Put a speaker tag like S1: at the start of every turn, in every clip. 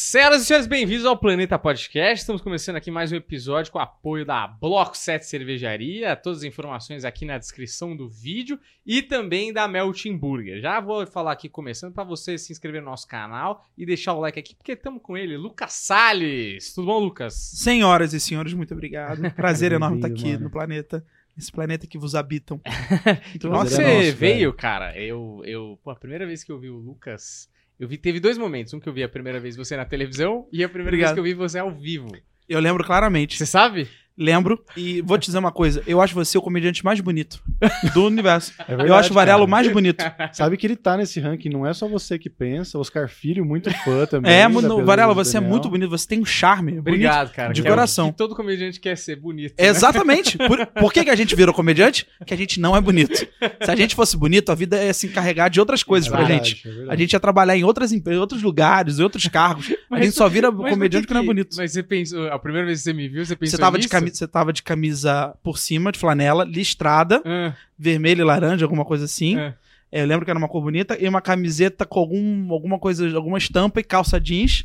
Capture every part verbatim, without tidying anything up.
S1: Senhoras e senhores, bem-vindos ao Planeta Podcast. Estamos começando aqui mais um episódio com o apoio da Bloco sete Cervejaria. Todas as informações aqui na descrição do vídeo e também da Melting Burger. Já vou falar aqui começando para você se inscrever no nosso canal e deixar o like aqui, porque estamos com ele, Lucas Salles. Tudo bom, Lucas?
S2: Senhoras e senhores, muito obrigado. Prazer enorme estar aqui mano. no planeta. Esse planeta que vos habitam.
S1: Então, Nossa, você é nosso, veio, velho. cara. Eu, eu, pô, a primeira vez que eu vi o Lucas... Eu vi, teve dois momentos. Um que eu vi a primeira vez você na televisão e a primeira Obrigado. vez que eu vi você ao vivo.
S2: Eu lembro claramente.
S1: Você sabe?
S2: Lembro. E vou te dizer uma coisa. Eu acho você o comediante mais bonito do universo. É verdade, eu acho o Varela o mais bonito.
S3: Sabe que ele tá nesse ranking. Não é só você que pensa. Oscar Filho, muito fã também.
S2: É, no, Varela, você Daniel. é muito bonito. Você tem um charme.
S1: Obrigado,
S2: bonito,
S1: cara.
S2: De
S1: que
S2: coração.
S1: É que todo comediante quer ser bonito.
S2: Né? Exatamente. Por, por que, que a gente virou comediante? Que a gente não é bonito. Se a gente fosse bonito, a vida ia se encarregar de outras coisas é pra verdade, gente. É a gente ia trabalhar em, outras, em outros lugares, em outros cargos. Mas, a gente só vira comediante que, que não é bonito.
S1: Mas você pensou... A primeira vez que você me viu, você pensou
S2: você tava
S1: nisso?
S2: De camisa, você tava de camisa por cima, de flanela, listrada,
S1: uh.
S2: vermelho e laranja, alguma coisa assim.
S1: Uh.
S2: Eu lembro que era uma cor bonita. E uma camiseta com algum, alguma coisa, alguma estampa e calça jeans.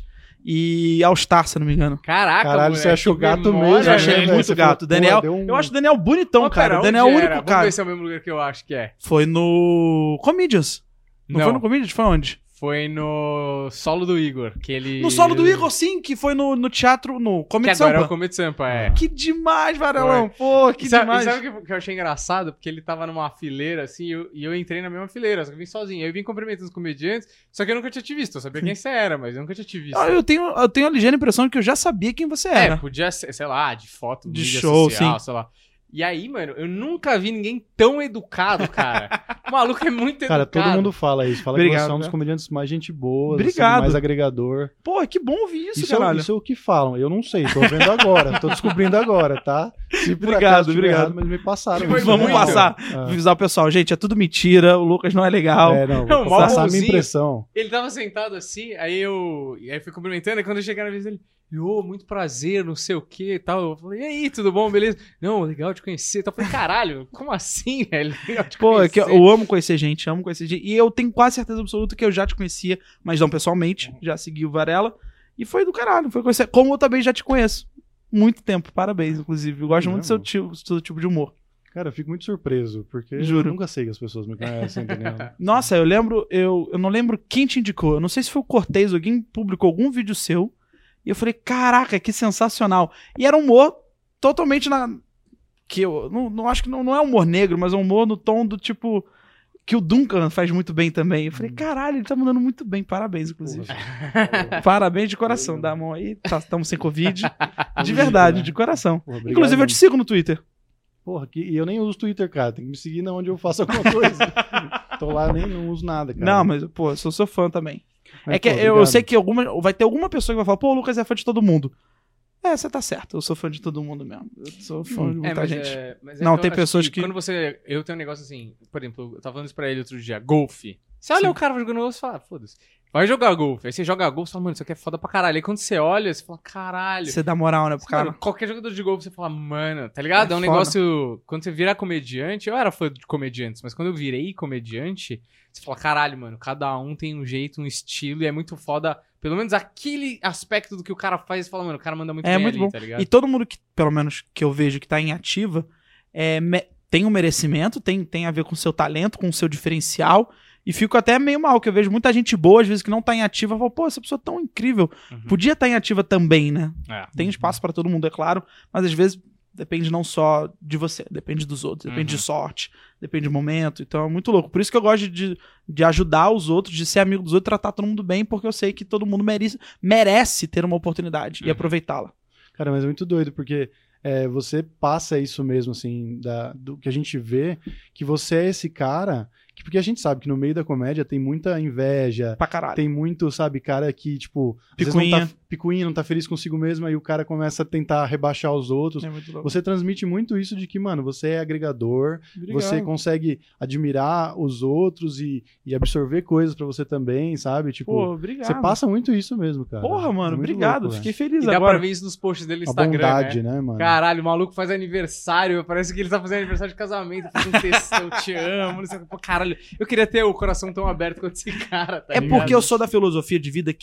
S2: E All Star, se não me engano.
S1: Caraca,
S3: Caralho,
S1: moleque,
S3: você achou gato
S1: memória,
S3: mesmo.
S2: Eu achei
S3: né,
S2: muito
S3: você
S2: gato.
S3: falou,
S2: Daniel,
S3: um...
S2: eu acho o Daniel bonitão,
S1: oh,
S2: cara.
S1: pera,
S2: O Daniel é o único
S1: era?
S2: cara.
S1: Vamos ver se é o mesmo lugar que eu acho que é.
S2: Foi no Comedians. Não, não foi no Comedians? Foi onde?
S1: Foi no solo do Igor, que ele...
S2: No solo do Igor, sim, que foi no, no teatro, no Comedy
S1: Sampa. Que agora
S2: Sampa.
S1: é o Comedy Sampa, é.
S2: Que demais, Varelão. Pô, que
S1: e sabe,
S2: demais.
S1: E sabe o que eu achei engraçado? Porque ele tava numa fileira, assim, e eu, e eu entrei na mesma fileira, só que eu vim sozinho. Aí eu vim cumprimentando os comediantes, só que eu nunca tinha te visto. Eu sabia quem você era, mas eu nunca tinha te visto.
S2: Eu tenho, eu tenho a ligeira impressão de que eu já sabia quem você era.
S1: É, podia ser, sei lá, de foto,
S2: de
S1: mídia
S2: show,
S1: social,
S2: sim.
S1: sei lá. E aí, mano, eu nunca vi ninguém tão educado, cara. O maluco é muito
S3: cara,
S1: educado.
S3: Cara, todo mundo fala isso. Fala
S2: Obrigado,
S3: que você é um dos
S2: né?
S3: comediantes mais gente boa,
S2: Obrigado.
S3: mais agregador.
S2: Pô, que bom ouvir isso,
S3: isso
S2: caralho.
S3: É, isso é o que falam. Eu não sei, tô vendo agora. Tô descobrindo agora, tá? Se por
S2: obrigado,
S3: acaso
S2: obrigado.
S3: Errado, mas me passaram.
S2: Vamos muito. passar. Ah. Avisar o pessoal. Gente, é tudo mentira. O Lucas não é legal.
S3: É, não.
S1: Não,
S3: vou passar a minha impressão.
S1: Ele tava sentado assim, aí eu... E aí eu fui cumprimentando, e quando eu cheguei na vez dele... Ô, oh, muito prazer, não sei o que e tal. Eu falei, e aí, tudo bom, beleza? Não, legal te conhecer. Eu falei, caralho, como assim, velho? Legal te
S2: Pô, é que eu, eu amo conhecer gente, amo conhecer gente. E eu tenho quase certeza absoluta que eu já te conhecia, mas não pessoalmente. Já segui o Varela. E foi do caralho, foi conhecer. Como eu também já te conheço. Muito tempo, parabéns, inclusive. Eu gosto é muito do seu tipo, do seu tipo de humor.
S3: Cara, eu fico muito surpreso, porque
S2: Juro.
S3: eu nunca sei que as pessoas me conhecem, entendeu?
S2: Nossa, eu lembro, eu, eu não lembro quem te indicou. Eu não sei se foi o Cortez, alguém publicou algum vídeo seu. E eu falei, caraca, que sensacional. E era um humor totalmente na... Que eu não, não acho que não, não é humor negro, mas é um humor no tom do tipo... Que o Duncan faz muito bem também. Eu falei, caralho, ele tá mandando muito bem. Parabéns, inclusive. Parabéns de coração. Dá a mão aí. Estamos sem Covid. De verdade, de coração.
S3: Porra,
S2: inclusive, eu te sigo no Twitter.
S3: Porra, que, e eu nem uso Twitter, cara. Tem que me seguir na onde eu faço alguma coisa. Tô lá, nem não uso nada, cara.
S2: Não, mas, pô, eu sou seu fã também.
S3: Mas,
S2: é que
S3: pô,
S2: eu, eu sei que alguma, vai ter alguma pessoa que vai falar, pô, o Lucas é fã de todo mundo. É, você tá certo, eu sou fã de todo mundo mesmo. Eu sou fã de muita
S1: é, mas
S2: gente.
S1: É, mas é
S2: não,
S1: que
S2: tem pessoas
S1: que,
S2: que...
S1: Quando você... Eu tenho um negócio assim, por exemplo, eu tava falando isso pra ele outro dia, golfe. Você olha Sim. o cara jogando golfe e fala, foda-se. Vai jogar golfe. Aí você joga golfe e fala, mano, isso aqui é foda pra caralho. Aí quando você olha, você fala, caralho.
S2: Você dá moral, né, pro cara.
S1: Mano, qualquer jogador de golfe, você fala, mano, tá ligado? É, é um
S2: foda.
S1: negócio... Quando você vira comediante... Eu era fã de comediantes, mas quando eu virei comediante, você fala, caralho, mano, cada um tem um jeito, um estilo, e é muito foda... Pelo menos aquele aspecto do que o cara faz, você fala, mano, o cara manda muito
S2: é,
S1: bem
S2: muito
S1: ali,
S2: bom.
S1: tá ligado?
S2: E todo mundo que, pelo menos, que eu vejo que tá em ativa, é, me... tem um merecimento, tem, tem a ver com o seu talento, com o seu diferencial... E fico até meio mal, que eu vejo muita gente boa, às vezes, que não tá em ativa. Eu falo, pô, essa pessoa é tão incrível. Uhum. Podia estar em ativa também, né? É. Tem espaço pra todo mundo, é claro. Mas às vezes depende não só de você, depende dos outros. Depende uhum. de sorte, depende de momento. Então é muito louco. Por isso que eu gosto de, de ajudar os outros, de ser amigo dos outros, tratar todo mundo bem, porque eu sei que todo mundo merece, merece ter uma oportunidade uhum. e aproveitá-la.
S3: Cara, mas é muito doido, porque... É, você passa isso mesmo, assim, da, do que a gente vê, que você é esse cara, que, porque a gente sabe que no meio da comédia tem muita inveja,
S2: pra caralho.
S3: Tem muito, sabe, cara que, tipo,
S2: picuinha.
S3: Não tá, picuinha, não tá feliz consigo mesmo, aí o cara começa a tentar rebaixar os outros.
S2: É muito louco.
S3: Você transmite muito isso de que, mano, você é agregador,
S2: Obrigado.
S3: Você consegue admirar os outros e, e absorver coisas pra você também, sabe? Tipo,
S2: Pô, obrigado.
S3: Você passa muito isso mesmo, cara.
S2: Porra, mano,
S3: é
S2: obrigado.
S3: Louco,
S2: fiquei feliz
S1: e
S2: agora.
S1: dá pra ver isso nos posts dele no Instagram,
S3: bondade,
S1: né?
S3: né, mano?
S1: Caralho, o maluco faz aniversário, parece que ele tá fazendo aniversário de casamento, faz um texto, eu te amo, não sei o que. Pô, caralho, eu queria ter o coração tão aberto quanto esse cara, tá
S2: É
S1: ligado?
S2: porque eu sou da filosofia de vida que é,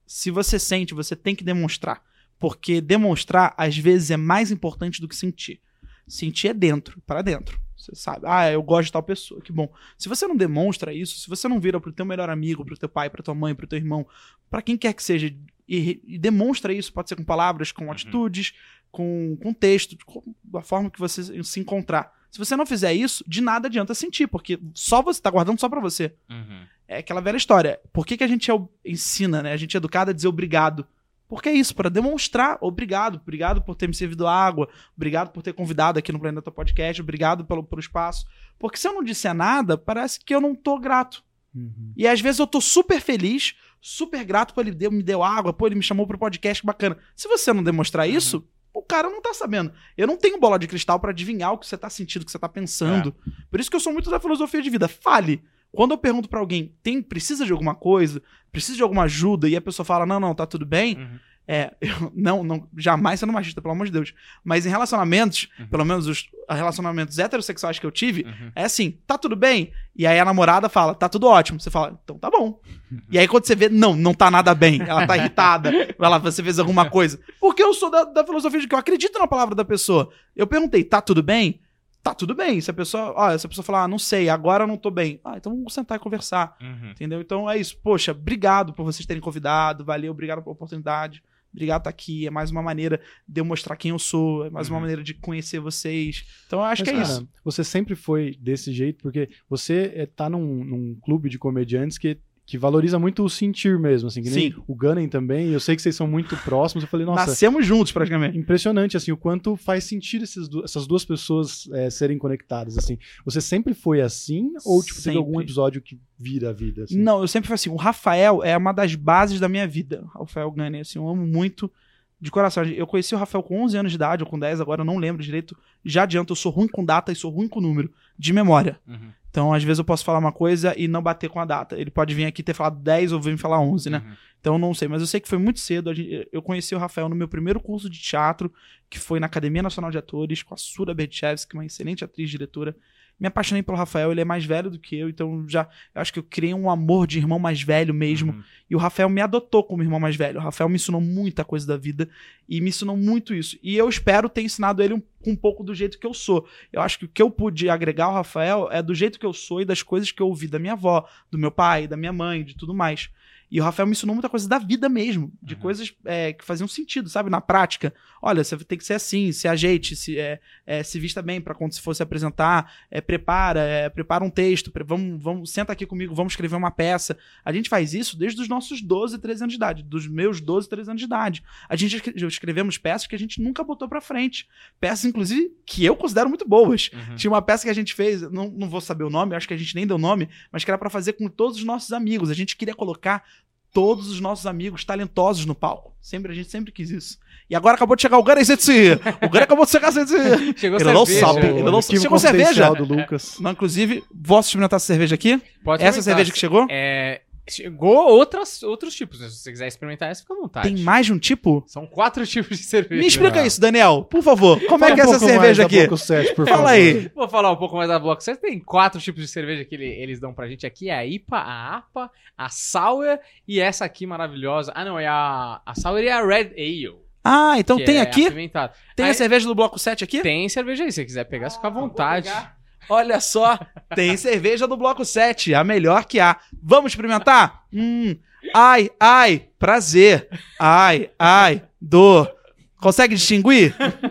S2: se você sente, você tem que demonstrar. Porque demonstrar, às vezes, é mais importante do que sentir. Sentir é dentro, para dentro. Você sabe, ah, eu gosto de tal pessoa, que bom. Se você não demonstra isso, se você não vira pro teu melhor amigo, pro teu pai, pra tua mãe, pro teu irmão, pra quem quer que seja, e, e demonstra isso, pode ser com palavras, com atitudes, com, com texto, com, da forma que você se encontrar. Se você não fizer isso, de nada adianta sentir, porque só você tá guardando só pra você.
S1: Uhum.
S2: É aquela velha história. Por que, que a gente é, ensina, né? A gente é educado a dizer obrigado. Porque é isso, para demonstrar obrigado. Obrigado por ter me servido água. Obrigado por ter convidado aqui no Planeta Podcast. Obrigado pelo, pelo espaço. Porque se eu não disser nada, parece que eu não tô grato.
S3: Uhum.
S2: E às vezes eu tô super feliz, super grato, pô, ele deu, me deu água, pô, ele me chamou pro podcast, que bacana. Se você não demonstrar isso, uhum. o cara não tá sabendo. Eu não tenho bola de cristal para adivinhar o que você tá sentindo, o que você tá pensando. É. Por isso que eu sou muito da filosofia de vida. Fale. Quando eu pergunto pra alguém, tem, precisa de alguma coisa, precisa de alguma ajuda, e a pessoa fala, não, não, tá tudo bem, uhum. é, eu, não, não, jamais sendo machista, pelo amor de Deus, mas em relacionamentos, uhum. pelo menos os relacionamentos heterossexuais que eu tive, uhum. é assim, tá tudo bem? E aí a namorada fala, tá tudo ótimo. Você fala, então tá bom. Uhum. E aí quando você vê, não, não tá nada bem, ela tá irritada, ela, você fez alguma coisa. Porque eu sou da, da filosofia de que eu acredito na palavra da pessoa. Eu perguntei, tá tudo bem? Tá tudo bem. Se a pessoa, ó, se a pessoa falar, ah, não sei, agora eu não tô bem. Ah, então vamos sentar e conversar. Uhum. Entendeu? Então é isso. Poxa, obrigado por vocês terem convidado. Valeu, obrigado pela oportunidade. Obrigado por estar aqui. É mais uma maneira de eu mostrar quem eu sou. É mais uhum. uma maneira de conhecer vocês. Então eu acho Mas, que é cara, isso.
S3: Você sempre foi desse jeito, porque você é, tá num, num clube de comediantes que que valoriza muito o sentir mesmo, assim, que nem Sim. o Gunning também, eu sei que vocês são muito próximos, eu falei, nossa...
S2: Nascemos juntos, praticamente.
S3: Impressionante, assim, o quanto faz sentido esses, essas duas pessoas é, serem conectadas, assim. Você sempre foi assim, ou, tipo, sempre. Teve algum episódio que vira a vida, assim?
S2: Não, eu sempre fui assim, o Rafael é uma das bases da minha vida, o Rafael Gunning, assim, eu amo muito de coração. Eu conheci o Rafael com onze anos de idade, ou com dez, agora eu não lembro direito, já adianta, eu sou ruim com data e sou ruim com número, de memória. Uhum. Então, às vezes eu posso falar uma coisa e não bater com a data. Ele pode vir aqui ter falado dez ou vir me falar onze, né? Uhum. Então, não sei. Mas eu sei que foi muito cedo. Eu conheci o Rafael no meu primeiro curso de teatro, que foi na Academia Nacional de Atores, com a Sura Berdichevsky, uma excelente atriz, diretora. Me apaixonei pelo Rafael, ele é mais velho do que eu, então já eu acho que eu criei um amor de irmão mais velho mesmo. Uhum. E o Rafael me adotou como irmão mais velho. O Rafael me ensinou muita coisa da vida e me ensinou muito isso. E eu espero ter ensinado ele um, um pouco do jeito que eu sou. Eu acho que o que eu pude agregar ao Rafael é do jeito que eu sou e das coisas que eu ouvi da minha avó, do meu pai, da minha mãe, de tudo mais. E o Rafael me ensinou muita coisa da vida mesmo, de uhum. coisas é, que faziam sentido, sabe? Na prática. Olha, você tem que ser assim, se ajeite, se, é, é, se vista bem para quando você for se apresentar, é, prepara, é, prepara um texto, pre- vamos, vamos, senta aqui comigo, vamos escrever uma peça. A gente faz isso desde os nossos doze, treze anos de idade, dos meus doze, treze anos de idade. A gente escrevemos peças que a gente nunca botou pra frente. Peças, inclusive, que eu considero muito boas. Uhum. Tinha uma peça que a gente fez, não, não vou saber o nome, acho que a gente nem deu nome, mas que era pra fazer com todos os nossos amigos. A gente queria colocar todos os nossos amigos talentosos no palco. Sempre, a gente sempre quis isso. E agora acabou de chegar o Gunning, Zetsi. O Gunning acabou de chegar, Zetsi.
S1: Chegou
S2: ele não
S1: cerveja.
S2: sabe. Ele não sabe. Chegou cerveja?
S3: Do Lucas.
S2: Não, inclusive, posso experimentar essa cerveja aqui?
S1: Pode
S2: essa cerveja que chegou?
S1: É... Chegou outras, outros tipos, né? Se você quiser experimentar essa, fica à vontade.
S2: Tem mais de um tipo?
S1: São quatro tipos de cerveja.
S2: Me explica ah. isso, Daniel, por favor. Como Fala é que é um essa cerveja aqui?
S3: Bloco sete, por
S2: Fala
S3: favor.
S2: aí.
S1: Vou falar um pouco mais da Bloco sete. Tem quatro tipos de cerveja que ele, eles dão pra gente aqui. É a I P A, a A P A, a Sour e essa aqui maravilhosa. Ah, não, é a, a Sour e a Red Ale.
S2: Ah, então tem
S1: é
S2: aqui?
S1: Apimentado.
S2: Tem
S1: aí,
S2: a cerveja do Bloco sete aqui?
S1: Tem cerveja aí. Se você quiser pegar, ah, fica à vontade.
S2: Olha só, tem cerveja do Bloco sete, a melhor que há. Vamos experimentar? Hum, ai, ai, prazer. Ai, ai, dor. Consegue distinguir?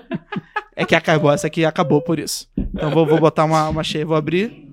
S2: É que acabou, essa aqui acabou por isso. Então vou, vou botar uma, uma cheia, vou abrir.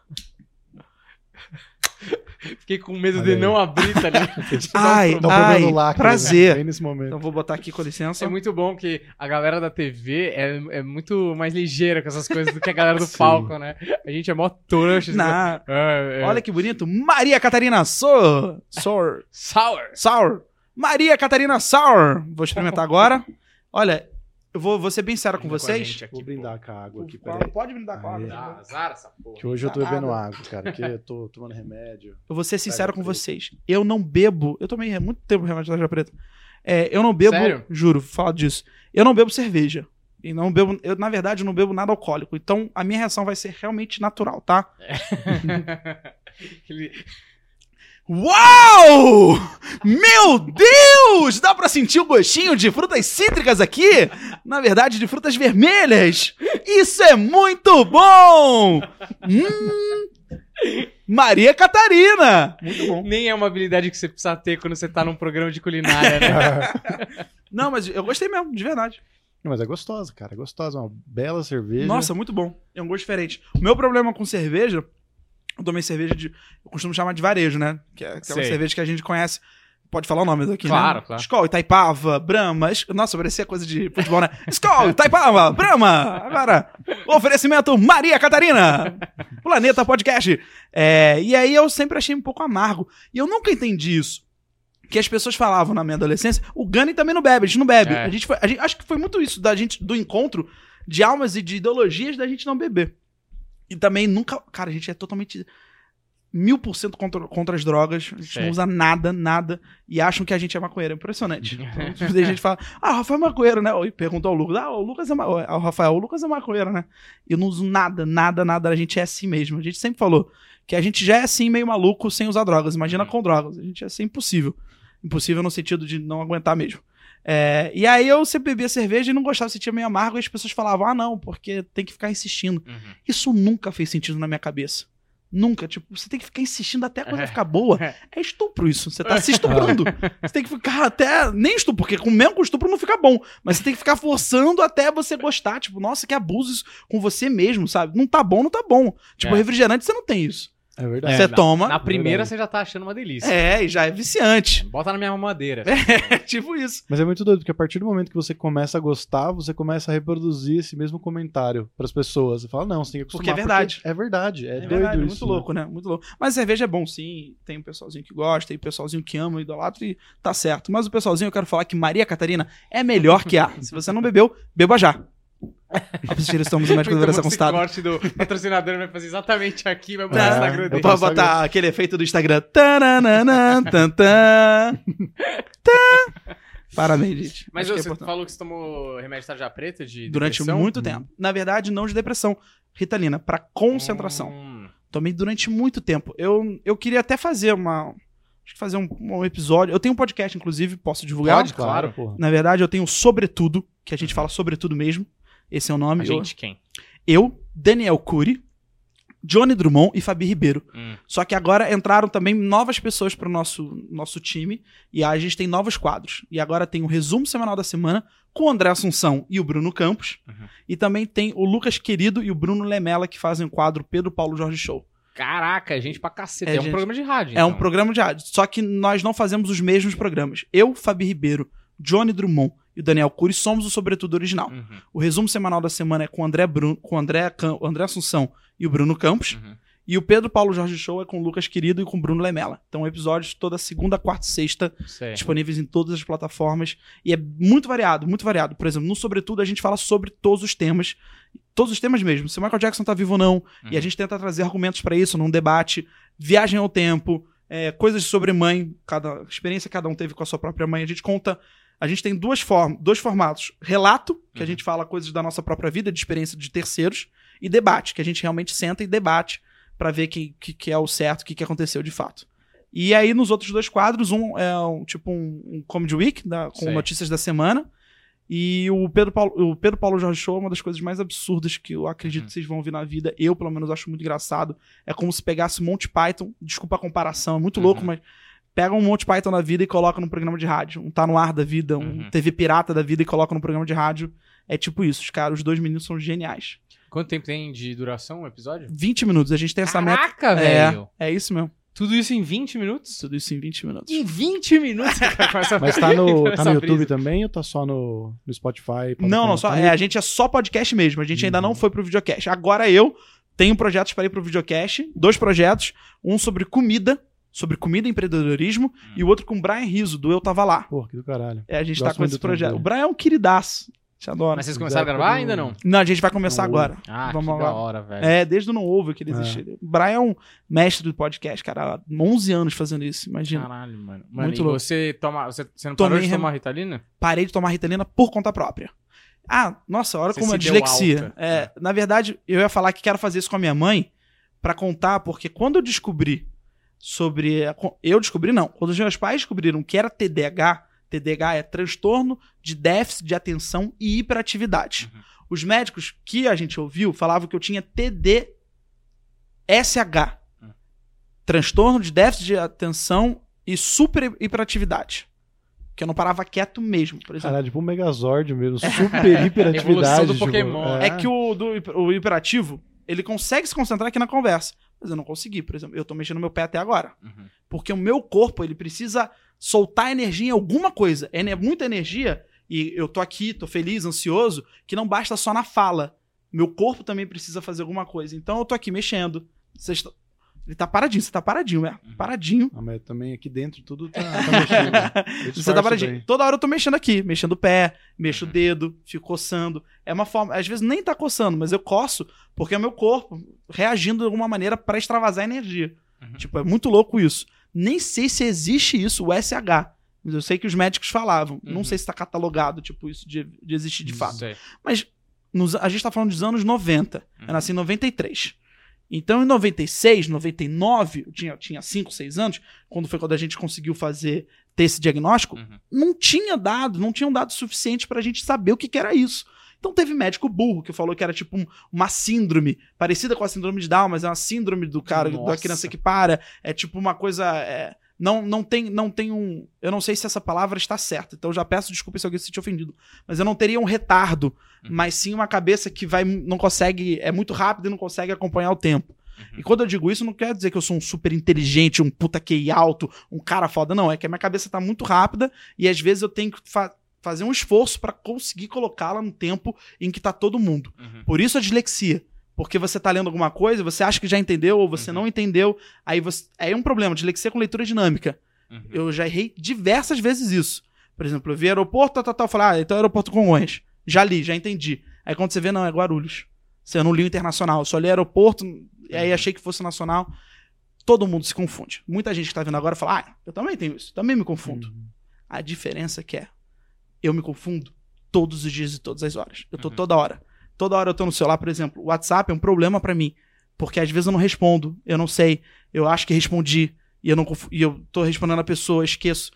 S1: Fiquei com medo de não abrir, tá ligado?
S2: Ai, ai, lacre, prazer.
S3: Né? Nesse momento.
S2: Então vou botar aqui, com licença.
S1: É muito bom que a galera da T V é, é muito mais ligeira com essas coisas do que a galera do palco, né? A gente é mó trouxa.
S2: Na... É, é. Olha que bonito. Maria Catarina Sour. Sour.
S1: Sour.
S2: Sour. Maria Catarina Sour. Vou experimentar agora. Olha... Eu vou, vou ser bem sério com vocês.
S3: Aqui, vou brindar pô. com a água aqui,
S2: peraí. Pode brindar com a água.
S1: Ah, azar essa porra.
S3: Que hoje eu tô bebendo água, cara, porque eu tô tomando remédio.
S2: Eu vou ser sincero com vocês. Eu não bebo... Eu tomei muito tempo remédio da Tarja Preta. É, eu não bebo...
S1: Sério?
S2: Juro, vou falar disso. Eu não bebo cerveja. E não bebo... Eu, na verdade, eu não bebo nada alcoólico. Então, a minha reação vai ser realmente natural, tá?
S1: Ele...
S2: Uau! Meu Deus! Dá pra sentir o gostinho de frutas cítricas aqui? Na verdade, de frutas vermelhas. Isso é muito bom! Hum... Maria Catarina! Muito bom.
S1: Nem é uma habilidade que você precisa ter quando você tá num programa de culinária, né?
S2: Não, mas eu gostei mesmo, de verdade.
S3: Não, mas é gostosa, cara. É gostosa. Uma bela cerveja.
S2: Nossa, muito bom. É um gosto diferente. O meu problema com cerveja, eu tomei cerveja de... Eu costumo chamar de varejo, né? Que é aquela
S1: Sei.
S2: cerveja que a gente conhece. Pode falar o nome daqui,
S1: Claro,
S2: né?
S1: claro.
S2: Skol, Itaipava, Brahma. Es- Nossa, parecia coisa de futebol, né? Skol, Itaipava, Brahma. Agora, oferecimento Maria Catarina. Planeta Podcast. É, e aí eu sempre achei um pouco amargo. E eu nunca entendi isso. Que as pessoas falavam na minha adolescência, o Gunny também não bebe, a gente não bebe.
S1: É.
S2: A gente foi, a gente- acho que foi muito isso da gente, do encontro de almas e de ideologias da gente não beber. E também nunca... Cara, a gente é totalmente... Mil por cento contra, contra as drogas. A gente
S1: Sei.
S2: não usa nada, nada. E acham que a gente é maconheiro. É impressionante. Então, tipo, a gente fala, ah, o Rafael é maconheiro, né? E perguntou ao Lucas, ah, o Lucas é maconheiro. Ah, o Rafael, o Lucas é maconheiro, né? Eu não uso nada, nada, nada. A gente é assim mesmo. A gente sempre falou que a gente já é assim meio maluco sem usar drogas. Imagina com drogas. A gente é assim impossível. Impossível no sentido de não aguentar mesmo. É, e aí eu sempre bebia cerveja e não gostava, sentia meio amargo. E as pessoas falavam, ah, não, porque tem que ficar insistindo.
S1: Uhum.
S2: Isso nunca fez sentido na minha cabeça. Nunca. Tipo, você tem que ficar insistindo até a coisa
S1: É.
S2: ficar boa. É estupro isso. Você tá se estuprando. Você tem que ficar até... Nem estupro, porque com mesmo com estupro não fica bom. Mas você tem que ficar forçando até você gostar. Tipo, nossa, que abuso isso com você mesmo, sabe? Não tá bom, não tá bom. Tipo,
S1: É.
S2: refrigerante você não tem isso.
S3: É verdade.
S2: Você
S1: na-
S2: toma...
S1: Na primeira
S3: verdade.
S1: você já tá achando uma delícia.
S2: É, e já é viciante.
S1: Bota na minha mamadeira.
S2: É tipo isso.
S3: Mas é muito doido, porque a partir do momento que você começa a gostar, você começa a reproduzir esse mesmo comentário pras pessoas. Você fala, não, você tem que acostumar.
S2: Porque é verdade.
S3: É verdade, é,
S2: É
S3: doido
S2: verdade,
S3: isso.
S2: muito
S3: né?
S2: louco, né? Muito louco. Mas cerveja é bom, sim. Tem um pessoalzinho que gosta, tem um pessoalzinho que ama, idolatra e tá certo. Mas o pessoalzinho, eu quero falar que Maria Catarina é melhor que a. Se você não bebeu, beba já. Assistir, estamos no médico
S1: Muito
S2: do
S1: bom
S2: Versão
S1: esse
S2: Constado.
S1: corte do patrocinador vai fazer exatamente aqui, vai botar
S3: É,
S1: no Instagram
S2: Eu
S1: dele.
S2: posso
S3: Instagram.
S2: botar aquele efeito do Instagram. Tananana, tan, tan, tan. Parabéns, gente.
S1: Mas
S2: Acho que é
S1: você
S2: importante.
S1: falou que você tomou remédio tarja preta de
S2: Durante
S1: depressão?
S2: muito tempo. Na verdade, não de depressão. Ritalina, pra concentração.
S1: Hum.
S2: Tomei durante muito tempo. Eu, eu queria até fazer uma... Acho que fazer um, um episódio. Eu tenho um podcast, inclusive, posso divulgar?
S1: Pode, claro.
S3: porra.
S2: Na verdade, eu tenho Sobretudo, que a gente fala Sobretudo mesmo. Esse é o nome.
S1: A gente quem?
S2: Eu, Daniel Cury, Johnny Drummond e Fabi Ribeiro.
S1: Hum.
S2: Só que agora entraram também novas pessoas pro nosso, nosso time. E aí a gente tem novos quadros. E agora tem o resumo semanal da semana com o André Assunção e o Bruno Campos.
S1: Uhum.
S2: E também tem o Lucas Querido e o Bruno Lemela, que fazem o quadro Pedro Paulo Jorge Show.
S1: Caraca, é gente pra caceta.
S2: É
S1: É, um
S2: gente.
S1: programa de rádio.
S2: É um
S1: então.
S2: programa de rádio. Só que nós não fazemos os mesmos programas. Eu, Fabi Ribeiro, Johnny Drummond e o Daniel Cury somos o Sobretudo original.
S1: Uhum,
S2: O resumo semanal da semana é com o André, Bruno, com o André, Cam- o André Assunção e o Bruno Campos.
S1: uhum.
S2: E o Pedro Paulo Jorge Show é com o Lucas Querido e com o Bruno Lemela. Então, episódios toda segunda, quarta e sexta,
S1: Sei.
S2: disponíveis em todas as plataformas. E é muito variado, muito variado. Por exemplo, no Sobretudo, a gente fala sobre todos os temas. Todos os temas mesmo. Se o Michael Jackson tá vivo ou não.
S1: Uhum.
S2: E a gente tenta trazer argumentos pra isso num debate. Viagem ao tempo. é, coisas sobre mãe. Cada experiência que cada um teve com a sua própria mãe. A gente conta... A gente tem duas form dois formatos. Relato, que a
S1: Uhum.
S2: gente fala coisas da nossa própria vida, de experiência de terceiros. E debate, que a gente realmente senta e debate pra ver o que, que, que é o certo, o que, que aconteceu de fato. E aí, nos outros dois quadros, um é um, tipo um, um Comedy Week, da- com
S1: Sei.
S2: notícias da semana. E o Pedro, Paulo, o Pedro Paulo Jorge Show é uma das coisas mais absurdas que eu acredito
S1: Uhum.
S2: que vocês vão ouvir na vida. Eu, pelo menos, acho muito engraçado. É como se pegasse Monty Python, desculpa a comparação, é muito
S1: Uhum.
S2: louco, mas pega um Monty Python da vida e coloca num programa de rádio. Um Tá No Ar da vida, um
S1: Uhum.
S2: T V Pirata da vida e coloca num programa de rádio. É tipo isso, os caras, os dois meninos são geniais.
S1: Quanto tempo tem de duração o episódio?
S2: vinte minutos, a gente tem essa meta.
S1: Caraca, velho.
S2: É, é isso mesmo.
S1: Tudo isso em vinte minutos?
S2: Tudo isso em vinte minutos.
S1: Em vinte minutos? cara, com essa-
S3: Mas tá no, tá
S1: essa
S3: no YouTube
S1: brisa.
S3: também ou tá só no, no Spotify?
S2: Não, não, só,
S3: Tá
S2: é, a gente é só podcast mesmo. A gente ainda não foi pro videocast. Agora eu tenho projetos para ir pro videocast, dois projetos, um sobre comida, sobre comida e empreendedorismo, e o outro com o Brian Rizzo, do Eu Tava Lá.
S3: Porra, que do caralho.
S2: É, a gente
S3: Gosto
S2: tá com
S3: muito
S2: esse
S3: do trampo
S2: projeto.
S3: dele.
S2: O Brian é um queridaço. Te adoro.
S1: Mas vocês começaram a
S3: Zé,
S1: gravar
S3: tudo-
S1: ainda não?
S2: Não, a gente vai começar
S3: Não,
S2: agora.
S1: Ah,
S2: Vamos
S1: que da
S2: lá.
S1: hora, velho.
S2: É, desde o Não Ouve que ele
S3: É.
S2: existe. O Brian é um mestre do podcast, cara. Há onze anos fazendo isso, imagina.
S1: Caralho, mano. Mano,
S2: Muito
S1: e
S2: louco.
S1: você toma. Você, você não
S2: Tomei
S1: parou de
S2: rem-
S1: tomar Ritalina?
S2: Parei de tomar Ritalina por conta própria. Ah, nossa, olha
S1: Você
S2: como é
S1: se deu
S2: dislexia.
S1: alta.
S2: É, na verdade, eu ia falar que quero fazer isso com a minha mãe pra contar, porque quando eu descobri sobre... a- Eu descobri, não. Quando os meus pais descobriram que era T D A H, T D A H é transtorno de déficit de atenção e hiperatividade.
S1: Uhum.
S2: Os médicos que a gente ouviu falavam que eu tinha T D S H.
S1: Uhum.
S2: Transtorno de déficit de atenção e super hiperatividade. Que eu não parava quieto mesmo, por exemplo.
S3: Caralho, tipo um Megazord mesmo, super hiperatividade.
S1: Evolução do
S3: tipo,
S1: Pokémon.
S2: É que o, do, o hiperativo, ele consegue se concentrar aqui na conversa. Mas eu não consegui, por exemplo. Eu tô mexendo meu pé até agora.
S1: Uhum.
S2: Porque o meu corpo, ele precisa soltar energia em alguma coisa. É muita energia, e eu tô aqui, tô feliz, ansioso, que não basta só na fala. Meu corpo também precisa fazer alguma coisa. Então eu tô aqui mexendo. Vocês tão- Ele tá paradinho, você tá paradinho, né?
S1: Uhum.
S2: Paradinho.
S3: Ah, mas também aqui dentro tudo tá, tá mexendo. né? Eu
S2: Você
S3: disfarço
S2: tá paradinho.
S3: bem.
S2: Toda hora eu tô mexendo aqui, mexendo o pé, mexo
S1: Uhum.
S2: o dedo, fico coçando. É uma forma, às vezes nem tá coçando, mas eu coço porque é o meu corpo reagindo de alguma maneira pra extravasar energia.
S1: Uhum.
S2: Tipo, é muito louco isso. Nem sei se existe isso, o S H. Mas eu sei que os médicos falavam.
S1: Uhum.
S2: Não sei se tá catalogado, tipo, isso de, de existir de fato.
S1: Sei.
S2: Mas nos- a gente tá falando dos anos noventa.
S1: Uhum.
S2: Eu nasci em noventa e três. Então, em noventa e seis, noventa e nove, eu tinha, tinha cinco, seis anos, quando foi quando a gente conseguiu fazer, ter esse diagnóstico,
S1: Uhum.
S2: não tinha dado, não tinham dado suficiente pra gente saber o que, que era isso. Então teve médico burro que falou que era tipo um- uma síndrome, parecida com a síndrome de Down, mas é uma síndrome do cara, da
S1: Nossa.
S2: criança que para. É tipo uma coisa. é, não, não, tem, não tem um. Eu não sei se essa palavra está certa, então já peço desculpa se alguém se sentir ofendido. Mas eu não teria um retardo,
S1: Uhum.
S2: mas sim uma cabeça que vai, não consegue, é muito rápida e não consegue acompanhar o tempo.
S1: Uhum.
S2: E quando eu digo isso, não quer dizer que eu sou um super inteligente, um puta Q I alto, um cara foda, não. É que a minha cabeça tá muito rápida e às vezes eu tenho que fa- fazer um esforço pra conseguir colocá-la no tempo em que tá todo mundo.
S1: Uhum.
S2: Por isso a dislexia. Porque você tá lendo alguma coisa, você acha que já entendeu ou você
S1: Uhum.
S2: não entendeu, aí você... aí é um problema, dislexia com leitura dinâmica.
S1: Uhum.
S2: Eu já errei diversas vezes isso. Por exemplo, eu vi aeroporto, tal, tal, tal, eu falei, ah, então é aeroporto Congonhas. Já li, já entendi. Aí quando você vê, não, é Guarulhos. Você não li o internacional, eu só li aeroporto, e aí achei que fosse nacional. Todo mundo se confunde. Muita gente que tá vendo agora fala, ah, eu também tenho isso, também me confundo.
S3: Uhum.
S2: A diferença é que é, eu me confundo todos os dias e todas as horas. Eu tô
S1: Uhum.
S2: toda hora. Toda hora eu tô no celular, por exemplo. O WhatsApp é um problema pra mim. Porque às vezes eu não respondo, eu não sei. Eu acho que respondi e eu, não, confu- e eu tô respondendo a pessoa, esqueço.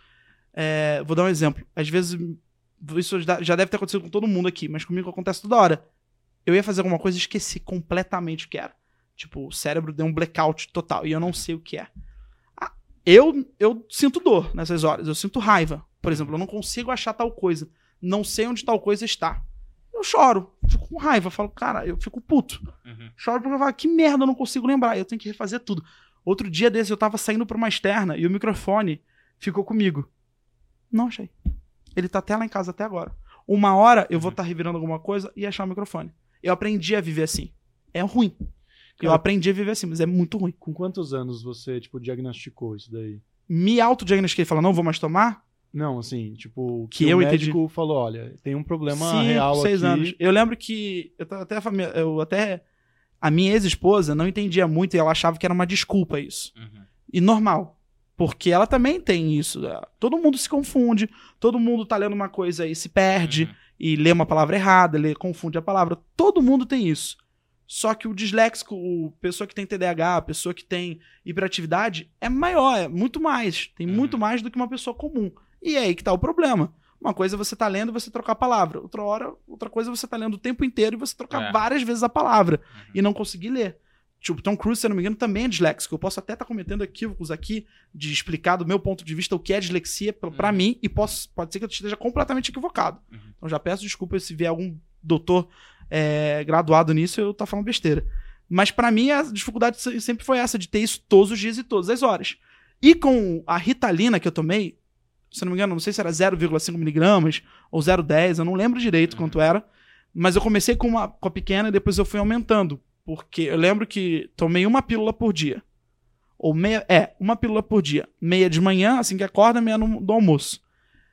S2: É, vou dar um exemplo. Às vezes, isso já já deve ter acontecido com todo mundo aqui, mas comigo acontece toda hora. Eu ia fazer alguma coisa e esqueci completamente o que era. Tipo, o cérebro deu um blackout total e eu não sei o que é. Ah, eu, eu sinto dor nessas horas, eu sinto raiva. Por exemplo, eu não consigo achar tal coisa. Não sei onde tal coisa está. Eu choro, fico com raiva, falo, cara, eu fico puto.
S1: Uhum.
S2: Choro porque eu falo, que merda, eu não consigo lembrar, eu tenho que refazer tudo. Outro dia desse eu tava saindo pra uma externa e o microfone ficou comigo. Não achei. Ele tá até lá em casa até agora. Uma hora eu vou estar revirando alguma coisa e achar o microfone. Eu aprendi a viver assim. É ruim. Eu
S3: Cara,
S2: aprendi a viver assim, mas é muito ruim.
S3: Com quantos anos você, tipo, diagnosticou isso daí?
S2: Me autodiagnostiquei e falar, não vou mais tomar?
S3: Não, assim, tipo,
S2: Que
S3: que
S2: eu
S3: o
S2: entendi.
S3: médico falou, olha, tem um problema
S2: Cinco,
S3: real
S2: seis
S3: aqui.
S2: anos. Eu lembro que eu tava até a família, eu até a minha ex-esposa não entendia muito e ela achava que era uma desculpa isso.
S1: Uhum.
S2: E normal. Porque ela também tem isso. Todo mundo se confunde, todo mundo tá lendo uma coisa e se perde,
S1: Uhum.
S2: e lê uma palavra errada, lê, confunde a palavra. Todo mundo tem isso. Só que o disléxico, a pessoa que tem T D A H, a pessoa que tem hiperatividade, é maior, é muito mais. Tem
S1: Uhum.
S2: muito mais do que uma pessoa comum. E é aí que tá o problema. Uma coisa é você tá lendo e você trocar a palavra. Outra hora, outra coisa é você tá lendo o tempo inteiro e você trocar
S1: É.
S2: várias vezes a palavra
S1: Uhum.
S2: e não conseguir ler. Tipo, Tom Cruise, se eu não me engano, também é disléxico. Eu posso até estar cometendo equívocos aqui de explicar do meu ponto de vista o que é dislexia pra pra
S1: Uhum.
S2: mim e posso, pode ser que eu esteja completamente equivocado.
S1: Uhum.
S2: Então já peço desculpa se vier algum doutor é, graduado nisso, eu tô falando besteira. Mas pra mim a dificuldade se- sempre foi essa, de ter isso todos os dias e todas as horas. E com a Ritalina que eu tomei, se eu não me engano, não sei se era zero vírgula cinco miligramas ou zero vírgula dez, eu não lembro direito
S1: Uhum.
S2: quanto era, mas eu comecei com, uma, com a pequena e depois eu fui aumentando. Porque eu lembro que tomei uma pílula por dia. Ou meia. É, uma pílula por dia. Meia de manhã, assim que acorda, meia no, do almoço.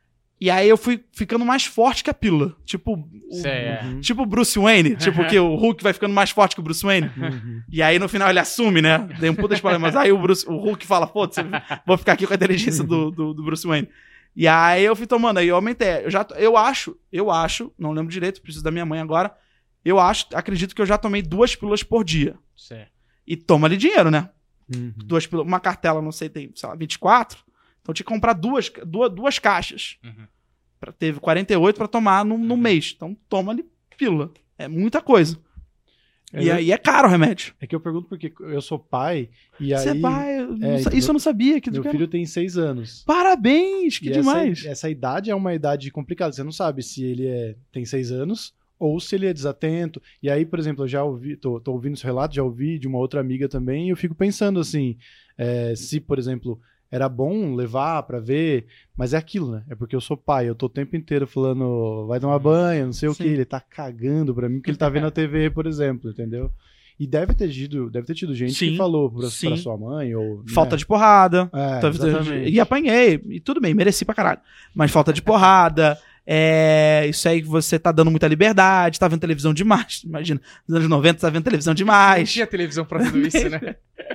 S2: E aí eu fui ficando mais forte que a pílula. Tipo. o-
S1: Sei, é.
S3: Uhum.
S2: Tipo o Bruce Wayne. Tipo que o Hulk vai ficando mais forte que o Bruce Wayne.
S3: Uhum.
S2: E aí no final ele assume, né? Dei um puta spoiler, mas aí o, Bruce, o Hulk fala: foda-se, vou ficar aqui com a inteligência do, do, do Bruce Wayne. E aí eu fui tomando, aí eu aumentei. Eu, já, eu acho, eu acho, não lembro direito, preciso da minha mãe agora. Eu acho, acredito que eu já tomei duas pílulas por dia.
S1: Sei.
S2: E toma ali dinheiro, né?
S3: Uhum.
S2: Duas pílulas, uma cartela, não sei, tem, sei lá, vinte e quatro. Então eu tinha que comprar duas, duas, duas caixas.
S1: Uhum.
S2: Pra, teve quarenta e oito pra tomar no, no
S1: Uhum.
S2: mês. Então toma ali pílula. É muita coisa.
S3: É,
S2: E
S3: eu-
S2: aí é caro o remédio.
S3: É que eu pergunto porque eu sou pai e
S2: Você
S3: aí
S2: é pai, eu não
S3: é,
S2: sa-
S3: meu-
S2: isso eu não sabia. Que do
S3: meu
S2: cara-
S3: filho tem seis anos.
S2: Parabéns, que
S3: E
S2: demais.
S3: Essa, essa idade é uma idade complicada. Você não sabe se ele é, tem seis anos ou se ele é desatento. E aí, por exemplo, eu já ouvi, tô, tô ouvindo esse relato, já ouvi de uma outra amiga também, e eu fico pensando assim, é, se, por exemplo, era bom levar pra ver, mas é aquilo, né? É porque eu sou pai, eu tô o tempo inteiro falando, vai tomar banho, não sei o
S2: Sim.
S3: que, ele tá cagando pra mim porque ele tá vendo a T V, por exemplo, entendeu? E deve ter tido, deve ter tido gente
S2: Sim,
S3: que falou pra,
S2: sim.
S3: pra sua mãe, ou...
S2: Falta
S3: né?
S2: de porrada.
S3: É,
S2: Tá-
S3: exatamente.
S2: E apanhei, e tudo bem, mereci pra caralho. Mas falta de porrada, é, isso aí que você tá dando muita liberdade, tá vendo televisão demais. Imagina, nos anos noventa tá vendo televisão
S1: Não
S2: demais.
S1: tinha televisão pra tudo isso, né?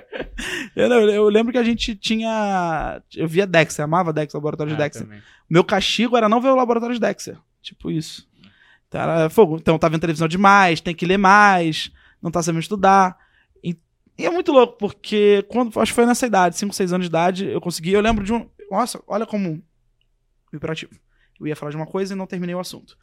S2: Eu, não- eu lembro que a gente tinha. Eu via Dexter, amava Dexter, laboratório de
S1: Ah,
S2: Dexter.
S1: também.
S2: Meu castigo era não ver o laboratório de Dexter. Tipo isso. Então, era fogo. Então tá vendo televisão demais, tem que ler mais, não tá sabendo estudar. E, e é muito louco, porque quando. Acho que foi nessa idade, cinco, seis anos de idade, eu consegui. Eu lembro de um. Nossa, olha como. Imperativo. Eu ia falar de uma coisa e não terminei o assunto.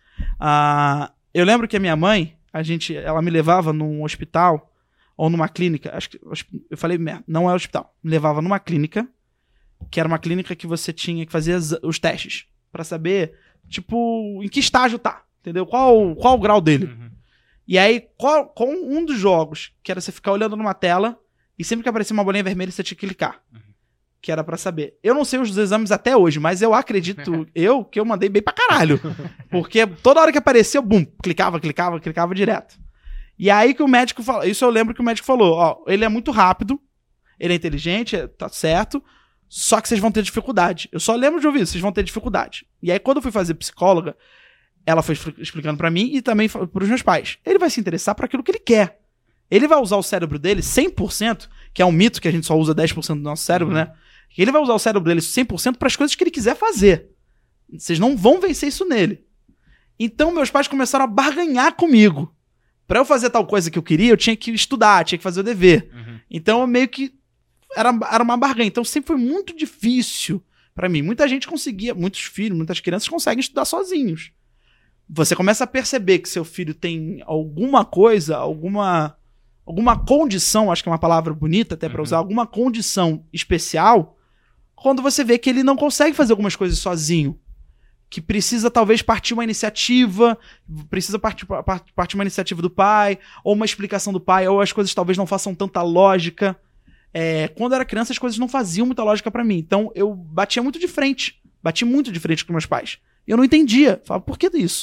S2: Ah, eu lembro que a minha mãe, a gente, ela me levava num hospital ou numa clínica. Acho que eu falei merda, não é hospital. Me levava numa clínica, que era uma clínica que você tinha que fazer as- os testes pra saber, tipo, em que estágio tá, entendeu? Qual, qual o grau dele.
S1: Uhum.
S2: E aí, qual, com um dos jogos, que era você ficar olhando numa tela e sempre que aparecia uma bolinha vermelha você tinha que clicar.
S1: Uhum.
S2: Que era pra saber. Eu não sei os exames até hoje, mas eu acredito, eu, que eu mandei bem pra caralho. Porque toda hora que aparecia, eu, bum, clicava, clicava, clicava direto. E aí que o médico falou, isso eu lembro que o médico falou, ó, ele é muito rápido, ele é inteligente, é- tá certo, só que vocês vão ter dificuldade. Eu só lembro de ouvir isso, vocês vão ter dificuldade. E aí quando eu fui fazer psicóloga, ela foi expli- explicando pra mim e também fa- pros meus pais. Ele vai se interessar por aquilo que ele quer. Ele vai usar o cérebro dele cem por cento, que é um mito que a gente só usa dez por cento do nosso cérebro, né? Ele vai usar o cérebro dele cem por cento para as coisas que ele quiser fazer. Vocês não vão vencer isso nele. Então meus pais começaram a barganhar comigo. Pra eu fazer tal coisa que eu queria, eu tinha que estudar, tinha que fazer o dever.
S1: Uhum.
S2: Então eu meio que era, era uma barganha. Então sempre foi muito difícil pra mim. Muita gente conseguia, muitos filhos, muitas crianças conseguem estudar sozinhos. Você começa a perceber que seu filho tem alguma coisa, alguma alguma condição, acho que é uma palavra bonita até pra
S1: Uhum.
S2: usar, alguma condição especial, quando você vê que ele não consegue fazer algumas coisas sozinho. Que precisa talvez partir uma iniciativa, precisa partir, par- partir uma iniciativa do pai, ou uma explicação do pai, ou as coisas talvez não façam tanta lógica. É, quando eu era criança, as coisas não faziam muita lógica pra mim. Então eu batia muito de frente. Bati muito de frente com meus pais. E eu não entendia. Falava, por que isso?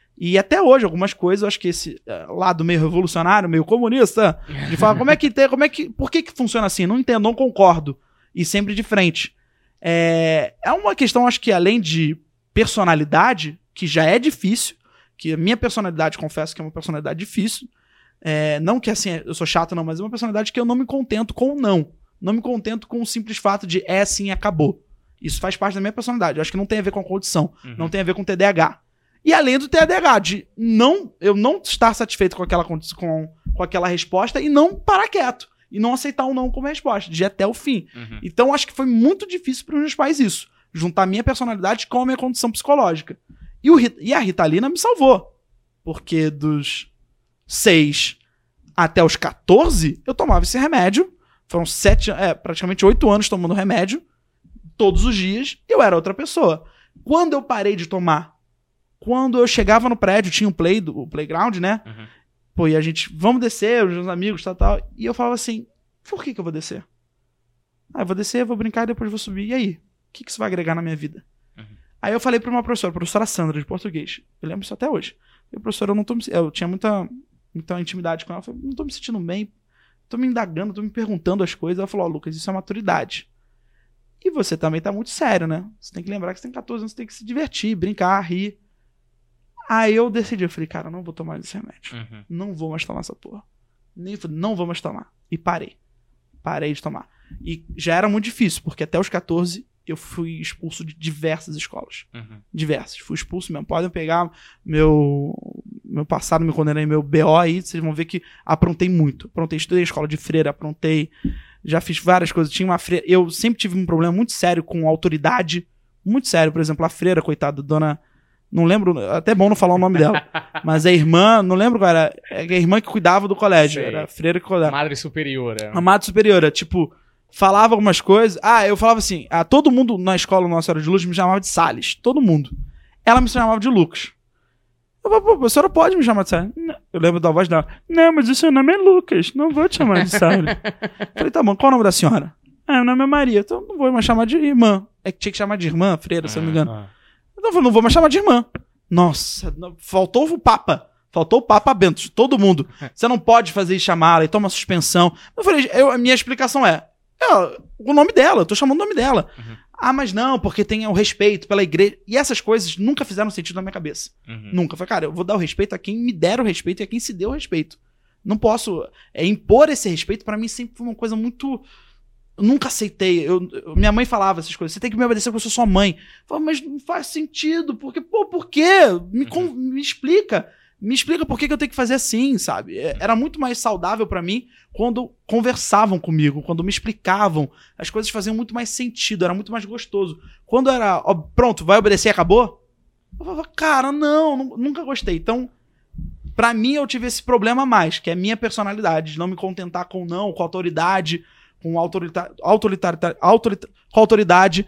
S2: E até hoje, algumas coisas, eu acho que esse eh, lado meio revolucionário, meio comunista, de falar como é que tem, como é que, por que que funciona assim? Não entendo, não concordo. E sempre de frente. É, é uma questão, acho que além de personalidade, que já é difícil, que a minha personalidade, confesso que é uma personalidade difícil. É, não que assim, eu sou chato, não, mas é uma personalidade que eu não me contento com o não. Não me contento com o simples fato de é assim, acabou. Isso faz parte da minha personalidade. Eu acho que não tem a ver com a condição,
S1: Uhum.
S2: não tem a ver com T D A H. E além do T D A H, de não, eu não estar satisfeito com aquela, condi- com, com aquela resposta e não parar quieto. E não aceitar o não como resposta, de ir até o fim.
S1: Uhum.
S2: Então acho que foi muito difícil para os meus pais isso. Juntar a minha personalidade com a minha condição psicológica. E, o, Rit- e a Ritalina me salvou. Porque dos seis até os quatorze, eu tomava esse remédio. Foram sete, é, praticamente oito anos tomando remédio. Todos os dias, eu era outra pessoa. Quando eu parei de tomar, quando eu chegava no prédio, tinha um play, do, o playground, né?
S1: Uhum.
S2: Pô, e a gente, vamos descer, os meus amigos, tal, tal. E eu falava assim, por que que eu vou descer? Ah, eu vou descer, vou brincar e depois vou subir. E aí? O que que isso vai agregar na minha vida?
S1: Uhum.
S2: Aí eu falei pra uma professora, a professora Sandra, de português. Eu lembro isso até hoje. Eu, professora, eu não tô me... Eu tinha muita, muita intimidade com ela. Eu falei, não tô me sentindo bem. Tô me indagando, tô me perguntando as coisas. Ela falou, ó, Lucas, isso é maturidade. E você também tá muito sério, né? Você tem que lembrar que você tem quatorze anos, você tem que se divertir, brincar, rir. Aí eu decidi, eu falei, cara, eu não vou tomar esse remédio.
S1: Uhum.
S2: Não vou mais tomar essa porra. Nem falei, não vou mais tomar. E parei. Parei de tomar. E já era muito difícil, porque até os quatorze eu fui expulso de diversas escolas.
S1: Uhum.
S2: Diversas. Fui expulso mesmo. Podem pegar meu, meu passado, me condenei, meu B O aí, vocês vão ver que aprontei muito. Aprontei, estudei em escola de freira, aprontei, já fiz várias coisas. Tinha uma freira. Eu sempre tive um problema muito sério com autoridade. Muito sério. Por exemplo, a freira, coitada, dona. Não lembro. Até bom não falar o nome dela. Mas a irmã, não lembro qual era. É a irmã que cuidava do colégio.
S1: Sei.
S2: Era a freira que cuidava.
S1: Madre superiora.
S2: A madre superiora. Tipo, falava algumas coisas. Ah, eu falava assim. Ah, todo mundo na escola Nossa Senhora de Luz me chamava de Salles. Todo mundo. Ela me chamava de Lucas. Eu falei, pô, a senhora pode me chamar de Salles? Não. Eu lembro da voz dela. Não, mas o seu nome é Lucas. Não vou te chamar de Salles. Falei, tá bom, qual é o nome da senhora? Ah, meu nome é Maria. Então não vou mais chamar de irmã. É que tinha que chamar de irmã, freira, se eu não me engano.
S3: Ah.
S2: Então eu falei, não vou mais chamar de irmã. Nossa, não, faltou o Papa. Faltou o Papa Bento. Todo mundo. Você não pode fazer isso, chamar e toma suspensão. Eu falei, eu, a minha explicação é, é o nome dela. Eu tô chamando o nome dela.
S1: Uhum.
S2: Ah, mas não, porque tem o respeito pela igreja. E essas coisas nunca fizeram sentido na minha cabeça.
S1: Uhum.
S2: Nunca. Eu falei, cara, eu vou dar o respeito a quem me der o respeito e a quem se deu o respeito. Não posso é, impor esse respeito. Pra mim sempre foi uma coisa muito... Eu nunca aceitei. Eu, eu- minha mãe falava essas coisas. Você tem que me obedecer porque eu sou sua mãe. Eu falava, mas não faz sentido. Porque, pô, por quê? Me, con- me explica. Me explica por que, que eu tenho que fazer assim, sabe? É, Era muito mais saudável pra mim quando conversavam comigo, quando me explicavam. As coisas faziam muito mais sentido, era muito mais gostoso. Quando era, ó, pronto, vai obedecer e acabou? Eu falava, cara, não, nu- nunca gostei. Então, pra mim, eu tive esse problema a mais, que é a minha personalidade, de não me contentar com não, com autoridade, com autorita autorita autorita com autoridade,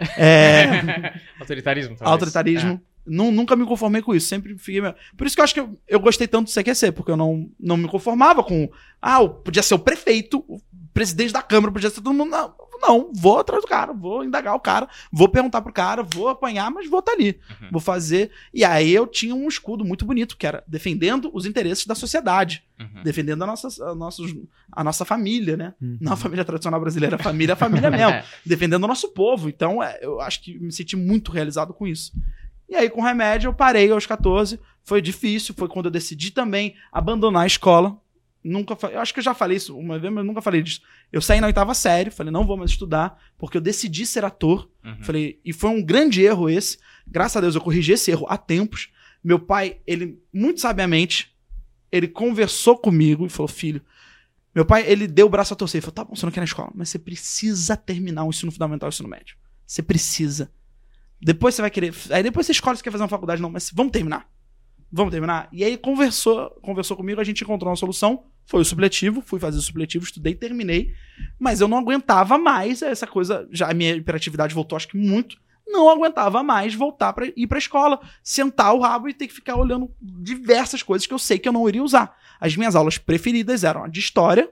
S2: é,
S1: Autoritarismo, talvez.
S2: autoritarismo. Nu- nunca me conformei com isso, sempre fiquei... Por isso que eu acho que eu, eu gostei tanto do C Q C, porque eu não, não me conformava com... Ah, eu podia ser o prefeito, o presidente da Câmara, podia ser todo mundo... Não, não, vou atrás do cara, vou indagar o cara, vou perguntar pro cara, vou apanhar, mas vou estar ali.
S1: Uhum.
S2: Vou fazer... E aí eu tinha um escudo muito bonito, que era defendendo os interesses da sociedade,
S1: Uhum.
S2: defendendo a nossa, a, nossos, a nossa família, né?
S3: Uhum.
S2: Não a família tradicional brasileira, a família, a família mesmo. Defendendo o nosso povo. Então, é, eu acho que me senti muito realizado com isso. E aí, com o remédio, eu parei aos catorze. Foi difícil, foi quando eu decidi também abandonar a escola. Nunca fa- Eu acho que eu já falei isso uma vez, mas eu nunca falei disso. Eu saí na oitava série, falei, não vou mais estudar, porque eu decidi ser ator.
S1: Uhum.
S2: Falei, e foi um grande erro esse. Graças a Deus eu corrigi esse erro há tempos. Meu pai, ele, muito sabiamente, ele conversou comigo e falou, filho, meu pai, ele deu o braço a torcer. Ele falou, tá bom, você não quer ir na escola, mas você precisa terminar o ensino fundamental e o ensino médio. Você precisa. Depois você vai querer... Aí depois você escolhe se quer fazer uma faculdade, não, mas vamos terminar. Vamos terminar? E aí conversou, conversou comigo, a gente encontrou uma solução, foi o supletivo, fui fazer o supletivo, estudei, terminei, mas eu não aguentava mais essa coisa, já a minha hiperatividade voltou acho que muito, não aguentava mais voltar para ir pra escola, sentar o rabo e ter que ficar olhando diversas coisas que eu sei que eu não iria usar. As minhas aulas preferidas eram a de história,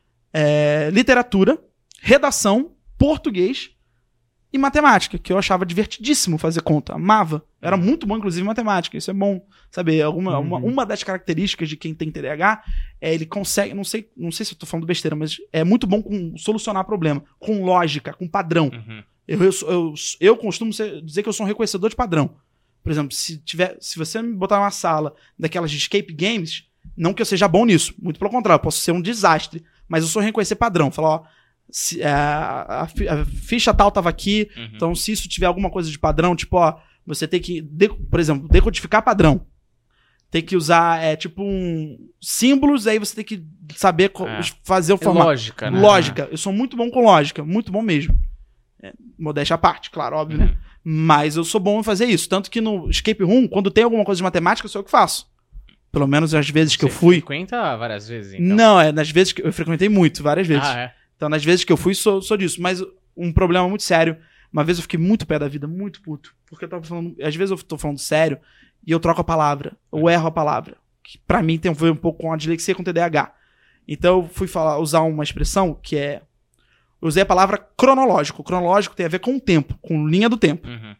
S2: é, literatura, redação, português e matemática, que eu achava divertidíssimo fazer conta, amava. Era muito bom, inclusive, em matemática, isso é bom saber. Alguma,
S3: Uhum.
S2: uma, uma das características de quem tem T D A H é ele consegue, não sei, não sei se eu tô falando besteira, mas é muito bom com solucionar problema, com lógica, com padrão.
S1: Uhum.
S2: Eu, eu, sou- eu, eu costumo ser- dizer que eu sou um reconhecedor de padrão. Por exemplo, se, tiver, se você me botar numa sala daquelas de escape games, não que eu seja bom nisso, muito pelo contrário, eu posso ser um desastre, mas eu sou reconhecer padrão. Falar, ó, se, é, a, fi- a ficha tal tava aqui,
S1: Uhum.
S2: então se isso tiver alguma coisa de padrão, tipo, ó, você tem que, de- por exemplo, decodificar padrão. Tem que usar, é, tipo, um, símbolos, aí você tem que saber co-
S1: É.
S2: fazer o
S1: É
S2: formato.
S1: lógica, né?
S2: Lógica. Eu sou muito bom com lógica. Muito bom mesmo. É, modéstia à parte, claro, óbvio, né?
S1: Uhum.
S2: Mas eu sou bom em fazer isso. Tanto que no escape room, quando tem alguma coisa de matemática, sou eu que faço. Pelo menos as vezes que eu
S1: Você
S2: fui.
S1: frequenta várias vezes, então.
S2: Não, é nas vezes que eu frequentei muito, várias vezes.
S1: Ah, é.
S2: Então, nas vezes que eu fui, sou, sou disso. Mas um problema muito sério. Uma vez eu fiquei muito pé da vida, muito puto. Porque eu tava falando. Às vezes eu tô falando sério e eu troco a palavra. Ou erro a palavra. Que pra mim tem a ver um pouco com a dislexia com T D A H. Então eu fui falar, usar uma expressão que é. Eu usei a palavra cronológico. O cronológico tem a ver com o tempo, com linha do tempo.
S1: Uhum.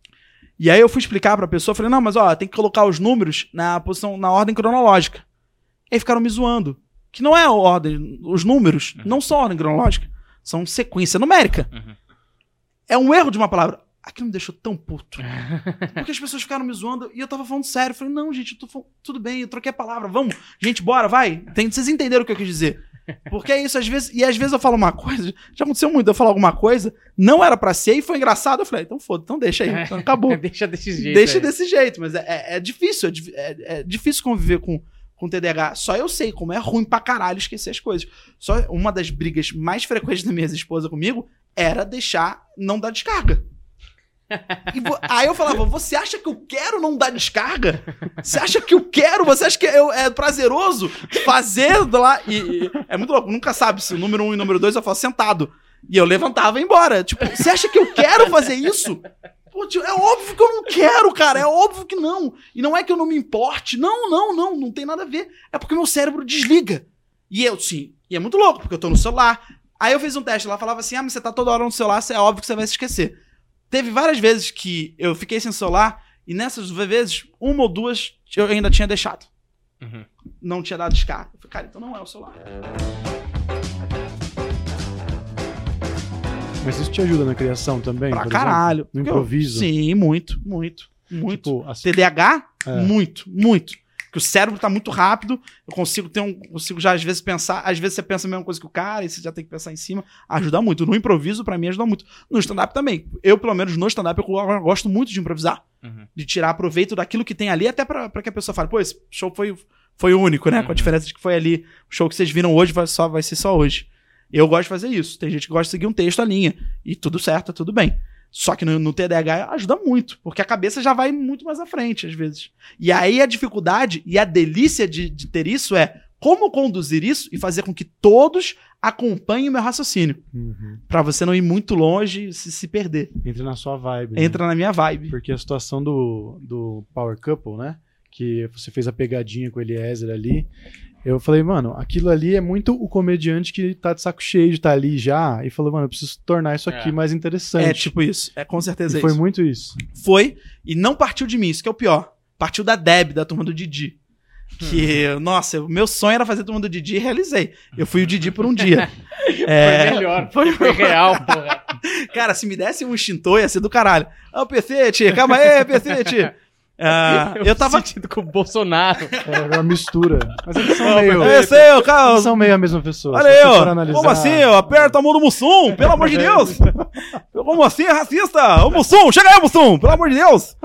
S2: E aí eu fui explicar pra pessoa, falei, não, mas ó, tem que colocar os números na posição, na ordem cronológica. E aí ficaram me zoando. Que não é a ordem, os números
S1: Uhum.
S2: não são ordem cronológica, são sequência numérica.
S1: Uhum.
S2: É um erro de uma palavra. Aquilo me deixou tão puto. Porque as pessoas ficaram me zoando e eu tava falando sério. Eu falei, não, gente, eu tô falando, tudo bem, eu troquei a palavra, vamos, gente, bora, vai. Tem, vocês entenderam o que eu quis dizer. Porque é isso, às vezes, e às vezes eu falo uma coisa, já aconteceu muito, eu falo alguma coisa, não era pra ser e foi engraçado, eu falei, então foda, então deixa aí, então acabou.
S1: Deixa desse jeito.
S2: Deixa
S1: aí.
S2: desse jeito, mas é, é- é difícil, é, di- é- é difícil conviver com, com T D A H. Só eu sei como é ruim pra caralho esquecer as coisas. Só uma das brigas mais frequentes da minha esposa comigo era deixar não dar descarga. E vo... Aí eu falava, você acha que eu quero não dar descarga? Você acha que eu quero? Você acha que eu... é prazeroso fazer lá? E, e... é muito louco, nunca sabe se o número um e o número dois eu faço sentado. E eu levantava e ia embora. Tipo, você acha que eu quero fazer isso? Pô, tio, é óbvio que eu não quero, cara. É óbvio que não. E não é que eu não me importe. Não, não, não. Não tem nada a ver. É porque meu cérebro desliga. E eu, sim. E é muito louco, porque eu tô no celular. Aí eu fiz um teste lá, falava assim, ah, mas você tá toda hora no celular, é óbvio que você vai se esquecer. Teve várias vezes que eu fiquei sem celular, e nessas vezes, uma ou duas, eu ainda tinha deixado. Uhum. Não tinha dado descarga. Eu falei, cara, então não é o celular.
S3: Mas isso te ajuda na criação também?
S2: Pra caralho.
S3: No improviso?
S2: Sim, muito, muito, muito.
S3: Tipo, assim,
S2: T D A H?
S3: É.
S2: Muito, muito. Porque o cérebro tá muito rápido, eu consigo ter um. Consigo já às vezes pensar, às vezes você pensa a mesma coisa que o cara, e você já tem que pensar em cima. Ajuda muito. No improviso, pra mim, ajuda muito. No stand-up também. Eu, pelo menos, no stand-up, eu gosto muito de improvisar. Uhum. De tirar proveito daquilo que tem ali, até pra, pra que a pessoa fale, pô, esse show foi, foi único, né? Uhum. Com a diferença de que foi ali. O show que vocês viram hoje vai, só, vai ser só hoje. Eu gosto de fazer isso. Tem gente que gosta de seguir um texto, a linha. E tudo certo, tá tudo bem. Só que no, no T D A H ajuda muito, porque a cabeça já vai muito mais à frente, às vezes. E aí a dificuldade e a delícia de, de ter isso é como conduzir isso e fazer com que todos acompanhem o meu raciocínio. Uhum. Pra você não ir muito longe e se, se perder.
S3: Entra na sua vibe.
S2: Entra
S3: né?
S2: na minha vibe.
S3: Porque a situação do, do Power Couple, né? Que você fez a pegadinha com o Eliezer ali. Eu falei, mano, aquilo ali é muito o comediante que tá de saco cheio de estar tá ali já e falou, mano, eu preciso tornar isso aqui é. mais interessante.
S2: É tipo isso, é com certeza
S3: e
S2: isso.
S3: Foi muito isso.
S2: Foi, e não partiu de mim, isso que é o pior. Partiu da Deb, da turma do Didi. Que, hum. nossa, o meu sonho era fazer a turma do Didi e realizei. Eu fui o Didi por um dia.
S1: é, foi melhor, foi, foi real, porra.
S2: Cara, se me desse um extintor ia ser do caralho. Ô, Pecete, calma aí, Pecete. Uh, eu, eu tava
S1: sentindo com o Bolsonaro.
S3: É uma mistura. Mas eles são meio.
S2: É, sei, eu, cara,
S3: eles são meio a mesma pessoa.
S2: Olha aí, ó. Como assim? Eu aperto a mão do Mussum, pelo amor de Deus. Como assim, é racista? Ô, Mussum, chega aí, Mussum, pelo amor de Deus.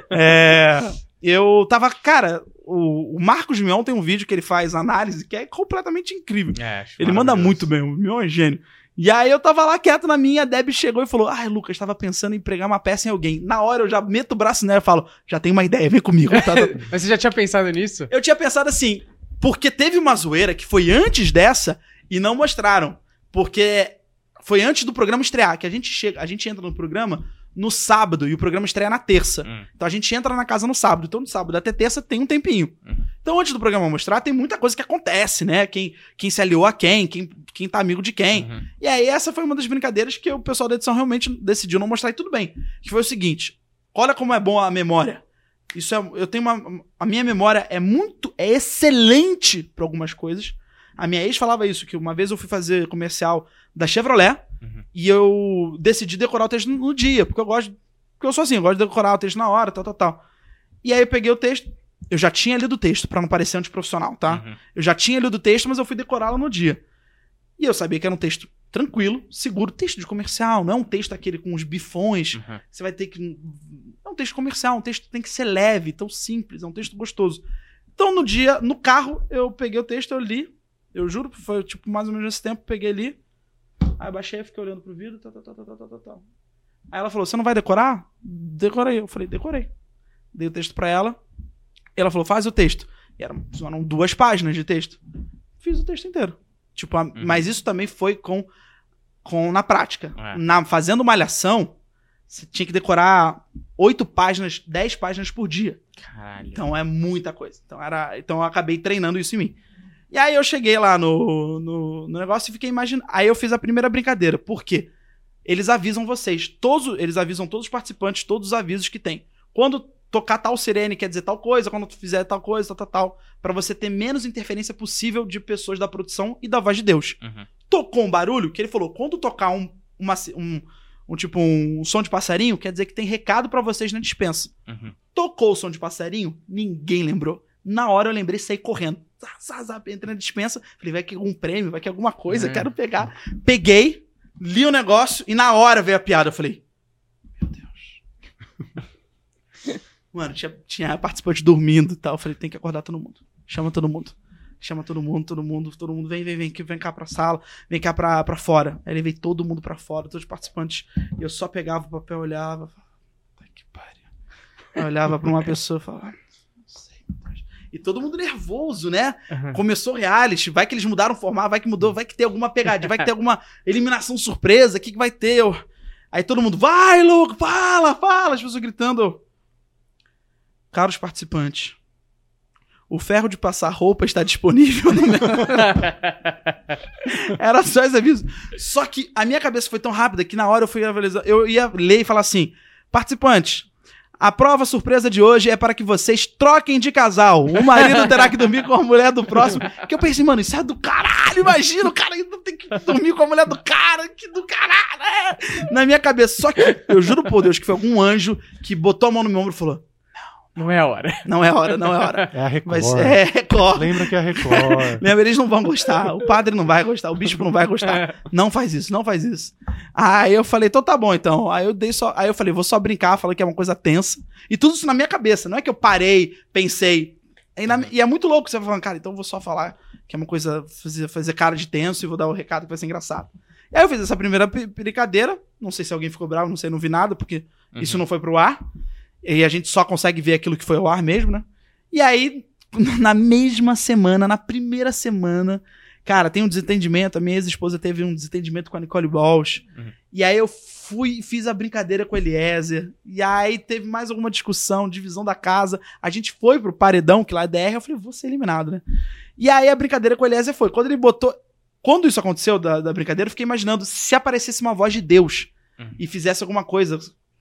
S2: É, eu tava, cara, o, o Marcos Mion tem um vídeo que ele faz análise que é completamente incrível. É, ele manda muito bem, o Mion é gênio. E aí eu tava lá quieto na minha, a Deb chegou e falou, ai, Lucas, tava pensando em pregar uma peça em alguém. Na hora eu já meto o braço nela e falo, já tem uma ideia, vem comigo. Tá, tá.
S1: Mas você já tinha pensado nisso?
S2: Eu tinha pensado assim, porque teve uma zoeira que foi antes dessa e não mostraram. Porque foi antes do programa estrear, que a gente chega, a gente entra no programa no sábado e o programa estreia na terça. Hum. Então a gente entra na casa no sábado. Então no sábado até terça tem um tempinho. Uhum. Então antes do programa mostrar, tem muita coisa que acontece, né? Quem, quem se aliou a quem, quem, quem tá amigo de quem. Uhum. E aí essa foi uma das brincadeiras que o pessoal da edição realmente decidiu não mostrar e tudo bem. Que foi o seguinte, olha como é bom a memória. Isso é, eu tenho uma, a minha memória é muito, é excelente para algumas coisas. A minha ex falava isso, que uma vez eu fui fazer comercial da Chevrolet, uhum. e eu decidi decorar o texto no, no dia, porque eu gosto, porque eu sou assim, eu gosto de decorar o texto na hora, tal, tal, tal. E aí eu peguei o texto, eu já tinha lido o texto, pra não parecer antiprofissional, tá? Uhum. Eu já tinha lido o texto, mas eu fui decorá-lo no dia. E eu sabia que era um texto tranquilo, seguro, texto de comercial, não é um texto aquele com os bifões, uhum. você vai ter que... É um texto comercial, um texto que tem que ser leve, tão simples, é um texto gostoso. Então no dia, no carro, eu peguei o texto, eu li, eu juro, foi tipo mais ou menos nesse tempo, peguei ali, aí eu baixei, fiquei olhando pro vídeo, tal, tal, tal, tal, tal, tal. Aí ela falou, você não vai decorar? Decorei. Eu falei, decorei. Dei o texto pra ela, ela falou, faz o texto. E eram, eram duas páginas de texto. Fiz o texto inteiro. Tipo, a, uhum. Mas isso também foi com, com na prática. É. Na, fazendo malhação, você tinha que decorar oito páginas, dez páginas por dia. Caralho. Então é muita coisa. Então, era, então eu acabei treinando isso em mim. E aí eu cheguei lá no, no, no negócio e fiquei imaginando. Aí eu fiz a primeira brincadeira. Por quê? Eles avisam vocês. Todos, eles avisam todos os participantes, todos os avisos que tem. Quando tocar tal sirene quer dizer tal coisa, quando tu fizer tal coisa, tal, tal, tal. Pra você ter menos interferência possível de pessoas da produção e da voz de Deus. Uhum. Tocou um barulho, que ele falou, quando tocar um, uma, um, um tipo um som de passarinho, quer dizer que tem recado pra vocês na dispensa. Uhum. Tocou o som de passarinho, ninguém lembrou. Na hora eu lembrei e saí correndo. Entrei na dispensa, falei, vai que algum prêmio, vai que alguma coisa, é. Quero pegar. Peguei, li o negócio e na hora veio a piada. Eu falei, meu Deus. Mano, tinha, tinha participante dormindo e tal. Eu falei, tem que acordar todo mundo. Chama todo mundo. chama todo mundo, todo mundo, todo mundo, vem, vem, vem, vem cá pra sala, vem cá pra, pra fora. Aí ele veio todo mundo pra fora, todos os participantes. E eu só pegava o papel, olhava, falava, que pariu. Eu olhava pra uma pessoa e falava, não sei, mas... E todo mundo nervoso, né? Uhum. Começou reality, vai que eles mudaram o formato, vai que mudou, vai que tem alguma pegadinha, vai que tem alguma eliminação surpresa, o que, que vai ter? Eu... Aí todo mundo, vai, louco, fala, fala, as pessoas gritando. Caros participantes, o ferro de passar roupa está disponível no meu... Era só esse aviso. Só que a minha cabeça foi tão rápida que na hora eu fui analisar, eu ia ler e falar assim, participantes, a prova surpresa de hoje é para que vocês troquem de casal. O marido terá que dormir com a mulher do próximo. Que eu pensei, mano, isso é do caralho, imagina, o cara ainda tem que dormir com a mulher do cara, que do caralho, é. Na minha cabeça. Só que eu juro por Deus que foi algum anjo que botou a mão no meu ombro e falou,
S1: não é a hora.
S2: Não é a hora, não é a hora.
S3: É a Record.
S2: Mas é Record.
S3: Lembra que é a Record.
S2: Lembra, eles não vão gostar. O padre não vai gostar. O bispo não vai gostar. Não faz isso, não faz isso. Aí eu falei, então tá bom, então. Aí eu dei só. Aí eu falei, vou só brincar, falei que é uma coisa tensa. E tudo isso na minha cabeça. Não é que eu parei, pensei. E, na... e é muito louco você vai falando, cara, então eu vou só falar que é uma coisa. Fazer, fazer cara de tenso e vou dar o recado que vai ser engraçado. E aí eu fiz essa primeira brincadeira. Não sei se alguém ficou bravo, não sei, não vi nada, porque uhum. isso não foi pro ar. E a gente só consegue ver aquilo que foi ao ar mesmo, né? E aí, na mesma semana, na primeira semana, cara, tem um desentendimento. A minha ex-esposa teve um desentendimento com a Nicole Walsh. Uhum. E aí eu fui e fiz a brincadeira com o Eliezer. E aí teve mais alguma discussão, divisão da casa. A gente foi pro paredão, que lá é D R. Eu falei, vou ser eliminado, né? E aí a brincadeira com o Eliezer foi. Quando ele botou... Quando isso aconteceu, da, da brincadeira, eu fiquei imaginando se aparecesse uma voz de Deus uhum. e fizesse alguma coisa...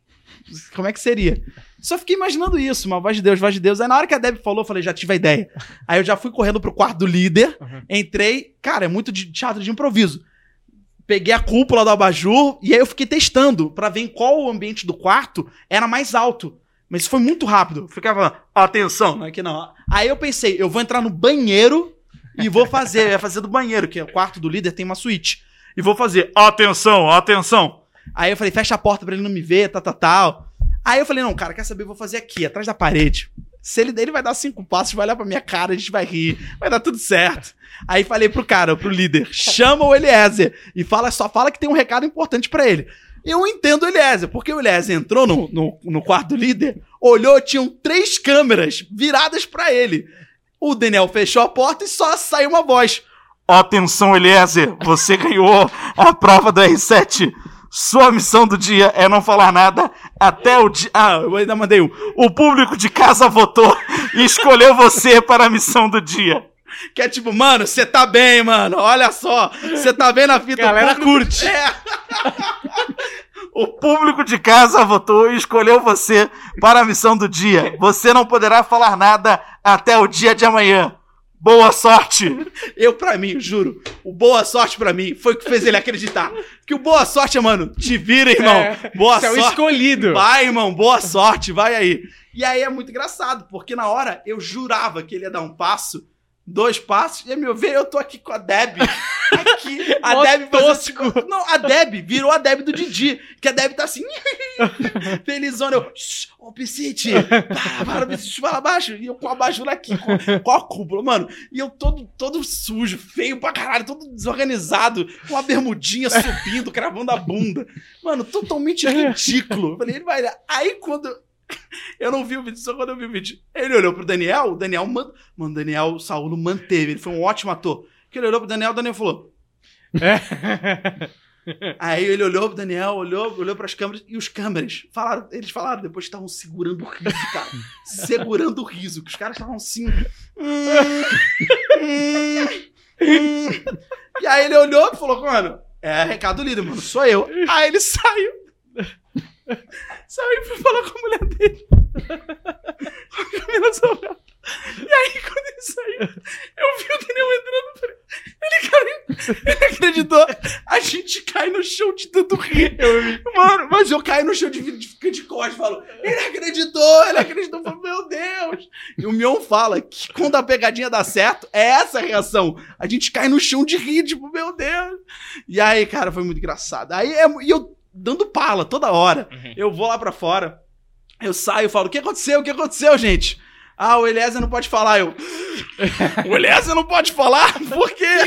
S2: Como é que seria? Só fiquei imaginando isso, uma voz de Deus, voz de Deus. Aí na hora que a Debbie falou, eu falei, já tive a ideia. Aí eu já fui correndo pro quarto do líder, uhum. entrei, cara, é muito de teatro de improviso. Peguei a cúpula do abajur e aí eu fiquei testando pra ver em qual o ambiente do quarto era mais alto. Mas foi muito rápido. Ficava falando, atenção, não é que não. Aí eu pensei, eu vou entrar no banheiro e vou fazer, ia fazer do banheiro, que é o quarto do líder, tem uma suíte. E vou fazer, atenção, atenção. Aí eu falei, fecha a porta pra ele não me ver, tal, tal, tal. Aí eu falei, não, cara, quer saber? Eu vou fazer aqui, atrás da parede. Se ele, ele vai dar cinco passos, vai olhar pra minha cara, a gente vai rir, vai dar tudo certo. Aí falei pro cara, pro líder, chama o Eliezer e fala, só fala que tem um recado importante pra ele. Eu entendo o Eliezer, porque o Eliezer entrou no, no, no quarto do líder, olhou, tinham três câmeras viradas pra ele. O Daniel fechou a porta e só saiu uma voz. Atenção, Eliezer, você ganhou a prova do R sete. Sua missão do dia é não falar nada até o dia... Ah, eu ainda mandei um. O público de casa votou e escolheu você para a missão do dia. Que é tipo, mano, você tá bem, mano. Olha só, você tá bem na fita.
S1: Galera curte.
S2: É. O público de casa votou e escolheu você para a missão do dia. Você não poderá falar nada até o dia de amanhã. Boa sorte! Eu, pra mim, juro, o boa sorte pra mim foi o que fez ele acreditar. Que o boa sorte é, mano, te vira, irmão. É, boa sorte.
S1: É o escolhido.
S2: Vai, irmão, boa sorte, vai aí. E aí é muito engraçado, porque na hora eu jurava que ele ia dar um passo, dois passos, e a meu ver, eu tô aqui com a Debbie. Aqui, a Debbie fazendo... Não, a Debbie virou a Debbie do Didi. Que a Debbie tá assim, felizona. Eu, ô, oh, Piscite, para, Piscite, fala abaixo. E eu com a abajur aqui, com, com a cúpula, mano. E eu todo, todo sujo, feio pra caralho, todo desorganizado, com a bermudinha subindo, cravando a bunda. Mano, totalmente ridículo. Eu falei, ele vai... Aí quando... Eu não vi o vídeo, só quando eu vi o vídeo. Ele olhou pro Daniel, o Daniel... Man... Mano, o Daniel Saulo manteve, ele foi um ótimo ator. Que ele olhou pro Daniel, o Daniel falou... É. Aí ele olhou pro Daniel, olhou, olhou pras câmeras, e os câmeras falaram, eles falaram depois que estavam segurando o riso, cara. Segurando o riso, que os caras estavam assim... Hum, hum, hum. E aí ele olhou e falou, mano, é recado líder, mano, sou eu. Aí ele saiu. Saiu e foi falar com a mulher dele. A Camila Sobral. E aí, quando ele saiu, eu vi o Daniel entrando. Ele caiu. Ele acreditou. A gente cai no chão de tanto rir. Mano, mas eu caio no chão de, de, de costas. Falo, ele acreditou, ele acreditou. Falo, meu Deus. E o Mion fala que quando a pegadinha dá certo, é essa a reação. A gente cai no chão de rir, tipo, meu Deus. E aí, cara, foi muito engraçado. Aí, é, e eu dando pala toda hora. Uhum. Eu vou lá pra fora. Eu saio e falo, o que aconteceu? O que aconteceu, gente? Ah, o Eliezer não pode falar. Eu, o Eliezer não pode falar? Por quê?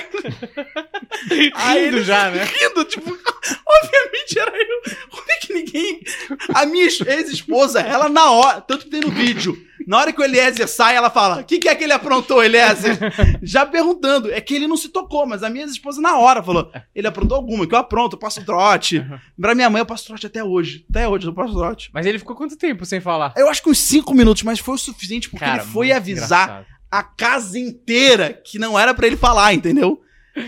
S2: Aí
S1: Rindo
S2: ele,
S1: já, né?
S2: Rindo, tipo, obviamente era eu. Como é que ninguém... A minha ex-esposa, ela na hora, tanto que tem no vídeo, na hora que o Eliezer sai, ela fala, o que, que é que ele aprontou, Eliezer? Já perguntando. É que ele não se tocou, mas a minha ex-esposa na hora falou, ele aprontou alguma, que eu apronto, eu passo trote. Uhum. Pra minha mãe eu passo trote até hoje. Até hoje eu passo trote.
S1: Mas ele ficou quanto tempo sem falar?
S2: Eu acho que uns cinco minutos, mas foi o suficiente porque
S1: Cara,
S2: ele foi avisar
S1: engraçado.
S2: a casa inteira que não era pra ele falar, entendeu?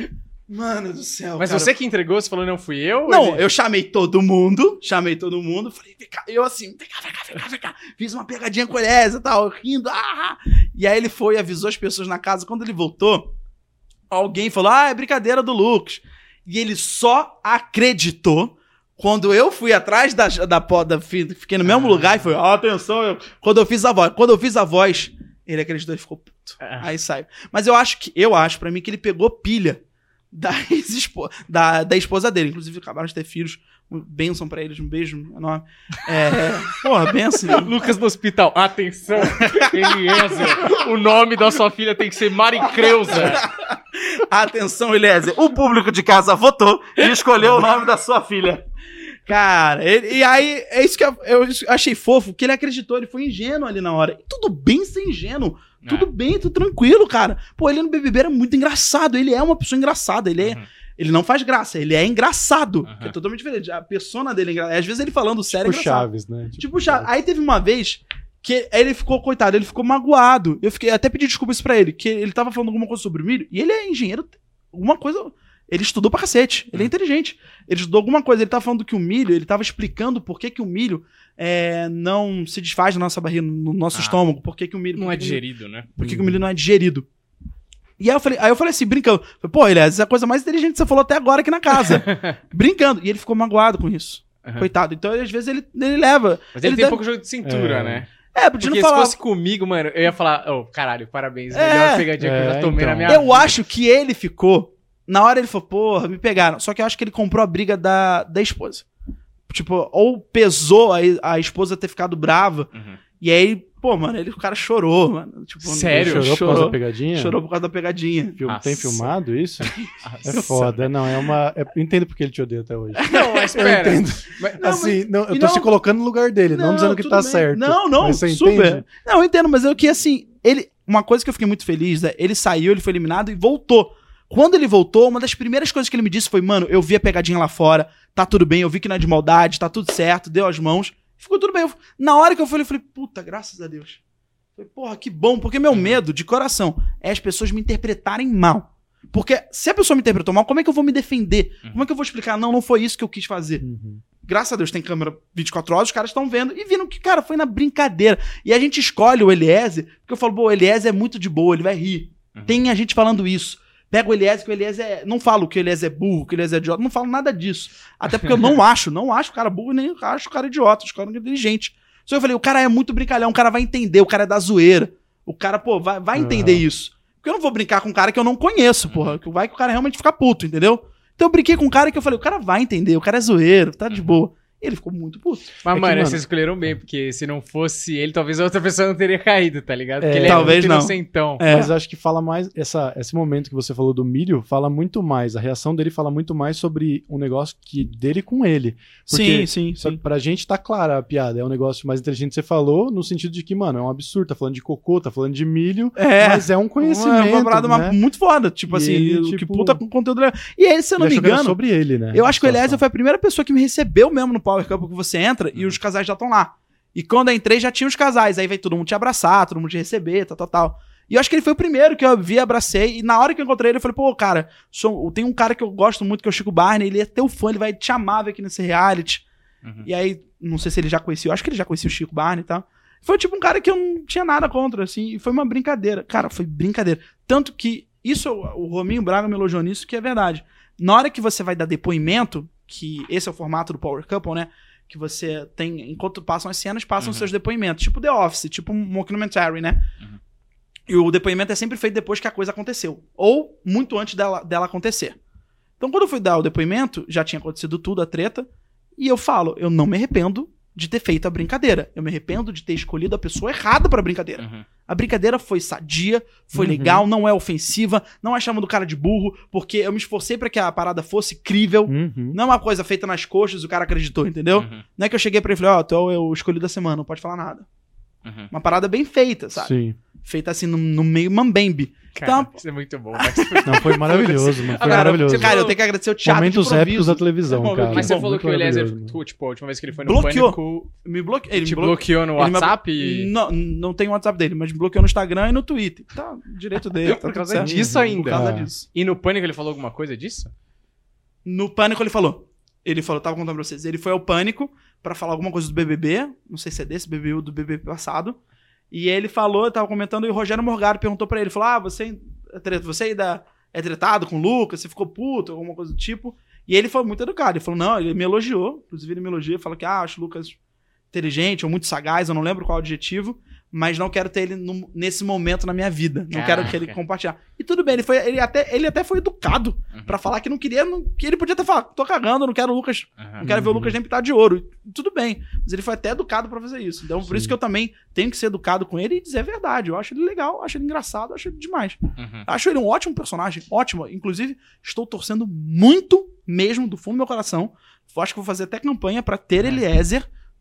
S2: Mano do céu,
S1: Mas
S2: cara.
S1: você que entregou, você falou, não fui eu?
S2: Não,
S1: ele...
S2: eu chamei todo mundo, chamei todo mundo, falei, vem cá, eu assim, vem cá, vem cá, vem cá, vem cá. Fiz uma pegadinha com o Eliezer e tal, rindo, ah, e aí ele foi e avisou as pessoas na casa. Quando ele voltou, alguém falou, ah, é brincadeira do Lucas. E ele só acreditou quando eu fui atrás da, da poda, fiquei no mesmo ah. lugar e foi, ó, oh, atenção, eu... quando eu fiz a voz, quando eu fiz a voz, ele acreditou e ficou puto. Ah. Aí saiu. Mas eu acho que, eu acho, pra mim, que ele pegou pilha da, ex-esposa, da, da esposa dele. Inclusive, acabaram de ter filhos. Benção pra eles, um beijo enorme. É, porra, benção.
S1: Lucas no hospital. Atenção, Eliezer. O nome da sua filha tem que ser Mari Creuza.
S2: Atenção, Eliezer. O público de casa votou e escolheu o nome da sua filha. Cara, ele, e aí, é isso que eu, eu achei fofo, que ele acreditou, ele foi ingênuo ali na hora. E tudo bem ser ingênuo. É. Tudo bem, tudo tranquilo, cara. Pô, ele no B B B era muito engraçado. Ele é uma pessoa engraçada. Ele é... Uhum. Ele não faz graça, ele é engraçado. Uhum. Que é totalmente diferente. A persona dele é engraçada. Às vezes ele falando sério
S3: tipo
S2: é engraçado.
S3: Chaves, né? Tipo,
S2: tipo Chaves. Aí teve uma vez que ele ficou, coitado, ele ficou magoado. Eu fiquei, até pedi desculpas pra ele, que ele tava falando alguma coisa sobre o milho, e ele é engenheiro, alguma coisa... Ele estudou pra cacete, ele é inteligente. Ele estudou alguma coisa, ele tava falando que o milho, ele tava explicando por que, que o milho é, não se desfaz na nossa barriga, no nosso ah, estômago, por que, que o milho...
S1: Não é digerido, né?
S2: Por que, que o milho não é digerido. E aí eu falei, aí eu falei assim, brincando, falei, pô, Elias, essa é a coisa mais inteligente que você falou até agora aqui na casa. Brincando. E ele ficou magoado com isso. Uhum. Coitado. Então, às vezes, ele, ele leva...
S1: Mas ele, ele tem deve... pouco jogo de cintura,
S3: é.
S1: né?
S2: É, podia
S1: porque
S2: não falar...
S1: se fosse comigo, mano, eu ia falar, oh, caralho, parabéns,
S2: é.
S1: melhor pegadinha
S3: é,
S1: que eu já tomei
S3: então.
S1: na minha
S2: Eu
S1: vida.
S2: acho que ele ficou... Na hora ele falou, porra, me pegaram. Só que eu acho que ele comprou a briga da, da esposa. Tipo, ou pesou a, a esposa ter ficado brava. Uhum. E aí, pô, mano, ele, o cara chorou, mano. Tipo,
S1: sério?
S3: Chorou, chorou por causa da pegadinha?
S2: Chorou por causa da pegadinha.
S3: Film, tem filmado isso? É foda, não, é uma... É, eu entendo porque ele te odeia até hoje.
S1: Não, mas espera.
S3: Eu entendo.
S2: Mas, não,
S3: assim,
S2: mas,
S3: não, eu tô
S2: não,
S3: se colocando no lugar dele, não, não dizendo que tá
S2: bem.
S3: certo.
S2: Não, não,
S3: mas você
S2: super.
S3: entende?
S2: Não, eu entendo, mas é o que, assim, ele... Uma coisa que eu fiquei muito feliz é, ele saiu, ele foi eliminado e voltou. Quando ele voltou, uma das primeiras coisas que ele me disse foi, mano, eu vi a pegadinha lá fora, tá tudo bem, eu vi que não é de maldade, tá tudo certo, deu as mãos, ficou tudo bem. Eu, na hora que eu fui, eu falei, puta, graças a Deus. Eu falei, porra, que bom, porque meu medo, de coração, é as pessoas me interpretarem mal. Porque se a pessoa me interpretou mal, como é que eu vou me defender? Uhum. Como é que eu vou explicar? Não, não foi isso que eu quis fazer. Uhum. Graças a Deus tem câmera vinte e quatro horas, os caras estão vendo e viram que, cara, foi na brincadeira. E a gente escolhe o Eliezer, porque eu falo, pô, o Eliezer é muito de boa, ele vai rir. Uhum. Tem a gente falando isso. Pega o Eliezer, que o Eliezer é... Não falo que o Eliezer é burro, que o Eliezer é idiota, não falo nada disso. Até porque eu não acho, não acho o cara burro, nem acho o cara idiota, acho o cara inteligente. Só que eu falei, o cara é muito brincalhão, o cara vai entender, o cara é da zoeira. O cara, pô, vai, vai entender uhum. isso. Porque eu não vou brincar com um cara que eu não conheço, porra. Que vai que o cara realmente fica puto, entendeu? Então eu brinquei com um cara que eu falei, o cara vai entender, o cara é zoeiro, tá de boa. E ele ficou muito puto.
S1: Mas,
S2: é
S1: mano,
S2: que, mano,
S1: vocês escolheram bem, porque se não fosse ele, talvez a outra pessoa não teria caído, tá ligado? Porque
S3: é,
S1: ele
S2: talvez
S1: é
S2: não.
S1: inocentão.
S2: É.
S3: Mas acho que fala mais... Essa, esse momento que você falou do milho fala muito mais. A reação dele fala muito mais sobre um negócio que dele com ele. Porque
S2: sim, sim, sim.
S3: Pra gente tá clara a piada. É um negócio mais inteligente que você falou, no sentido de que, mano, é um absurdo. Tá falando de cocô, tá falando de milho,
S2: é,
S3: mas é um conhecimento,
S2: É uma parada
S3: né?
S2: muito foda. Tipo
S3: E
S2: assim,
S3: ele,
S2: que
S3: tipo,
S2: puta com conteúdo legal. E aí, se eu não me
S3: achou que era
S2: engano...
S3: sobre ele, né?
S2: Eu acho que o
S3: Situação.
S2: Eliezer foi a primeira pessoa que me recebeu mesmo no Power Couple que você entra e os casais já estão lá. E quando eu entrei já tinha os casais, aí veio todo mundo te abraçar, todo mundo te receber, tal, tal, tal. E eu acho que ele foi o primeiro que eu vi, abracei, e na hora que eu encontrei ele, eu falei, pô, cara, sou, tem um cara que eu gosto muito, que é o Chico Barney, ele é teu fã, ele vai te amar aqui nesse reality. Uhum. E aí, não sei se ele já conhecia, eu acho que ele já conhecia o Chico Barney e tal. Foi tipo um cara que eu não tinha nada contra, assim, e foi uma brincadeira. Cara, foi brincadeira. Tanto que, isso, o Rominho Braga me elogiou nisso, que é verdade. Na hora que você vai dar depoimento, que esse é o formato do Power Couple, né? Que você tem, enquanto passam as cenas, passam os
S1: uhum.
S2: seus depoimentos. Tipo The Office, tipo um mockumentary, né? Uhum. E o depoimento é sempre feito depois que a coisa aconteceu. Ou muito antes dela, dela acontecer. Então, quando eu fui dar o depoimento, já tinha acontecido tudo, a treta. E eu falo, eu não me arrependo de ter feito a brincadeira. Eu me arrependo de ter escolhido a pessoa errada pra brincadeira. Uhum. A brincadeira foi sadia, foi
S3: Uhum.
S2: legal, não é ofensiva, não é chamando o cara de burro, porque eu me esforcei pra que a parada fosse crível.
S3: Uhum.
S2: Não é uma coisa feita nas coxas e o cara acreditou, entendeu?
S1: Uhum.
S2: Não é que eu cheguei pra ele e falei, ó, tu é o escolhido da semana, não pode falar nada.
S1: Uhum.
S2: Uma parada bem feita, sabe?
S3: Sim.
S2: Feita assim no, no meio mambembe.
S1: Cara,
S2: Então-
S1: isso é muito bom. Mas,
S3: Não, foi maravilhoso, mano. Foi
S1: Agora,
S3: maravilhoso.
S2: Cara, eu tenho que agradecer o teatro
S3: Momentos
S2: de improviso.
S3: épicos da televisão,
S2: Bom,
S3: cara.
S1: mas você
S2: bom,
S1: falou
S3: muito
S1: que o Eliezer,
S3: maravilhoso, mano.
S1: tipo, a última vez que ele foi no
S2: Bloqueou.
S1: Pânico,
S2: Me bloque... Ele
S1: te
S2: me bloqueou.
S1: bloqueou no
S2: Ele me-
S1: WhatsApp e...
S2: Não, não tem o WhatsApp dele, mas me bloqueou no Instagram e no Twitter. Tá, direito dele. Tá
S1: Por
S2: tudo
S1: causa
S2: certo.
S1: disso ainda.
S2: Por causa
S3: Ah.
S2: disso.
S1: E no Pânico ele falou alguma coisa disso?
S2: No Pânico ele falou. Ele falou, tava contando pra vocês. Ele foi ao Pânico pra falar alguma coisa do B B B. Não sei se é desse B B B ou do B B B passado. E ele falou, tava comentando, e o Rogério Morgado perguntou pra ele. Falou, ah, você, é tre- você ainda é tretado com o Lucas? Você ficou puto? Alguma coisa do tipo. E ele foi muito educado. Ele falou, não, ele me elogiou. Inclusive ele me elogiou. Falou que, ah, acho o Lucas inteligente ou muito sagaz. Eu não lembro qual o adjetivo. Mas não quero ter ele no- nesse momento na minha vida. Não
S1: Caraca.
S2: quero que ele compartilhar. E tudo bem, ele, foi, ele, até, ele até foi educado
S1: Uhum.
S2: pra falar que não queria. Não, que ele podia ter falado, tô cagando, não quero o Lucas.
S1: Uhum.
S2: Não quero ver o Lucas nem pintar de ouro. E tudo bem. Mas ele foi até educado pra fazer isso. Então, por
S3: Sim.
S2: isso que eu também tenho que ser educado com ele e dizer a verdade. Eu acho ele legal, acho ele engraçado, acho ele demais.
S1: Uhum.
S2: Acho ele um ótimo personagem, ótimo. Inclusive, estou torcendo muito mesmo do fundo do meu coração. Eu acho que vou fazer até campanha pra ter
S1: É.
S2: Eliezer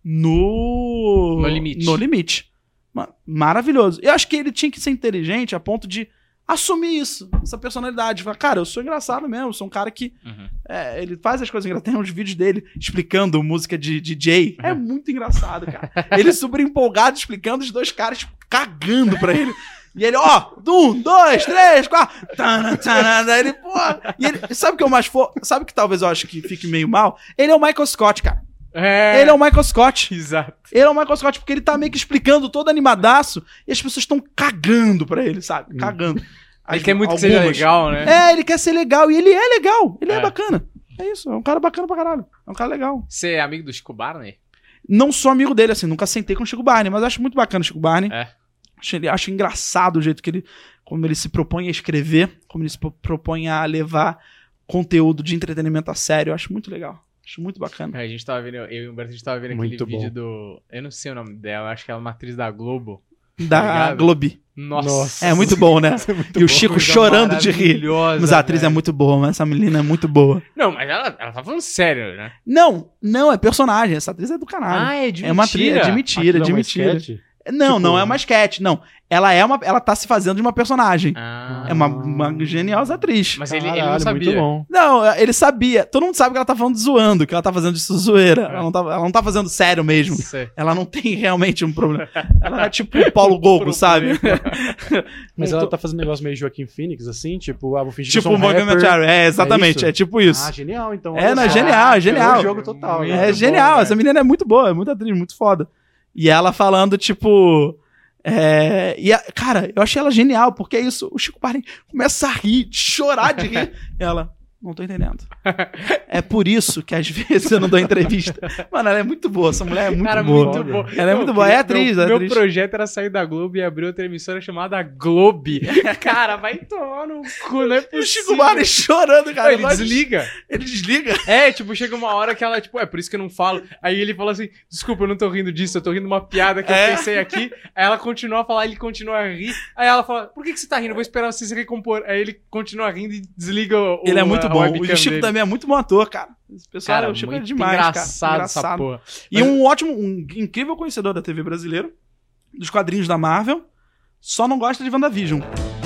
S2: no...
S1: No limite.
S2: No limite. Ma- Maravilhoso. Eu acho que ele tinha que ser inteligente a ponto de assumir isso, essa personalidade. Falar, cara, eu sou engraçado mesmo, eu sou um cara que
S1: Uhum.
S2: é, ele faz as coisas engraçadas. Tem uns vídeos dele explicando música de D J. É muito engraçado, cara. Ele super empolgado explicando, os dois caras tipo, cagando pra ele. E ele, ó, um, dois, três, quatro. Tana, tana, daí ele, pô. E ele, sabe o que eu mais for? Sabe o que talvez eu acho que fique meio mal? Ele é o Michael Scott, cara.
S1: É,
S2: Ele é o Michael Scott.
S1: exato.
S2: Ele é o Michael Scott, porque ele tá meio que explicando todo animadaço e as pessoas estão cagando pra ele, sabe? Cagando.
S1: Ele
S2: As-
S1: quer muito que seja
S2: algumas.
S1: legal, né?
S2: É, ele quer ser legal. E ele é legal. Ele é.
S1: É.
S2: bacana. É isso. É um cara bacana pra caralho. É um cara legal.
S1: Você é amigo do Chico Barney?
S2: Não sou amigo dele, assim. Nunca sentei com o Chico Barney, mas acho muito bacana o Chico Barney.
S1: É.
S2: Acho, ele, acho engraçado o jeito que ele... Como ele se propõe a escrever. Como ele se pro- propõe a levar conteúdo de entretenimento a sério. Eu acho muito legal. Acho muito bacana.
S1: A gente tava vendo, eu e o Humberto, a gente tava vendo
S3: Muito
S1: aquele vídeo
S3: bom.
S1: do... Eu não sei o nome dela, acho que ela é uma atriz da Globo.
S2: Da
S1: Obrigado.
S2: Globo.
S1: Nossa.
S3: Nossa.
S2: É muito bom, né? E o Chico
S1: Coisa
S2: chorando de rir.
S1: maravilhosa,
S2: Mas a atriz é
S1: velho.
S2: muito boa, mas essa menina é muito boa.
S1: Não, mas ela, ela tá falando sério, né?
S2: Não, não, é personagem. Essa atriz é do caralho.
S1: Ah, é de
S2: é uma atriz, é de mentira,
S3: Aquilo
S2: de
S3: é uma
S2: mentira.
S3: sketch?
S2: Não,
S3: Tipo-
S2: não é uma sketch, não. Ela é uma, ela tá se fazendo de uma personagem.
S1: Ah.
S2: É uma, uma geniosa atriz.
S1: Mas ele, ele
S3: Caralho,
S1: não sabia.
S3: muito bom.
S2: Não, ele sabia. Todo mundo sabe que ela tá falando zoando, que ela tá fazendo isso zoeira. Ela, não tá, ela não tá fazendo sério mesmo.
S1: Sei.
S2: Ela não tem realmente um problema. Ela não é tipo o Paulo Gogo, sabe?
S3: Mas
S2: Não
S3: ela
S2: tô-
S3: tá fazendo um negócio meio Joaquim Phoenix, assim, tipo, ah, vou fingir
S2: Tipo
S3: que eu
S2: o
S3: sou um
S2: Morgan
S3: rapper.
S2: Mathieu. É, exatamente.
S3: isso?
S2: É, tipo isso.
S3: Ah, genial, então.
S2: É,
S3: olha
S2: não, é
S3: só.
S2: genial, é genial.
S3: É o jogo total.
S1: Muito
S3: né?
S2: É
S1: bom,
S2: genial.
S1: velho.
S2: Essa menina é muito boa, é muito atriz, muito foda. E ela falando, tipo. É, e a- cara, eu achei ela genial, porque é isso. O Chico Barney começa a rir, chorar de rir. E ela, não tô entendendo. É por isso que às vezes eu não dou entrevista. Mano, ela é muito boa. Essa mulher é muito
S1: Cara,
S2: boa.
S1: muito bom.
S2: Ela é
S1: Eu
S2: muito boa. É
S1: queria-
S2: atriz,
S1: meu,
S2: é
S1: meu
S2: atriz.
S1: projeto era sair da Globo e abrir outra emissora chamada Globe. Cara, vai tomar no cu, não é
S2: E
S1: possível.
S2: o Chico Barney chorando, cara.
S1: Ele
S2: Mas-
S1: desliga.
S2: Ele desliga.
S1: É, tipo, chega uma hora que ela, tipo, é por isso que eu não falo. Aí ele fala assim, desculpa, eu não tô rindo disso, eu tô rindo de uma piada que
S2: É.
S1: eu pensei aqui. Aí ela continua a falar, ele continua a rir. Aí ela fala, por que, que você tá rindo? Eu vou esperar você se recompor. Aí ele continua rindo e desliga o
S2: Ele é muito
S1: a
S2: bom.
S1: webcam
S2: O Chico
S1: dele.
S2: também é muito bom ator, cara. Esse pessoal,
S1: Cara,
S2: o Chico é
S1: muito
S2: demais,
S1: engraçado,
S2: cara.
S1: essa porra.
S2: E um ótimo, um incrível conhecedor da T V brasileira, dos quadrinhos da Marvel, só não gosta de WandaVision.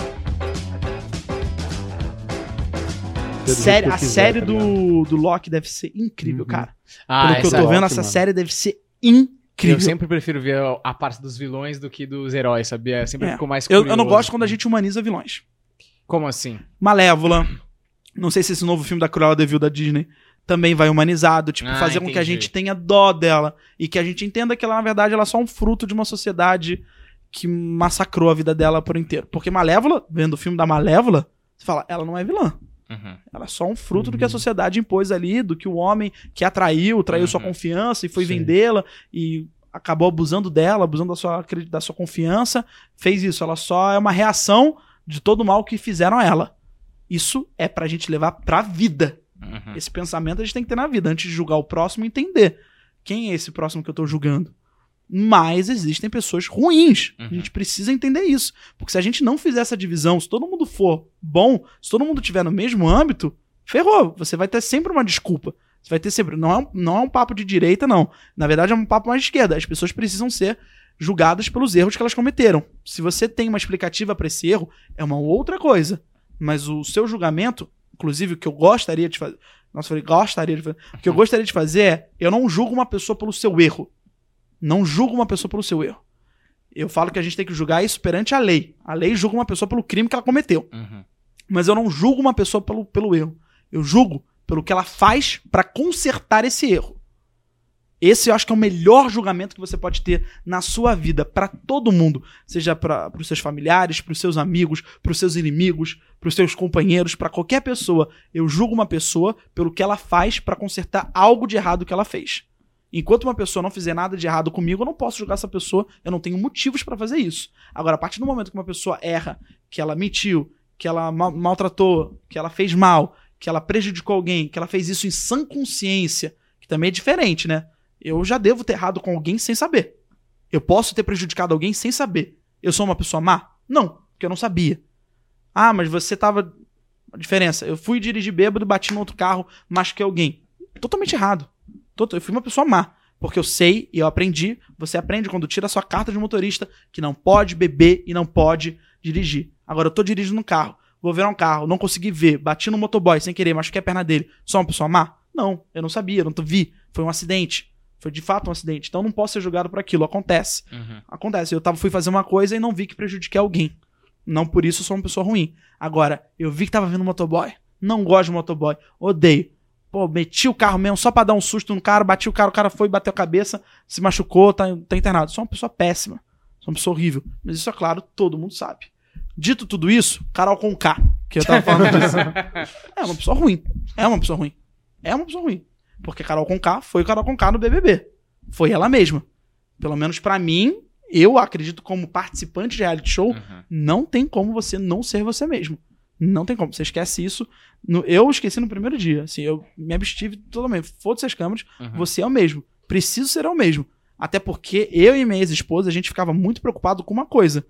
S3: Do
S2: Série,
S3: jeito que eu
S2: a
S3: quiser,
S2: série
S3: tá
S2: do, do Loki deve ser incrível,
S3: Uhum.
S2: cara.
S1: Ah,
S2: Pelo que eu
S1: essa
S2: tô
S1: é
S2: vendo,
S3: ótima,
S2: essa
S3: mano.
S2: série deve ser incrível.
S1: Eu sempre prefiro ver a parte dos vilões do que dos heróis, sabia? Sempre
S2: É.
S1: ficou mais
S2: Eu,
S1: curioso.
S2: eu não gosto quando a gente humaniza vilões.
S1: Como assim?
S2: Malévola. Não sei se esse novo filme da Cruella de Vil da Disney também vai humanizado, tipo,
S1: Ah,
S2: fazer com que a
S1: entendi.
S2: gente tenha dó dela e que a gente entenda que ela, na verdade, ela é só um fruto de uma sociedade que massacrou a vida dela por inteiro. Porque Malévola, vendo o filme da Malévola, você fala, ela não é vilã.
S1: Uhum.
S2: Ela é só um fruto do que a sociedade impôs ali, do que o homem que atraiu, traiu
S1: Uhum.
S2: sua confiança e foi
S3: Sim.
S2: vendê-la e acabou abusando dela, abusando da sua, acre- da sua confiança, fez isso. Ela só é uma reação de todo o mal que fizeram a ela. Isso é pra gente levar pra vida.
S1: Uhum.
S2: Esse pensamento a gente tem que ter na vida, antes de julgar o próximo, entender quem é esse próximo que eu tô julgando. Mas existem pessoas ruins.
S1: Uhum.
S2: A gente precisa entender isso. Porque se a gente não fizer essa divisão, se todo mundo for bom, se todo mundo estiver no mesmo âmbito, ferrou. Você vai ter sempre uma desculpa. Você vai ter sempre... Não é um, não é um papo de direita, não. Na verdade, é um papo mais de esquerda. As pessoas precisam ser julgadas pelos erros que elas cometeram. Se você tem uma explicativa para esse erro, é uma outra coisa. Mas o seu julgamento, inclusive o que eu gostaria de fazer... Nossa, eu falei gostaria de fazer... O que eu gostaria de fazer é... Eu não julgo uma pessoa pelo seu erro. Não julgo uma pessoa pelo seu erro. Eu falo que a gente tem que julgar isso perante a lei. A lei julga uma pessoa pelo crime que ela cometeu.
S1: Uhum.
S2: Mas eu não julgo uma pessoa pelo, pelo erro. Eu julgo pelo que ela faz para consertar esse erro. Esse eu acho que é o melhor julgamento que você pode ter na sua vida, para todo mundo. Seja para os seus familiares, para os seus amigos, para os seus inimigos, para os seus companheiros, para qualquer pessoa. Eu julgo uma pessoa pelo que ela faz para consertar algo de errado que ela fez. Enquanto uma pessoa não fizer nada de errado comigo, eu não posso julgar essa pessoa, eu não tenho motivos pra fazer isso. Agora, a partir do momento que uma pessoa erra, que ela mentiu, que ela mal- maltratou, que ela fez mal, que ela prejudicou alguém, que ela fez isso em sã consciência, que também é diferente, né? Eu já devo ter errado com alguém sem saber. Eu posso ter prejudicado alguém sem saber. Eu sou uma pessoa má? Não, porque eu não sabia. Ah, mas você tava... A diferença, eu fui dirigir bêbado, bati no outro carro, machuquei alguém. Totalmente errado. Eu fui uma pessoa má, porque eu sei e eu aprendi. Você aprende quando tira a sua carta de motorista que não pode beber e não pode dirigir. Agora eu tô dirigindo um carro, vou virar um carro, não consegui ver, bati no motoboy sem querer, machuquei a perna dele. Sou uma pessoa má? Não, eu não sabia, eu não vi. Foi um acidente. Foi de fato um acidente. Então eu não posso ser julgado por aquilo. Acontece.
S1: Uhum.
S2: Acontece. Eu tava, fui fazer uma coisa e não vi que prejudiquei alguém. Não por isso eu sou uma pessoa ruim. Agora, eu vi que tava vindo um motoboy. Não gosto de motoboy. Odeio. Pô, meti o carro mesmo só pra dar um susto no cara, bati o cara, o cara foi, bateu a cabeça, se machucou, tá, tá internado. Sou uma pessoa péssima. Sou uma pessoa horrível. Mas isso, é claro, todo mundo sabe. Dito tudo isso, Carol Conká, que eu tava falando disso. É uma pessoa ruim. É uma pessoa ruim. É uma pessoa ruim. Porque Carol Conká foi Carol Conká no B B B. Foi ela mesma. Pelo menos pra mim, eu acredito como participante de reality show,
S1: Uhum.
S2: não tem como você não ser você mesmo. Não tem como. Você esquece isso. No, eu esqueci no primeiro dia. Assim, eu me abstive totalmente. Foda-se as câmeras.
S1: Uhum.
S2: Você é o mesmo. Preciso ser eu mesmo. Até porque eu e minha ex-esposa, a gente ficava muito preocupado com uma coisa.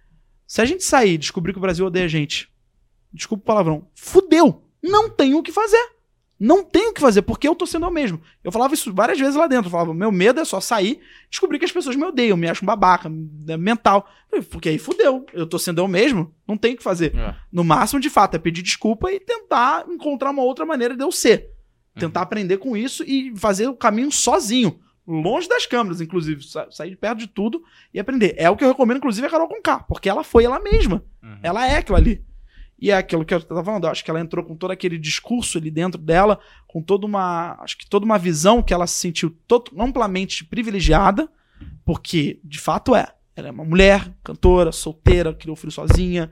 S2: Se a gente sair e descobrir que o Brasil odeia a gente, desculpa o palavrão, fudeu. Não tenho o que fazer. Não tenho o que fazer, porque eu tô sendo eu mesmo. Eu falava isso várias vezes lá dentro. Eu falava, meu medo é só sair, descobrir que as pessoas me odeiam, me acham babaca, mental. Porque aí fudeu. Eu tô sendo eu mesmo, não tenho o que fazer.
S1: É.
S2: No máximo, de fato, é pedir desculpa e tentar encontrar uma outra maneira de eu ser. Tentar
S1: Uhum.
S2: aprender com isso e fazer o caminho sozinho. Longe das câmeras, inclusive. Sa- Sair de perto de tudo e aprender. É o que eu recomendo, inclusive, a Carol Conká. Porque ela foi ela mesma.
S1: Uhum.
S2: Ela é aquilo ali. E é aquilo que eu tava falando. Eu acho que ela entrou com todo aquele discurso ali dentro dela, com toda uma... Acho que toda uma visão que ela se sentiu to- amplamente privilegiada, porque, de fato, é. Ela é uma mulher, cantora, solteira, criou filho sozinha,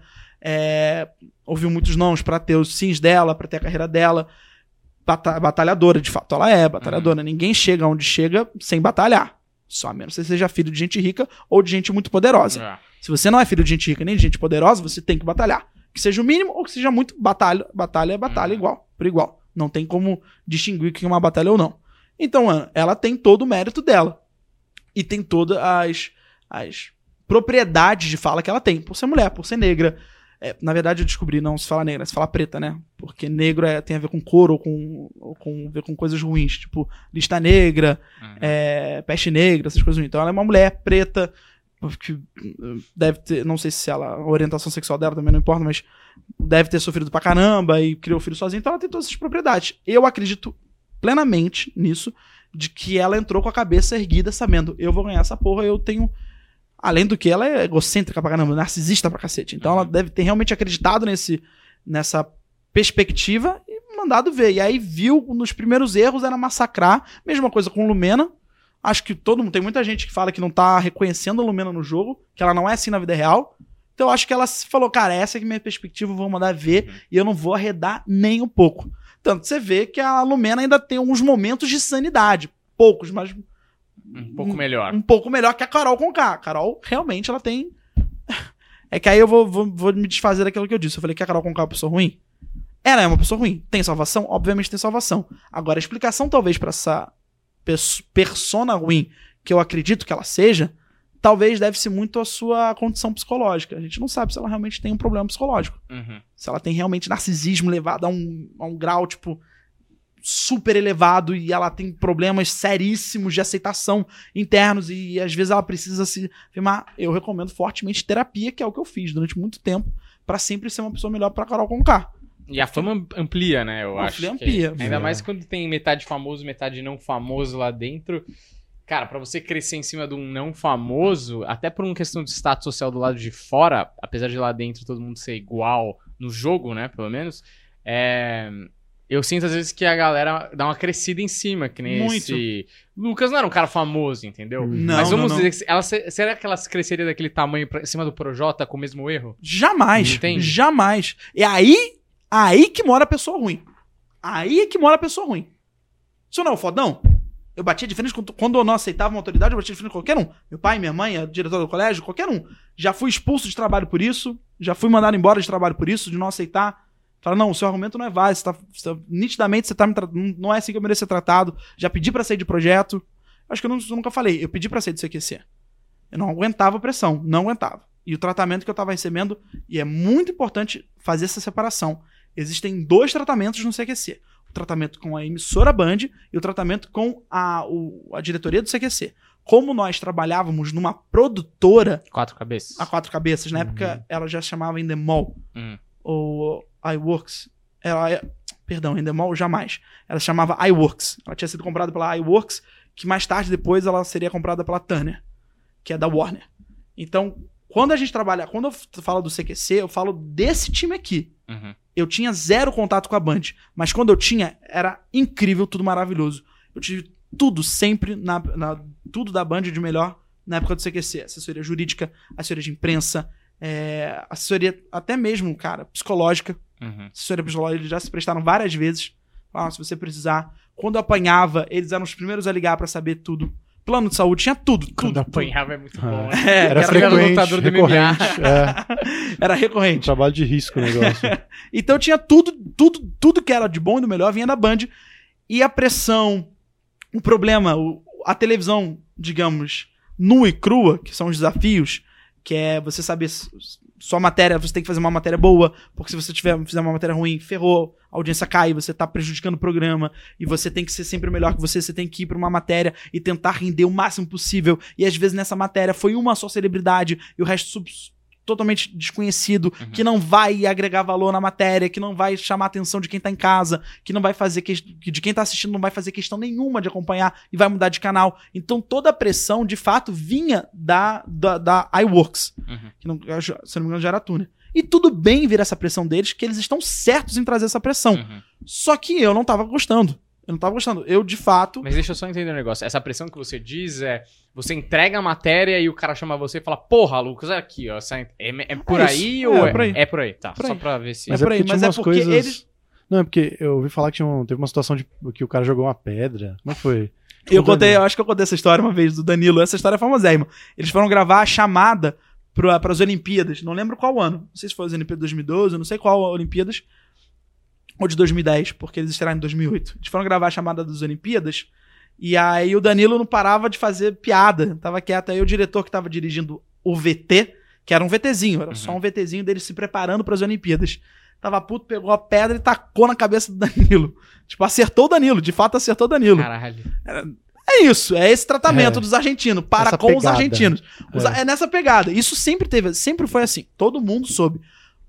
S2: é, ouviu muitos nãos pra ter os sims dela, pra ter a carreira dela. Bata- batalhadora, de fato, ela é batalhadora. Ninguém chega onde chega sem batalhar. Só a menos que você seja filho de gente rica ou de gente muito poderosa.
S1: É.
S2: Se você não é filho de gente rica nem de gente poderosa, você tem que batalhar. Que seja o mínimo ou que seja muito batalha. Batalha é batalha
S1: Uhum.
S2: igual, por igual. Não tem como distinguir o que é uma batalha ou não. Então, Ana, ela tem todo o mérito dela. E tem todas as, as propriedades de fala que ela tem. Por ser mulher, por ser negra. É, na verdade, eu descobri, não se fala negra, se fala preta, né? Porque negro é, tem a ver com cor ou com, ou com, a ver com coisas ruins. Tipo, lista negra,
S1: Uhum.
S2: é, peste negra, essas coisas ruins. Então ela é uma mulher preta, que deve ter, não sei se ela, a orientação sexual dela também não importa, mas deve ter sofrido pra caramba e criou filho sozinha, então ela tem todas essas propriedades. Eu acredito plenamente nisso, de que ela entrou com a cabeça erguida, sabendo, eu vou ganhar essa porra, eu tenho... Além do que ela é egocêntrica pra caramba, narcisista pra cacete. Então ela deve ter realmente acreditado nesse, nessa perspectiva e mandado ver. E aí viu, nos primeiros erros, era massacrar. Mesma coisa com Lumena. Acho que todo mundo, tem muita gente que fala que não tá reconhecendo a Lumena no jogo, que ela não é assim na vida real. Então eu acho que ela falou, cara, essa é a minha perspectiva, eu vou mandar ver
S1: Uhum.
S2: e eu não vou arredar nem um pouco. Tanto que você vê que a Lumena ainda tem uns momentos de sanidade. Poucos, mas
S1: Um pouco melhor.
S2: um pouco melhor que a Carol Conká. A Carol, realmente, ela tem... É que aí eu vou, vou, vou me desfazer daquilo que eu disse. Eu falei que a Carol Conká é uma pessoa ruim. Ela é uma pessoa ruim. Tem salvação? Obviamente tem salvação. Agora, a explicação, talvez, pra essa pers- persona ruim que eu acredito que ela seja, talvez deve-se muito à sua condição psicológica. A gente não sabe se ela realmente tem um problema psicológico.
S1: Uhum.
S2: Se ela tem realmente narcisismo levado a um, a um grau, tipo, super elevado e ela tem problemas seríssimos de aceitação internos e às vezes ela precisa se firmar. Eu recomendo fortemente terapia, que é o que eu fiz durante muito tempo, pra sempre ser uma pessoa melhor pra Carol Conká.
S1: E a fama amplia, né? Eu acho.
S2: Amplia,
S1: que
S2: amplia.
S1: Ainda
S3: É.
S1: mais quando tem metade famoso, metade não famoso lá dentro. Cara, pra você crescer em cima de um não famoso, até por uma questão de status social do lado de fora, apesar de lá dentro todo mundo ser igual no jogo, né? Pelo menos. É... Eu sinto às vezes que a galera dá uma crescida em cima, que nem
S2: Muito.
S1: esse... Lucas não era um cara famoso, entendeu?
S2: Não,
S1: Mas vamos
S2: não, não.
S1: dizer, que ela, será que ela cresceria daquele tamanho pra, em cima do Projota com o mesmo erro?
S2: Jamais.
S1: Entende?
S2: Jamais. E aí, aí que mora a pessoa ruim. Aí é que mora a pessoa ruim. Isso não é o fodão? Eu batia de frente com- quando eu não aceitava uma autoridade, eu batia de frente com qualquer um. Meu pai, minha mãe, a diretora do colégio, qualquer um. Já fui expulso de trabalho por isso, já fui mandado embora de trabalho por isso, de não aceitar. Fala, não, o seu argumento não é válido, você tá, você tá- nitidamente você tá me tratando, não é assim que eu mereço ser tratado. Já pedi pra sair de projeto. Acho que eu, não- eu nunca falei, eu pedi pra sair do C Q C. Eu não aguentava a pressão, não aguentava. E o tratamento que eu tava recebendo, e é muito importante fazer essa separação. Existem dois tratamentos no C Q C. O tratamento com a emissora Band e o tratamento com a, o- a diretoria do C Q C. Como nós trabalhávamos numa produtora
S1: Quatro cabeças.
S2: a quatro cabeças, na
S3: Uhum.
S2: época ela já chamava Endemol,
S1: Uhum.
S2: ou iWorks. Ela, perdão, Endemol jamais. Ela chamava iWorks. Ela tinha sido comprada pela iWorks, que mais tarde, depois, ela seria comprada pela Turner, que é da Warner. Então, quando a gente trabalha, quando eu falo do C Q C, eu falo desse time aqui.
S1: Uhum.
S2: Eu tinha zero contato com a Band, mas quando eu tinha, era incrível, tudo maravilhoso. Eu tive tudo sempre, na, na- tudo da Band de melhor na época do C Q C. Assessoria jurídica, assessoria de imprensa, é, assessoria até mesmo, cara, psicológica.
S1: Uhum.
S2: Assessoria psicológica, eles já se prestaram várias vezes. Falaram, se você precisar. Quando eu apanhava, eles eram os primeiros a ligar pra saber tudo. Plano de saúde, tinha tudo,
S1: Quando
S2: tudo.
S1: apanhava é muito bom, né?
S2: É,
S3: Era
S2: era,
S3: frequente,
S1: lutador do M M A.
S3: recorrente. É,
S2: era recorrente.
S3: trabalho de risco o negócio.
S2: Então tinha tudo, tudo, tudo que era de bom e do melhor vinha da Band. E a pressão, o problema, o- a televisão, digamos, nua e crua, que são os desafios, que é você saber s- sua matéria, você tem que fazer uma matéria boa, porque se você tiver, fizer uma matéria ruim, ferrou, a audiência cai, você tá prejudicando o programa, e você tem que ser sempre melhor que você, você tem que ir pra uma matéria e tentar render o máximo possível, e às vezes nessa matéria foi uma só celebridade, e o resto sub- totalmente desconhecido,
S1: Uhum.
S2: que não vai agregar valor na matéria, que não vai chamar a atenção de quem tá em casa, que não vai fazer que, que de quem tá assistindo não vai fazer questão nenhuma de acompanhar e vai mudar de canal. Então toda a pressão, de fato, vinha da, da, da iWorks,
S1: Uhum.
S2: que não, se eu não me engano já era a Tuner. E tudo bem vir essa pressão deles, que eles estão certos em trazer essa pressão.
S1: Uhum.
S2: Só que eu não tava gostando. Eu não tava gostando. Eu, de fato...
S1: Mas deixa eu só entender um negócio. Essa pressão que você diz é... Você entrega a matéria e o cara chama você e fala... Porra, Lucas, olha aqui, ó. essa- É, é por
S2: É
S1: aí
S2: isso.
S1: ou
S2: É,
S1: é?
S2: por aí.
S1: É por aí, tá.
S2: Por
S1: Só
S2: aí.
S1: pra ver se...
S3: Mas
S2: É
S3: é
S2: por aí,
S3: porque tinha
S2: mas é
S3: umas
S2: porque
S3: coisas...
S2: eles-
S3: Não, é porque eu ouvi falar que tinha um- teve uma situação de que o cara jogou uma pedra. Como é que foi?
S2: Eu
S3: Conta
S2: contei,
S3: aí.
S2: eu acho que eu contei essa história uma vez do Danilo. Essa história é famosérrima. Eles foram gravar a chamada para as Olimpíadas. Não lembro qual ano. Não sei se foi as Olimpíadas de dois mil e doze, eu não sei qual Olimpíadas. Ou de dois mil e dez, porque eles estrearam em dois mil e oito. Eles foram gravar a chamada das Olimpíadas. E aí o Danilo não parava de fazer piada. Tava quieto. Aí o diretor que tava dirigindo o V T, que era um VTzinho, era
S1: Uhum.
S2: só um VTzinho dele se preparando para as Olimpíadas. Tava puto, pegou a pedra e tacou na cabeça do Danilo. Tipo, acertou o Danilo. De fato, acertou o Danilo.
S1: Caralho.
S2: É isso, é esse tratamento
S3: É.
S2: dos argentinos para
S3: Essa
S2: com os
S3: pegada.
S2: argentinos. Os-
S3: É.
S2: é. nessa pegada. Isso sempre teve, sempre foi assim. Todo mundo soube.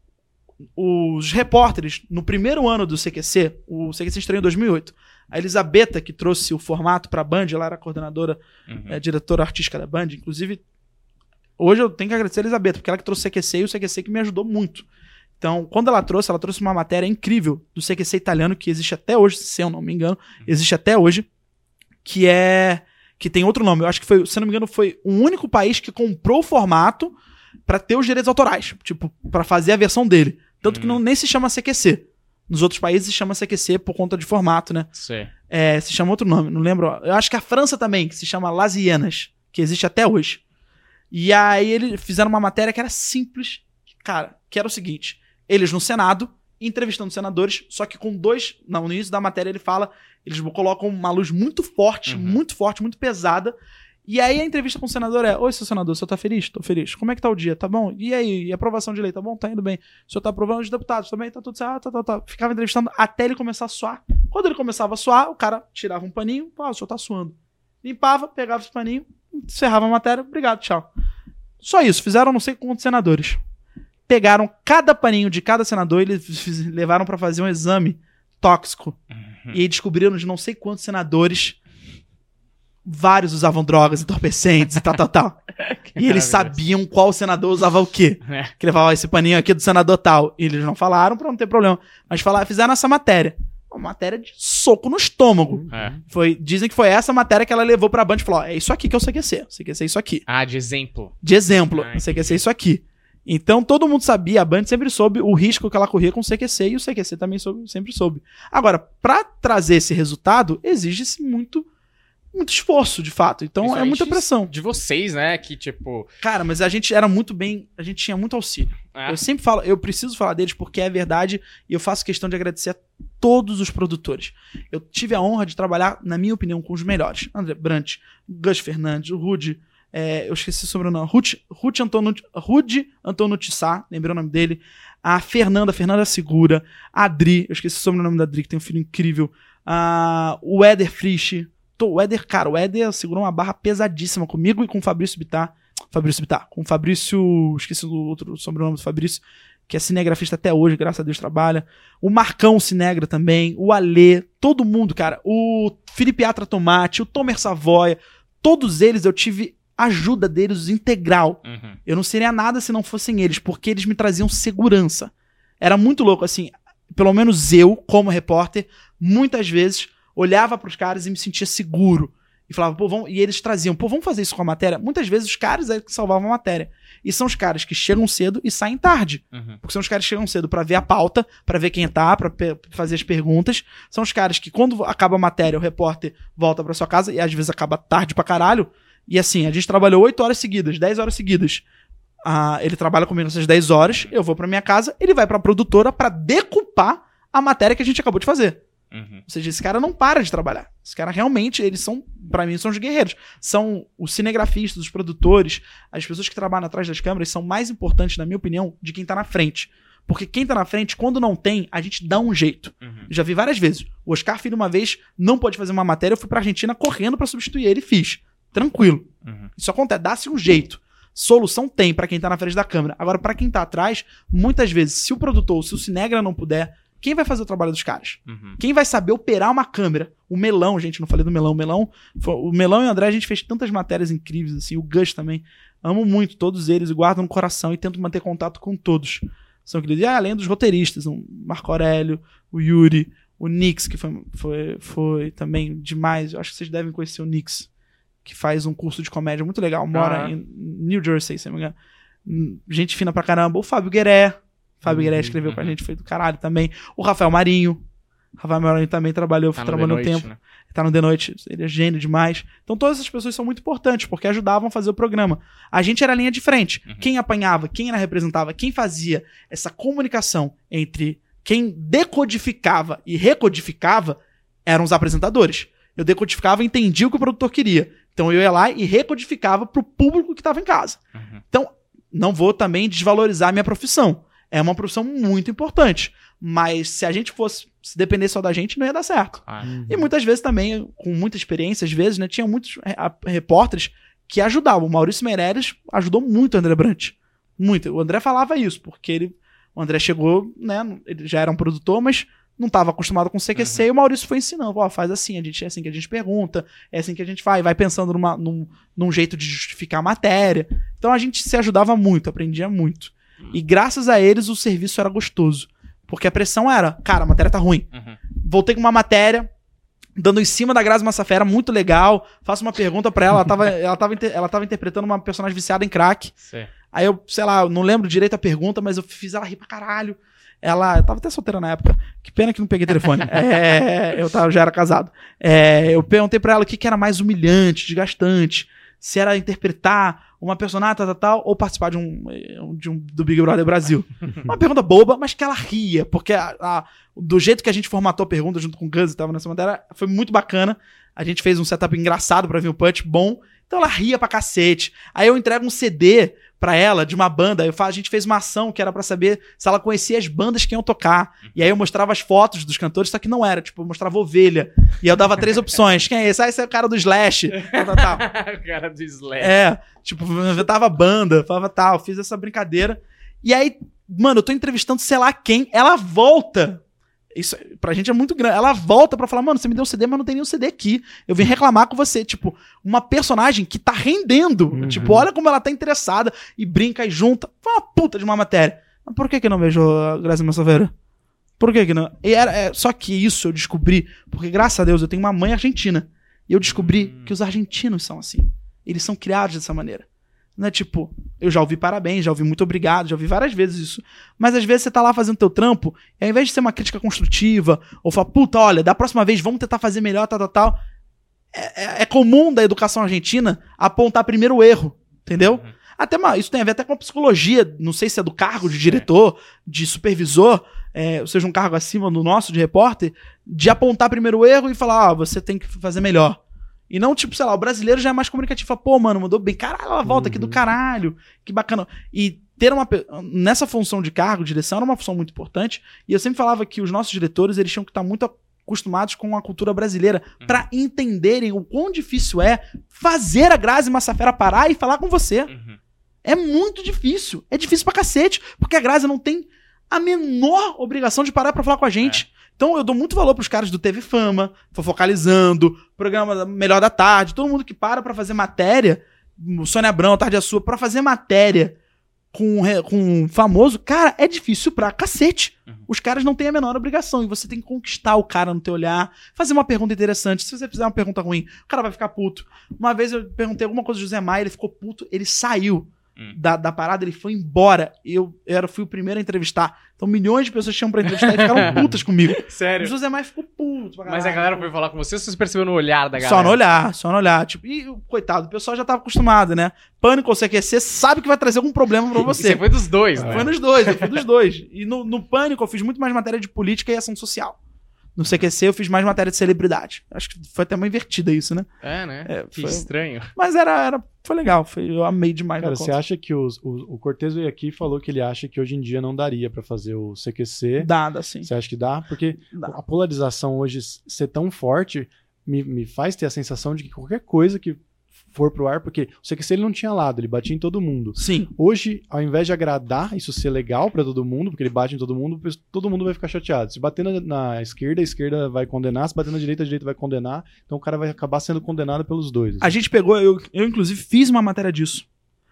S2: Os repórteres, no primeiro ano do C Q C, o C Q C estreou em dois mil e oito. A Elisabetta, que trouxe o formato pra Band, ela era coordenadora,
S1: Uhum.
S2: é, diretora artística da Band. Inclusive, hoje eu tenho que agradecer a Elisabetta, porque ela que trouxe o C Q C e o C Q C que me ajudou muito. Então, quando ela trouxe, ela trouxe uma matéria incrível do C Q C italiano, que existe até hoje, se eu não me engano, existe até hoje, que é... que tem outro nome. Eu acho que foi, se eu não me engano, foi o único país que comprou o formato pra ter os direitos autorais. Tipo, pra fazer a versão dele. Tanto que
S1: Hum.
S2: não, nem se chama C Q C. Nos outros países se chama C Q C por conta de formato, né?
S1: Sei.
S2: É, se chama outro nome, não lembro. Eu acho que a França também, que se chama Las Hienas, que existe até hoje. E aí eles fizeram uma matéria que era simples, cara, que era o seguinte: eles no Senado, entrevistando senadores, só que com dois. Não, no início da matéria ele fala, eles colocam uma luz muito forte,
S1: Uhum.
S2: muito forte, muito pesada, E aí a entrevista com o senador é: oi, seu senador, o senhor tá feliz? Tô feliz. Como é que tá o dia? Tá bom? E aí? E aprovação de lei? Tá bom? Tá indo bem. O senhor tá aprovando os deputados? Tá bem? Tá tudo certo? Ah, tá, tá, tá. Ficava entrevistando até ele começar a suar. Quando ele começava a suar, o cara tirava um paninho. Ah, o senhor tá suando. Limpava, pegava esse paninho, encerrava a matéria. Obrigado, tchau. Só isso. Fizeram não sei quantos senadores. Pegaram cada paninho de cada senador e eles levaram pra fazer um exame tóxico. Uhum. E aí descobriram de não sei quantos senadores... Vários usavam drogas, entorpecentes e tal, tal, tal. E eles sabiam qual senador usava o quê. É. Que levava esse paninho aqui do senador tal. E eles não falaram pra não ter problema. Mas falaram, fizeram essa matéria. Uma matéria de soco no estômago. É. Foi, dizem que foi essa matéria que ela levou pra Band e falou: ó, é isso aqui que eu sei que é ser. Eu sei que é ser isso aqui.
S1: Ah, de exemplo.
S2: De exemplo. Ah, eu sei que é ser isso aqui. Então todo mundo sabia, a Band sempre soube o risco que ela corria com o C Q C e o C Q C também soube, sempre soube. Agora, pra trazer esse resultado, exige-se muito... muito esforço, de fato. Então é muita pressão.
S1: De vocês, né? Que tipo...
S2: Cara, mas a gente era muito bem... A gente tinha muito auxílio. É. Eu sempre falo... Eu preciso falar deles porque é verdade e eu faço questão de agradecer a todos os produtores. Eu tive a honra de trabalhar, na minha opinião, com os melhores. André Brant, Gus Fernandes, o Rudy... É, eu esqueci sobre o nome. Ruth, Ruth Antonu, Rudy Antônio Tissá, lembrei o nome dele. A Fernanda, Fernanda Segura. A Adri, eu esqueci sobre o nome da Adri, que tem um filho incrível. Ah, o Éder Frisch... O Éder, cara, o Éder segurou uma barra pesadíssima comigo e com o Fabrício Bittar. Fabrício Bittar, com o Fabrício... Esqueci o outro sobrenome do Fabrício, que é cinegrafista até hoje, graças a Deus trabalha. O Marcão Cinegra também, o Alê, todo mundo, cara. O Felipe Atra Tomate, o Tomer Savoia, todos eles eu tive ajuda deles integral. Uhum. Eu não seria nada se não fossem eles, porque eles me traziam segurança. Era muito louco, assim, pelo menos eu, como repórter, muitas vezes... olhava pros caras e me sentia seguro. E falava, pô, vamos... E eles traziam, pô, vamos fazer isso com a matéria? Muitas vezes os caras é que salvavam a matéria. E são os caras que chegam cedo e saem tarde. Uhum. Porque são os caras que chegam cedo pra ver a pauta, pra ver quem tá, pra pe- fazer as perguntas. São os caras que, quando acaba a matéria, o repórter volta pra sua casa, e às vezes acaba tarde pra caralho. E assim, a gente trabalhou oito horas seguidas, dez horas seguidas. Ah, ele trabalha comigo essas dez horas, eu vou pra minha casa, ele vai pra produtora pra decupar a matéria que a gente acabou de fazer. Uhum. Ou seja, esse cara não para de trabalhar. Esse cara realmente, eles são, pra mim, são os guerreiros. São os cinegrafistas, os produtores, as pessoas que trabalham atrás das câmeras são mais importantes, na minha opinião, de quem tá na frente. Porque quem tá na frente, quando não tem, a gente dá um jeito. Uhum. Já vi várias vezes. O Oscar Filho, uma vez, não pôde fazer uma matéria, eu fui pra Argentina correndo pra substituir ele e fiz. Tranquilo. Uhum. Isso acontece, dá-se um jeito. Solução tem pra quem tá na frente da câmera. Agora, pra quem tá atrás, muitas vezes, se o produtor, se o cinegra não puder, quem vai fazer o trabalho dos caras? Uhum. Quem vai saber operar uma câmera? O Melão, gente, não falei do Melão. O Melão, foi, o Melão e o André, a gente fez tantas matérias incríveis, assim. O Gus também. Amo muito todos eles e guardo no coração e tento manter contato com todos. São queridos. E ah, além dos roteiristas, o Marco Aurélio, o Yuri, o Nix, que foi, foi, foi também demais. Eu acho que vocês devem conhecer o Nix, que faz um curso de comédia muito legal. Mora ah. em New Jersey, se não me engano. Gente fina pra caramba. O Fábio Gueré. Fábio Gueré escreveu com a gente, foi do caralho também. O Rafael Marinho. O Rafael Marinho também trabalhou, tá trabalhou um tempo. Né? Tá no The Noite, ele é gênio demais. Então todas essas pessoas são muito importantes, porque ajudavam a fazer o programa. A gente era a linha de frente. Uhum. Quem apanhava, quem era representava, quem fazia essa comunicação entre quem decodificava e recodificava eram os apresentadores. Eu decodificava e entendia o que o produtor queria. Então eu ia lá e recodificava pro público que estava em casa. Uhum. Então, não vou também desvalorizar a minha profissão. É uma profissão muito importante. Mas se a gente fosse, se depender só da gente, não ia dar certo. Ah, uhum. E muitas vezes também, com muita experiência, às vezes, né, tinha muitos repórteres que ajudavam. O Maurício Meirelles ajudou muito o André Brant. Muito. O André falava isso, porque ele, o André chegou, né, ele já era um produtor, mas não estava acostumado com C Q C, uhum. E o Maurício foi ensinando. Ó, faz assim, a gente, é assim que a gente pergunta, é assim que a gente vai, vai pensando numa, num, num jeito de justificar a matéria. Então a gente se ajudava muito, aprendia muito. E graças a eles o serviço era gostoso. Porque a pressão era, cara, a matéria tá ruim. Uhum. Voltei com uma matéria, dando em cima da Grazi Massafera, muito legal. Faço uma pergunta pra ela, ela tava, ela tava, ela tava interpretando uma personagem viciada em crack. Sim. Aí eu, sei lá, não lembro direito a pergunta, mas eu fiz ela rir pra caralho. Ela, eu tava até solteira na época. Que pena que não peguei telefone. é, eu tava, já era casado. É, eu perguntei pra ela o que, que era mais humilhante, desgastante. Se era interpretar uma personagem tal, tal, tal, ou participar de um, de um do Big Brother Brasil. Uma pergunta boba, mas que ela ria, porque a, a, do jeito que a gente formatou a pergunta junto com o Gus e tava nessa matéria, foi muito bacana. A gente fez um setup engraçado pra vir o punch, bom. Então ela ria pra cacete. Aí eu entrego um C D pra ela de uma banda. Eu falo, a gente fez uma ação que era pra saber se ela conhecia as bandas que iam tocar. E aí eu mostrava as fotos dos cantores, só que não era. Tipo, eu mostrava Ovelha. E eu dava três opções. Quem é esse? Ah, esse é o cara do Slash. Tal, tal, tal.
S1: O cara do Slash.
S2: É, tipo, eu inventava banda, falava tal, fiz essa brincadeira. E aí, mano, eu tô entrevistando sei lá quem, ela volta. Isso pra gente é muito grande. Ela volta pra falar, mano, você me deu um C D, mas não tem nenhum C D aqui. Eu vim reclamar com você. Tipo, uma personagem que tá rendendo.
S3: Uhum.
S2: Tipo, olha como ela tá interessada e brinca e junta. Foi uma puta de uma matéria. Mas por que que não vejo a Grazi Massaveira? Por que que não? E era, é, só que isso eu descobri, porque graças a Deus eu tenho uma mãe argentina. E eu descobri
S1: Hum.
S2: que os argentinos são assim. Eles são criados dessa maneira. Não é tipo, eu já ouvi parabéns, já ouvi muito obrigado, já ouvi várias vezes isso. Mas às vezes você tá lá fazendo teu trampo, e ao invés de ser uma crítica construtiva, ou falar, puta, olha, da próxima vez vamos tentar fazer melhor, tal, tal, tal. É, é, é comum da educação argentina apontar primeiro o erro, entendeu?
S1: Uhum.
S2: Até uma, isso tem a ver até com a psicologia, não sei se é do cargo de diretor, de supervisor, é, ou seja, um cargo acima do nosso, de repórter, de apontar primeiro o erro e falar, ah, você tem que fazer melhor. E não, tipo, sei lá, o brasileiro já é mais comunicativo. Fala, pô, mano, mandou bem. Caralho, ela volta aqui do caralho. Que bacana. E ter uma... pe- Nessa função de cargo, direção, era uma função muito importante. E eu sempre falava que os nossos diretores, eles tinham que estar muito acostumados com a cultura brasileira
S1: Uhum.
S2: pra entenderem o quão difícil é fazer a Grazi Massafera parar e falar com você.
S1: Uhum.
S2: É muito difícil. É difícil pra cacete. Porque a Grazi não tem a menor obrigação de parar pra falar com a gente. Então eu dou muito valor pros caras do T V Fama, Fofocalizando, programa Melhor da Tarde, todo mundo que para pra fazer matéria, o Sônia Abrão, Tarde é Sua, pra fazer matéria com, re- com um famoso, cara, é difícil pra cacete.
S1: Uhum.
S2: Os caras não têm a menor obrigação e você tem que conquistar o cara no teu olhar, fazer uma pergunta interessante. Se você fizer uma pergunta ruim, o cara vai ficar puto. Uma vez eu perguntei alguma coisa do José Maia, ele ficou puto, ele saiu.
S1: Hum.
S2: Da, da parada, ele foi embora. Eu, eu era, fui o primeiro a entrevistar. Então milhões de pessoas tinham pra entrevistar e ficaram putas comigo. O
S1: Sério?
S2: José Maia ficou puto pra
S1: Mas a
S2: caralho.
S1: galera foi falar com você ou você percebeu no olhar da galera?
S2: Só no olhar, só no olhar. Tipo, e coitado, o pessoal já tava acostumado, né? Pânico ou C Q C sabe que vai trazer algum problema pra
S1: E
S2: você.
S1: você foi dos dois, né?
S2: Foi nos dois, eu fui dos dois. E no, no Pânico eu fiz muito mais matéria de política e ação social. No C Q C eu fiz mais matéria de celebridade. Acho que foi até uma invertida isso, né?
S1: É, né?
S2: É,
S1: que
S2: foi-
S1: estranho.
S2: Mas era, era, foi legal, foi, eu amei demais.
S3: Cara,
S2: da
S3: você
S2: conta.
S3: acha que os, o, o Cortez veio aqui e falou que ele acha que hoje em dia não daria pra fazer o C Q C.
S2: Dada, sim.
S3: Você acha que dá? Porque
S2: Dá.
S3: a polarização hoje ser tão forte me, me faz ter a sensação de que qualquer coisa que for pro ar, porque o C Q C ele não tinha lado, ele batia em todo mundo.
S2: Sim.
S3: Hoje, ao invés de agradar, isso ser legal pra todo mundo, porque ele bate em todo mundo, todo mundo vai ficar chateado. Se bater na, na esquerda, a esquerda vai condenar, se bater na direita, a direita vai condenar, então o cara vai acabar sendo condenado pelos dois.
S2: A gente pegou, eu, eu inclusive fiz uma matéria disso,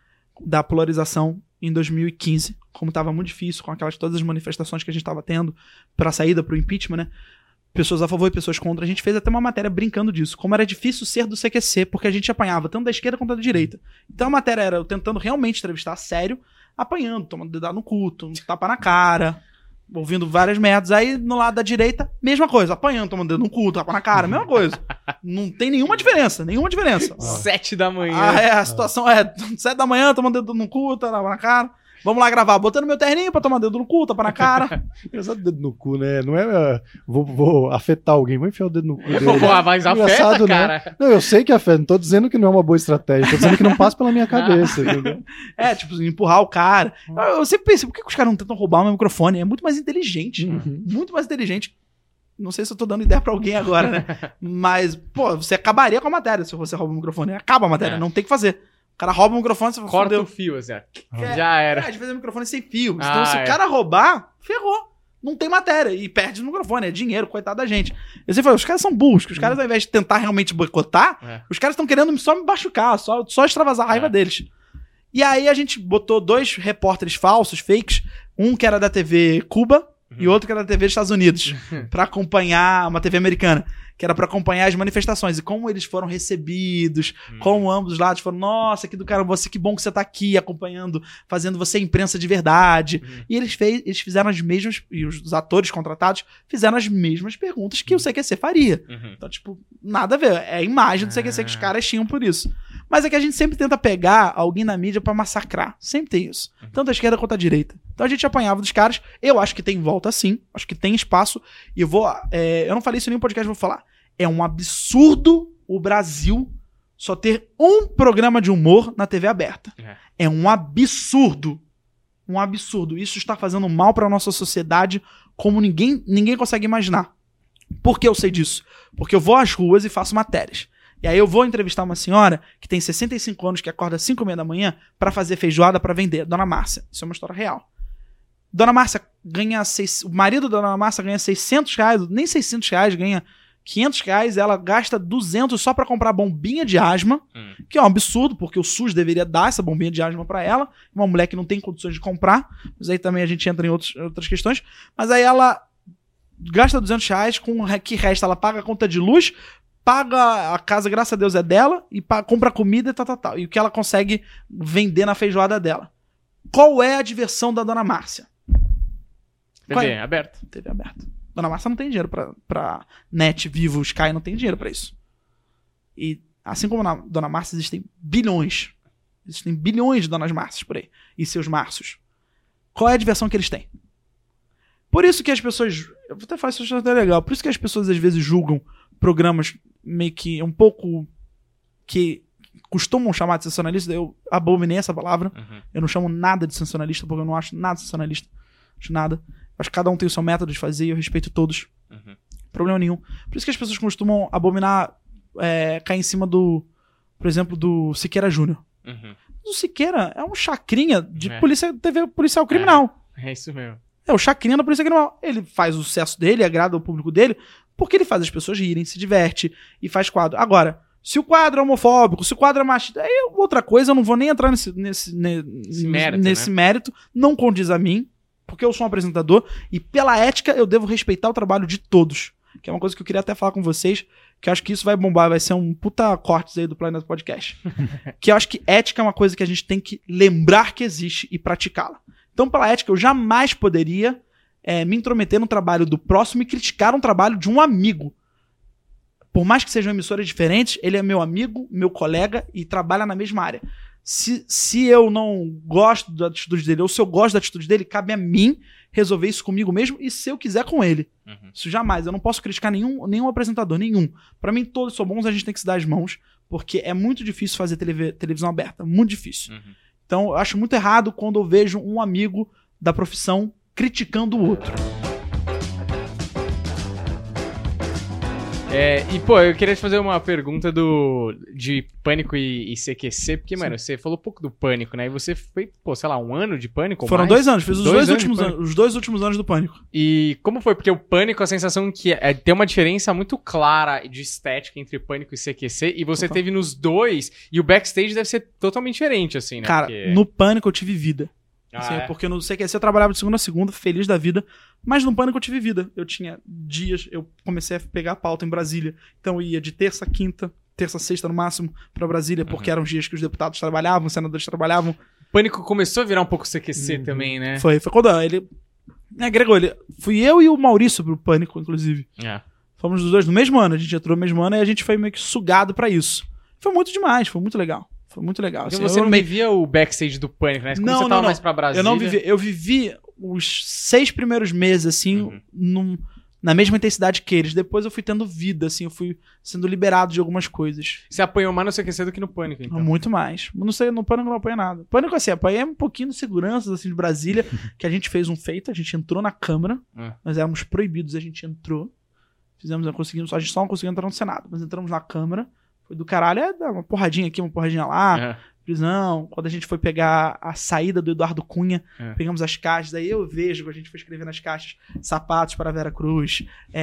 S2: da polarização em dois mil e quinze, como tava muito difícil com aquelas todas as manifestações que a gente tava tendo pra saída pro impeachment, né? Pessoas a favor e pessoas contra. A gente fez até uma matéria brincando disso, como era difícil ser do C Q C, porque a gente apanhava tanto da esquerda quanto da direita. Então a matéria era eu tentando realmente entrevistar a sério, apanhando, tomando dedada no culto, um tapa na cara, ouvindo várias merdas. Aí no lado da direita, mesma coisa, apanhando, tomando dedo no culto, tapa na cara, mesma coisa. Não tem nenhuma diferença, nenhuma diferença.
S1: Sete da manhã.
S2: Ah, é, a situação é sete da manhã, tomando dedo no cu, tapa na cara. Vamos lá gravar, botando meu terninho pra tomar dedo no cu, tapa na cara.
S3: Engraçado dedo no cu, né? Não é uh, vou, vou afetar alguém, vou enfiar o dedo no cu dele.
S1: Pô, mas afeta,
S3: Engraçado, né?
S1: cara.
S3: Não, eu sei que afeta, não tô dizendo que não é uma boa estratégia, tô dizendo que não passa pela minha cabeça, entendeu?
S2: É, tipo, empurrar o cara. Eu, eu sempre pensei, por que, que os caras não tentam roubar o meu microfone? É muito mais inteligente.
S3: Uhum.
S2: Muito mais inteligente. Não sei se eu tô dando ideia pra alguém agora, né? Mas, pô, você acabaria com a matéria se você rouba o microfone. Acaba a matéria,
S1: É.
S2: não tem o que fazer. O cara rouba o microfone, você
S1: Corta
S2: fudeu.
S1: o fio, assim, ó.
S2: É,
S1: Já era.
S2: É, às vezes é microfone sem fio.
S1: Ah,
S2: Então, se
S1: é.
S2: o cara roubar, ferrou. Não tem matéria. E perde o microfone. É dinheiro, coitado da gente. Eu sempre falo, os caras são burros. Que os caras, ao invés de tentar realmente boicotar,
S1: É.
S2: os caras estão querendo só me machucar, só, só extravasar a raiva
S1: É.
S2: deles. E aí a gente botou dois repórteres falsos, fakes. Um que era da T V Cuba e outro que era da T V dos Estados Unidos. Pra acompanhar uma T V americana. Que era pra acompanhar as manifestações. E como eles foram recebidos, como ambos os lados foram, nossa, que do caramba, você, que bom que você tá aqui acompanhando, fazendo você imprensa de verdade.
S1: Uhum.
S2: E eles, fez, eles fizeram as mesmas, e os, os atores contratados fizeram as mesmas perguntas que o C Q C faria.
S1: Uhum.
S2: Então, tipo, nada a ver. É a imagem do C Q C que os
S1: Ah.
S2: caras tinham por isso. Mas é que a gente sempre tenta pegar alguém na mídia pra massacrar. Sempre tem isso.
S1: Uhum.
S2: Tanto a esquerda quanto a direita. Então a gente apanhava dos caras. Eu acho que tem volta sim. Acho que tem espaço. E eu vou. é, eu não falei isso em nenhum podcast, eu vou falar. É um absurdo o Brasil só ter um programa de humor na T V aberta.
S1: É.
S2: É um absurdo. Um absurdo. Isso está fazendo mal para nossa sociedade como ninguém, ninguém consegue imaginar. Por que eu sei disso? Porque eu vou às ruas e faço matérias. E aí eu vou entrevistar uma senhora que tem sessenta e cinco anos, que acorda às cinco e meia da manhã para fazer feijoada para vender. Dona Márcia. Isso é uma história real. Dona Márcia ganha... Seis, o marido da Dona Márcia ganha seiscentos reais, nem seiscentos reais, ganha quinhentos reais. Ela gasta duzentos só para comprar bombinha de asma,
S1: Hum.
S2: que é um absurdo, porque o SUS deveria dar essa bombinha de asma para ela. Uma mulher que não tem condições de comprar. Mas aí também a gente entra em outros, outras questões. Mas aí ela gasta duzentos reais, com o que resta ela paga a conta de luz, paga a casa, graças a Deus é dela, e paga, compra comida e tal, tal, tal. E o que ela consegue vender na feijoada dela. Qual é a diversão da Dona Márcia?
S1: T
S2: Qual
S1: V
S2: é?
S1: aberta.
S2: T V aberta. Dona Márcia não tem dinheiro pra, pra net, Vivo, Sky, não tem dinheiro pra isso. E assim como na Dona Márcia, existem bilhões. Existem bilhões de Donas Márcias por aí. E seus Márcios. Qual é a diversão que eles têm? Por isso que as pessoas... Eu vou até falar isso, até legal. Por isso que as pessoas às vezes julgam programas meio que um pouco... que costumam chamar de sensacionalista. Eu abominei essa palavra.
S1: Uhum.
S2: Eu não chamo nada de sensacionalista, porque eu não acho nada sensacionalista. Não acho nada. Acho que cada um tem o seu método de fazer e eu respeito todos.
S1: Uhum.
S2: Problema nenhum. Por isso que as pessoas costumam abominar, é, cair em cima do, por exemplo, do Siqueira Júnior.
S1: Uhum.
S2: O Siqueira é um chacrinha de
S1: É.
S2: polícia, T V policial criminal.
S1: É isso mesmo.
S2: É o chacrinha da polícia criminal. Ele faz o sucesso dele, agrada o público dele, porque ele faz as pessoas rirem, se diverte e faz quadro. Agora, se o quadro é homofóbico, se o quadro é machista, aí é outra coisa, eu não vou nem entrar nesse, nesse, ne-
S1: Esse mérito,
S2: nesse
S1: né?
S2: mérito, não condiz a mim, porque eu sou um apresentador e pela ética eu devo respeitar o trabalho de todos. Que é uma coisa que eu queria até falar com vocês, que eu acho que isso vai bombar, vai ser um puta corte aí do Planeta Podcast. Que eu acho que ética é uma coisa que a gente tem que lembrar que existe e praticá-la. Então, pela ética, eu jamais poderia é, me intrometer no trabalho do próximo e criticar um trabalho de um amigo. Por mais que sejam emissoras diferentes, ele é meu amigo, meu colega e trabalha na mesma área. Se, se eu não gosto da atitude dele, ou se eu gosto da atitude dele, cabe a mim resolver isso comigo mesmo e se eu quiser com ele.
S1: Uhum.
S2: Isso jamais. Eu não posso criticar nenhum, nenhum apresentador, nenhum. Pra mim, todos são bons, a gente tem que se dar as mãos, porque é muito difícil fazer telev- televisão aberta. Muito difícil.
S1: Uhum.
S2: Então, eu acho muito errado quando eu vejo um amigo da profissão criticando o outro.
S1: É, e, pô, eu queria te fazer uma pergunta do, de Pânico e, e C Q C, porque,
S2: Sim.
S1: mano, você falou pouco do Pânico, né? E você foi, pô, sei lá, um ano de Pânico ou
S2: Foram
S1: mais?
S2: dois anos, fiz os
S1: Dois
S2: dois,
S1: anos de
S2: últimos
S1: Pânico.
S2: anos, os dois últimos anos do Pânico.
S1: E como foi? Porque o Pânico, a sensação que é, tem uma diferença muito clara de estética entre Pânico e C Q C, e você
S2: Total.
S1: teve nos dois, e o backstage deve ser totalmente diferente, assim, né?
S2: Cara,
S1: Porque-
S2: no Pânico eu tive vida.
S1: Ah,
S2: Assim,
S1: é?
S2: Porque no C Q C eu trabalhava de segunda a segunda, feliz da vida. Mas no Pânico eu tive vida. Eu tinha dias, eu comecei a pegar a pauta em Brasília. Então eu ia de terça a quinta, terça a sexta no máximo, pra Brasília, porque
S1: Uhum.
S2: eram os dias que os deputados trabalhavam, os senadores trabalhavam.
S1: Pânico começou a virar um pouco C Q C
S3: Uhum.
S1: também, né?
S2: Foi, foi quando ele. É, agregou ele. Fui eu e o Maurício pro Pânico, inclusive.
S1: É.
S2: Fomos os dois no mesmo ano. A gente entrou no mesmo ano e a gente foi meio que sugado pra isso. Foi muito demais, foi muito legal. Foi muito legal.
S1: Então
S2: assim,
S1: você
S2: eu
S1: não
S2: meio-
S1: via o backstage do Pânico, né? Como
S2: Não,
S1: você
S2: não,
S1: tava
S2: não.
S1: mais pra Brasília.
S2: Eu não vivi. Eu vivi os seis primeiros meses, assim,
S1: Uhum.
S2: num- na mesma intensidade que eles. Depois eu fui tendo vida, assim, eu fui sendo liberado de algumas coisas.
S1: Você apanhou mais no C Q C do que no Pânico, então.
S2: Muito mais. Não sei, no Pânico não apanhei nada. Pânico, assim, apanhei um pouquinho de seguranças, assim, de Brasília, que a gente fez um feito, a gente entrou na Câmara,
S1: É.
S2: nós éramos proibidos, a gente entrou, fizemos, conseguimos, a gente só não conseguiu entrar no Senado, mas entramos na Câmara, foi do caralho, é uma porradinha aqui, uma porradinha lá,
S1: É.
S2: prisão. Quando a gente foi pegar a saída do Eduardo Cunha,
S1: É.
S2: pegamos as caixas, aí eu vejo que a gente foi escrever nas caixas sapatos para Vera Cruz,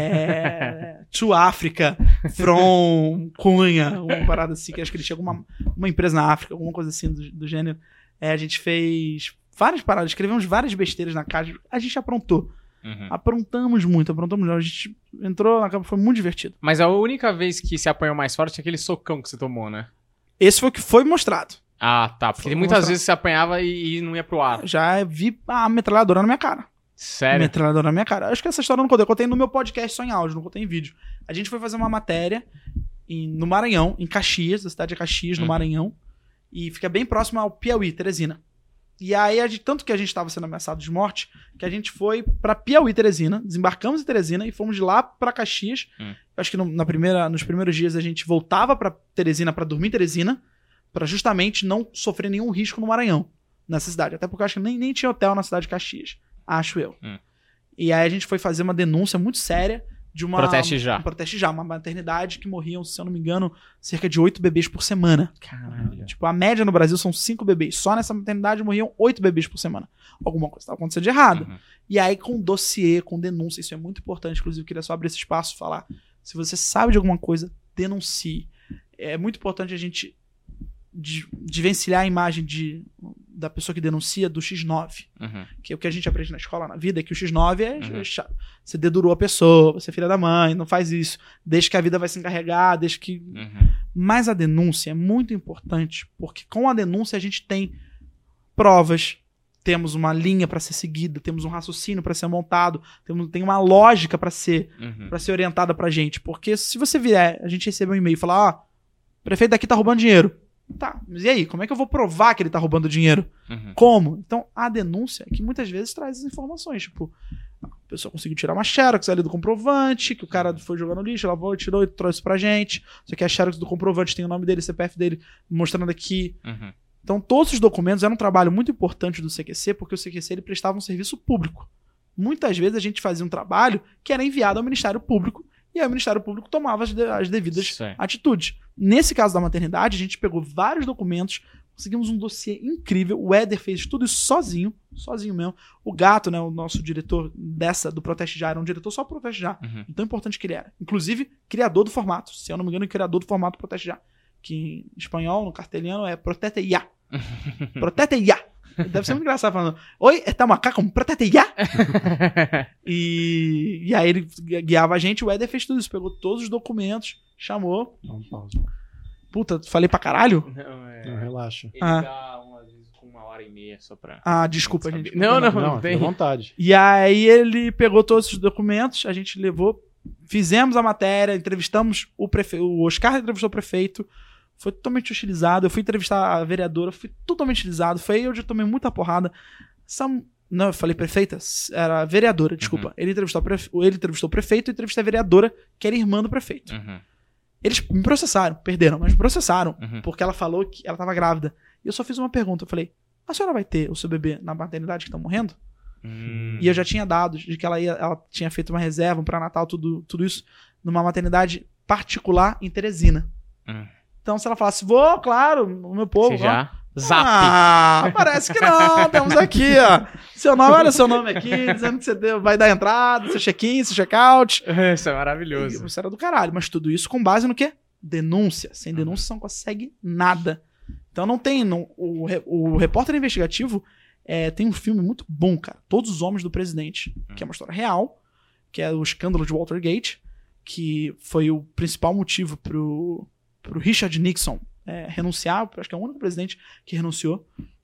S2: é, To África, From Cunha, uma parada assim, que acho que ele tinha alguma uma empresa na África, alguma coisa assim do, do gênero. É, a gente fez várias paradas, escrevemos várias besteiras na caixa, a gente aprontou.
S1: Uhum.
S2: Aprontamos muito, aprontamos muito. A gente entrou na cama, foi muito divertido.
S1: Mas a única vez que se apanhou mais forte é aquele socão que você tomou, né?
S2: Esse foi o que foi mostrado.
S1: Ah, tá. Porque
S2: Foi
S1: muitas
S2: mostrado.
S1: vezes você apanhava e, e não ia pro ar.
S2: Já vi a metralhadora na minha cara.
S1: Sério?
S2: Metralhadora na minha cara. Acho que essa história eu não contei. Eu contei no meu podcast só em áudio, não contei em vídeo. A gente foi fazer uma matéria em- no Maranhão, em Caxias, a cidade de Caxias, no
S1: Uhum.
S2: Maranhão. E fica bem próximo ao Piauí, Teresina. E aí, a gente, tanto que a gente estava sendo ameaçado de morte, que a gente foi pra Piauí, Teresina, desembarcamos em Teresina e fomos de lá pra Caxias.
S1: Hum.
S2: Acho que no, na primeira, nos primeiros dias a gente voltava pra Teresina pra dormir em Teresina, pra justamente não sofrer nenhum risco no Maranhão, nessa cidade. Até porque eu acho que nem, nem tinha hotel na cidade de Caxias, acho eu.
S1: Hum.
S2: E aí a gente foi fazer uma denúncia muito séria de uma...
S1: Proteste Já.
S2: Um proteste já, uma maternidade que morriam, se eu não me engano, cerca de oito bebês por semana.
S1: Caralho.
S2: Tipo, a média no Brasil são cinco bebês. Só nessa maternidade morriam oito bebês por semana. Alguma coisa estava acontecendo de errado.
S1: Uhum.
S2: E aí, com dossiê, com denúncia, isso é muito importante. Inclusive, eu queria só abrir esse espaço e falar. Se você sabe de alguma coisa, denuncie. É muito importante a gente de, de vencilhar a imagem de, da pessoa que denuncia do xis nove.
S1: Uhum.
S2: Que é o que a gente aprende na escola, na vida, é que o xis nove é,
S1: Uhum.
S2: é chato. Você dedurou a pessoa, você é filha da mãe, não faz isso. Deixa que a vida vai se encarregar, deixa que...
S1: Uhum.
S2: Mas a denúncia é muito importante, porque com a denúncia a gente tem provas, temos uma linha para ser seguida, temos um raciocínio para ser montado, temos, tem uma lógica para ser,
S1: Uhum.
S2: pra ser orientada pra gente. Porque se você vier, a gente receber um e-mail e falar, ó, o prefeito daqui tá roubando dinheiro. Tá, mas e aí? Como é que eu vou provar que ele tá roubando dinheiro?
S1: Uhum.
S2: Como? Então, a denúncia é que muitas vezes traz as informações, tipo, a pessoa conseguiu tirar uma xerox ali do comprovante, que o cara foi jogar no lixo, ela foi, tirou e trouxe pra gente. Só que a xerox do comprovante tem o nome dele, C P F dele, mostrando aqui.
S1: Uhum.
S2: Então, todos os documentos eram um trabalho muito importante do C Q C, porque o C Q C ele prestava um serviço público. Muitas vezes a gente fazia um trabalho que era enviado ao Ministério Público, e aí o Ministério Público tomava as, de, as devidas
S1: Isso aí.
S2: atitudes. Nesse caso da maternidade, a gente pegou vários documentos, conseguimos um dossiê incrível. O Éder fez tudo isso sozinho, sozinho mesmo. O Gato, né, o nosso diretor dessa, do Proteste Já, era um diretor só pro Proteste Já.
S1: Uhum.
S2: Tão importante que ele era. Inclusive, criador do formato. Se eu não me engano, criador do formato Proteste Já. Que em espanhol, no castelhano, é Protete Ya. Protete Ya. Deve ser muito engraçado falando, oi, tá macaco, protete Ya. E, e aí ele guiava a gente, o Éder fez tudo isso, pegou todos os documentos, chamou.
S3: Dá um pause.
S2: Puta, falei pra caralho?
S1: Não, é...
S3: Não, relaxa.
S1: Ele
S2: Ah.
S1: dá umas vezes com uma hora e meia só pra...
S2: Ah, desculpa,
S1: saber.
S2: gente.
S1: Não, não,
S3: Não,
S1: não,
S3: fica
S1: tem.
S3: à vontade.
S2: E aí ele pegou todos os documentos, a gente levou, fizemos a matéria, entrevistamos o prefeito, o Oscar entrevistou o prefeito, foi totalmente hostilizado, eu fui entrevistar a vereadora, fui totalmente hostilizado, foi aí onde eu tomei muita porrada. Essa, não, eu falei prefeita? Era vereadora, desculpa.
S1: Uhum. Ele
S2: Ele, entrevistou a prefe, ele entrevistou o prefeito e entrevistou a vereadora, que era irmã do prefeito.
S1: Uhum.
S2: Eles me processaram, perderam, mas me processaram,
S1: Uhum.
S2: porque ela falou que ela tava grávida. E eu só fiz uma pergunta, eu falei, a senhora vai ter o seu bebê na maternidade que tá morrendo?
S1: Hum.
S2: E eu já tinha dados de que ela, ia, ela tinha feito uma reserva, um pré-natal, tudo, tudo isso, numa maternidade particular em Teresina.
S1: Hum.
S2: Então, se ela falasse, vou, claro, o meu povo.
S1: Você já? Zap.
S2: Ah, parece que não. Temos aqui, ó. Seu nome, olha seu nome aqui, dizendo que você deu- vai dar entrada, seu check-in, seu check-out.
S1: Isso é maravilhoso.
S2: Isso era do caralho. Mas tudo isso com base no quê? Denúncia. Sem denúncia você não consegue nada. Então não tem. Não, o, re- o repórter investigativo é, tem um filme muito bom, cara. Todos os Homens do Presidente, que é uma história real, que é o escândalo de Watergate, que foi o principal motivo pro, pro Richard Nixon é, renunciar. Acho que é o único presidente que renunciou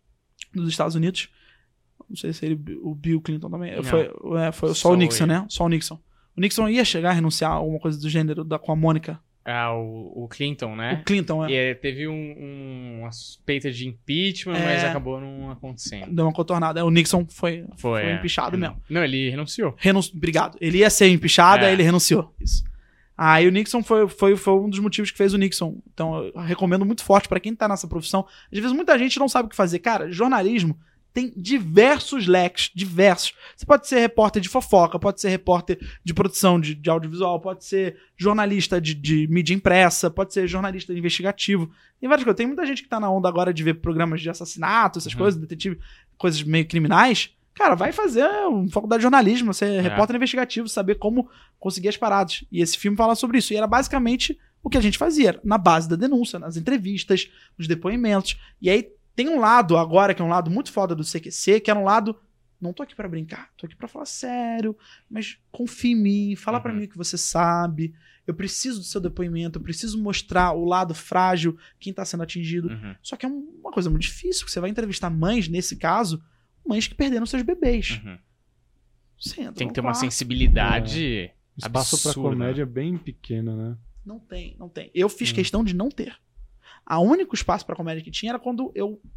S2: nos Estados Unidos. Não sei se ele, o Bill Clinton também.
S1: Não.
S2: Foi, é, foi só,
S1: Só
S2: o Nixon,
S1: ele.
S2: né? Só o Nixon. O Nixon ia chegar a renunciar a alguma coisa do gênero da, com a Mônica.
S1: Ah, o, o Clinton, né?
S2: O Clinton, é.
S1: E é, teve um, um- uma suspeita de impeachment,
S2: É.
S1: mas acabou não acontecendo.
S2: Deu uma contornada. É, o Nixon foi,
S1: Foi,
S2: foi
S1: é.
S2: empichado mesmo.
S1: Não, ele renunciou.
S2: Renun... Obrigado. Ele ia ser empichado,
S1: É.
S2: aí ele renunciou. Isso. Aí o Nixon foi, foi, foi um dos motivos que fez o Nixon. Então eu recomendo muito forte pra quem tá nessa profissão. Às vezes muita gente não sabe o que fazer. Cara, jornalismo tem diversos leques, diversos. Você pode ser repórter de fofoca, pode ser repórter de produção de, de audiovisual, pode ser jornalista de, de mídia impressa, pode ser jornalista investigativo. Tem várias coisas. Tem muita gente que tá na onda agora de ver programas de assassinato, essas
S1: Uhum.
S2: coisas, detetive, coisas meio criminais. Cara, vai fazer uma faculdade de jornalismo, ser
S1: É.
S2: repórter investigativo, saber como conseguir as paradas. E esse filme fala sobre isso. E era basicamente o que a gente fazia, na base da denúncia, nas entrevistas, nos depoimentos. E aí tem um lado agora, que é um lado muito foda do C Q C, que era um lado, não tô aqui pra brincar, tô aqui pra falar sério, mas confia em mim, fala pra
S1: Uhum.
S2: mim o que você sabe, eu preciso do seu depoimento, eu preciso mostrar o lado frágil, quem tá sendo atingido.
S1: Uhum.
S2: Só que é um- uma coisa muito difícil, porque você vai entrevistar mães, nesse caso, mães que perderam seus bebês.
S1: Uhum.
S2: Você entra
S1: Tem que
S2: no
S1: ter uma
S2: quarto,
S1: sensibilidade
S3: O espaço pra
S1: absurda.
S3: comédia é bem pequeno, né?
S2: Não tem, não tem. Eu fiz
S3: Hum.
S2: questão de não ter. A único espaço pra comédia que tinha era quando eu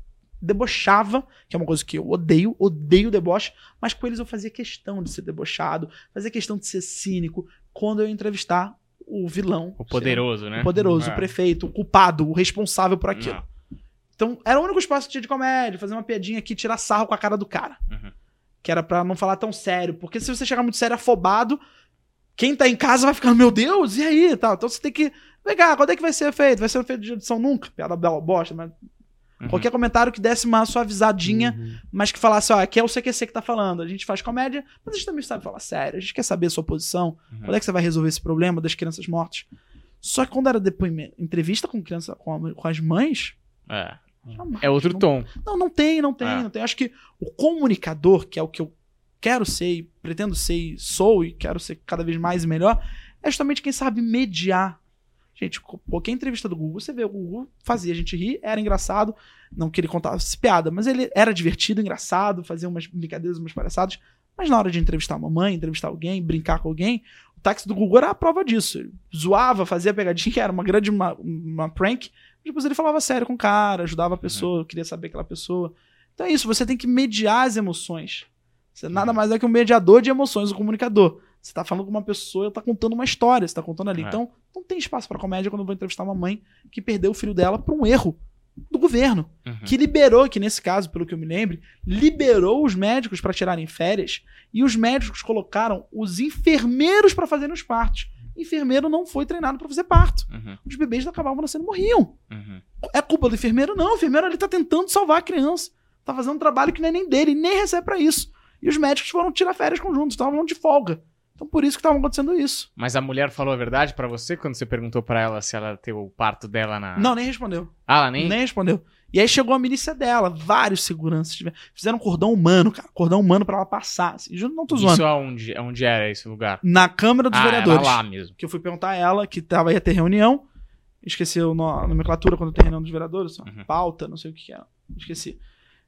S2: debochava, que é uma coisa que eu odeio, odeio deboche, mas com eles eu fazia questão de ser debochado, fazia questão de ser cínico quando eu ia entrevistar o vilão.
S1: O poderoso, né?
S2: O poderoso,
S1: É.
S2: o prefeito, o culpado, o responsável por aquilo.
S1: Não.
S2: Então, era o único espaço que tinha de comédia, fazer uma piadinha aqui, tirar sarro com a cara do cara.
S1: Uhum.
S2: Que era pra não falar tão sério. Porque se você chegar muito sério, afobado, quem tá em casa vai ficar, meu Deus, e aí? E tal. Então você tem que... Vem cá, quando é que vai ser feito? Vai ser feito de edição nunca? Piada bela bosta, mas...
S1: Uhum.
S2: Qualquer comentário que desse uma suavizadinha,
S3: Uhum.
S2: mas que falasse, ó, aqui é o C Q C que tá falando. A gente faz comédia, mas a gente também sabe falar sério. A gente quer saber a sua posição.
S1: Uhum.
S2: Quando é que você vai resolver esse problema das crianças mortas? Só que quando era depoimento, entrevista com criança, com, a- com as mães...
S1: É.
S2: jamais,
S1: É outro
S2: não,
S1: tom.
S2: Não, não tem, não tem,
S1: É.
S2: não tem. Acho que o comunicador, que é o que eu quero ser e pretendo ser e sou e quero ser cada vez mais e melhor, é justamente quem sabe mediar. Gente, qualquer entrevista do Google, você vê, o Google fazia a gente rir, era engraçado, não que ele contasse piada, mas ele era divertido, engraçado, fazia umas brincadeiras, umas palhaçadas, mas na hora de entrevistar uma mãe, entrevistar alguém, brincar com alguém, o táxi do Google era a prova disso. Ele zoava, fazia pegadinha, que era uma grande uma, uma prank, depois ele falava sério com o cara, ajudava a pessoa, queria saber aquela pessoa. Então é isso, você tem que mediar as emoções. Você nada mais é que um mediador de emoções, um comunicador. Você tá falando com uma pessoa, tá contando uma história, você tá contando ali.
S1: É.
S2: Então, não tem espaço pra comédia quando eu vou entrevistar uma mãe que perdeu o filho dela por um erro do governo.
S1: Uhum.
S2: Que liberou, que nesse caso, pelo que eu me lembre, liberou os médicos pra tirarem férias e os médicos colocaram os enfermeiros pra fazerem os partos. Enfermeiro não foi treinado pra fazer parto.
S1: Uhum.
S2: Os bebês acabavam nascendo e morriam.
S1: Uhum.
S2: É culpa do enfermeiro? Não, o enfermeiro ali tá tentando salvar a criança. Tá fazendo um trabalho que não é nem dele, e nem recebe pra isso. E os médicos foram tirar férias conjuntos, estavam de folga. Então por isso que estava acontecendo isso.
S1: Mas a mulher falou a verdade pra você quando você perguntou pra ela se ela teve o parto dela na...
S2: Não, nem respondeu.
S1: Ah, ela nem...
S2: Nem respondeu. E aí chegou a milícia dela, vários seguranças tiveram- fizeram um cordão humano, cara. Cordão humano pra ela passar. Assim. Juro, não tô zoando.
S1: Isso aonde, aonde era esse lugar?
S2: Na Câmara dos
S1: ah,
S2: Vereadores.
S1: era lá mesmo.
S2: Que eu fui perguntar a ela, que tava, ia ter reunião. Esqueci o no- a nomenclatura quando tem reunião dos vereadores.
S1: Uhum.
S2: Pauta, não sei o que que era. Esqueci.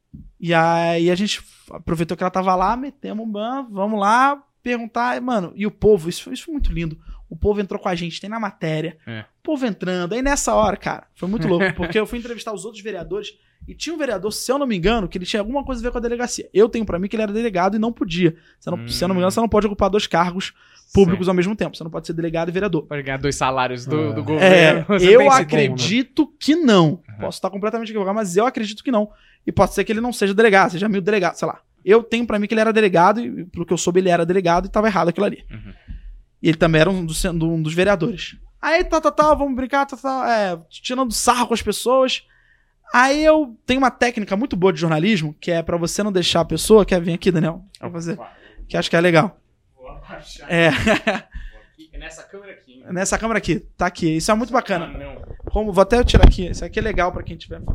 S2: E aí a gente aproveitou que ela tava lá, metemos um ban, vamos lá perguntar. Mano, e o povo, isso foi, isso foi muito lindo. O povo entrou com a gente, tem na matéria.
S1: É.
S2: O povo entrando. Aí nessa hora, cara, foi muito louco, porque eu fui entrevistar os outros vereadores e tinha um vereador, se eu não me engano, que ele tinha alguma coisa a ver com a delegacia. Eu tenho pra mim que ele era delegado e não podia. Você não,
S1: Hum.
S2: Se eu não me engano, você não pode ocupar dois cargos públicos ao mesmo tempo. Você não pode ser delegado e vereador.
S1: Pode ganhar dois salários do,
S3: É.
S1: do
S2: É,
S1: governo. Você
S2: eu
S1: tem esse
S2: acredito que não.
S1: Uhum.
S2: Posso estar completamente equivocado, mas eu acredito que não. E pode ser que ele não seja delegado, seja meio delegado, sei lá. Eu tenho pra mim que ele era delegado, e pelo que eu soube, ele era delegado e tava errado aquilo ali.
S1: Uhum.
S2: E ele também era um dos, um dos vereadores. Aí, tá, tá, tá, vamos brincar, tá, tá, é, tirando sarro com as pessoas. Aí eu tenho uma técnica muito boa de jornalismo, que é pra você não deixar a pessoa, quer vir aqui, Daniel, pra fazer, que acho que é legal.
S1: Vou abaixar.
S2: É,
S1: Aqui, nessa câmera aqui. hein?
S2: nessa câmera aqui, tá aqui, isso é muito bacana.
S1: Ah, não.
S2: Como, vou até tirar aqui, isso aqui é legal pra quem tiver...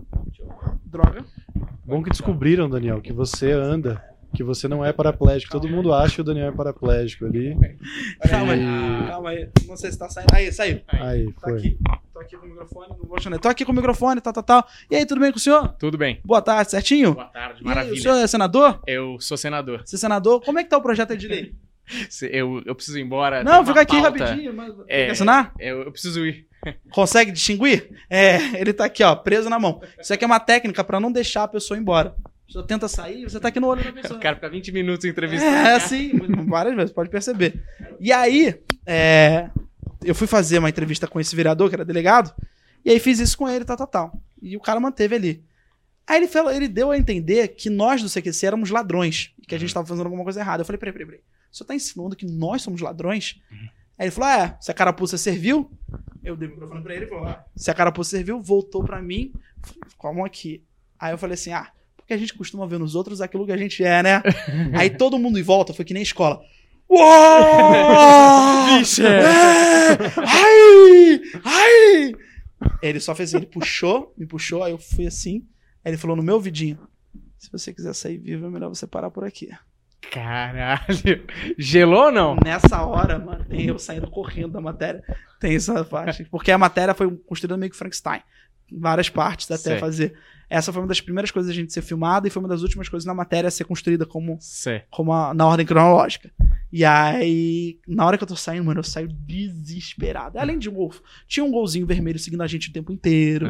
S2: Droga.
S3: Bom que descobriram, Daniel, que você anda, que você não é paraplégico. Todo mundo acha que o Daniel é paraplégico ali.
S2: Calma aí,
S3: E-
S2: calma aí, não sei se tá saindo. Aí, saiu.
S3: Aí,
S2: Tá
S3: foi.
S2: aqui. Tô aqui com o microfone, não vou chamar. Tô aqui com o microfone, tal, tal, tal. E aí, tudo bem com o senhor?
S1: Tudo bem.
S2: Boa tarde, certinho?
S1: Boa tarde,
S2: E aí, o
S1: maravilha.
S2: senhor é senador?
S1: Eu sou senador.
S2: Você é senador? Como é que tá o projeto aí de lei?
S1: Se- Eu, eu preciso ir embora.
S2: Não,
S1: tem
S2: fica
S1: uma
S2: aqui
S1: pauta.
S2: rapidinho. Mas...
S1: É.
S2: Quer assinar?
S1: Eu, eu preciso ir.
S2: Consegue distinguir? É, ele tá aqui, ó, preso na mão. Isso aqui é uma técnica pra não deixar a pessoa ir embora. A pessoa tenta sair, você tá aqui no olho da pessoa.
S1: Eu quero ficar vinte minutos entrevistando.
S2: É, sim, várias vezes, pode perceber. E aí, é, eu fui fazer uma entrevista com esse vereador, que era delegado, e aí fiz isso com ele, tal, tal, tal. E o cara manteve ali. Aí ele, falou, ele deu a entender que nós do C Q C éramos ladrões, e que a gente tava fazendo alguma coisa errada. Eu falei, peraí, peraí, peraí. O senhor tá ensinando que nós somos ladrões?
S1: Uhum.
S2: Aí ele falou, ah, é, se a carapuça serviu, eu dei o microfone pra ele e falou, ah, se a carapuça serviu, voltou pra mim, com a mão aqui. Aí eu falei assim, ah, porque a gente costuma ver nos outros aquilo que a gente é, né? Aí todo mundo em volta foi que nem escola. Uou!
S1: Vixe!
S2: É! Ai! Ai! Ele só fez assim, ele puxou, me puxou, aí eu fui assim, aí ele falou no meu ouvidinho, se você quiser sair vivo, é melhor você parar por aqui.
S1: Caralho. Gelou ou não?
S2: Nessa hora, mano, tem eu saindo correndo da matéria. Tem essa parte. Porque a matéria foi construída meio que Frankenstein. Várias partes até
S1: Sei.
S2: fazer. Essa foi uma das primeiras coisas a gente ser filmada e foi uma das últimas coisas na matéria a ser construída como,
S1: Sei.
S2: como a- na ordem cronológica. E aí, na hora que eu tô saindo, mano, eu saio desesperado. Além de um gol, tinha um golzinho vermelho seguindo a gente o tempo inteiro.
S1: É.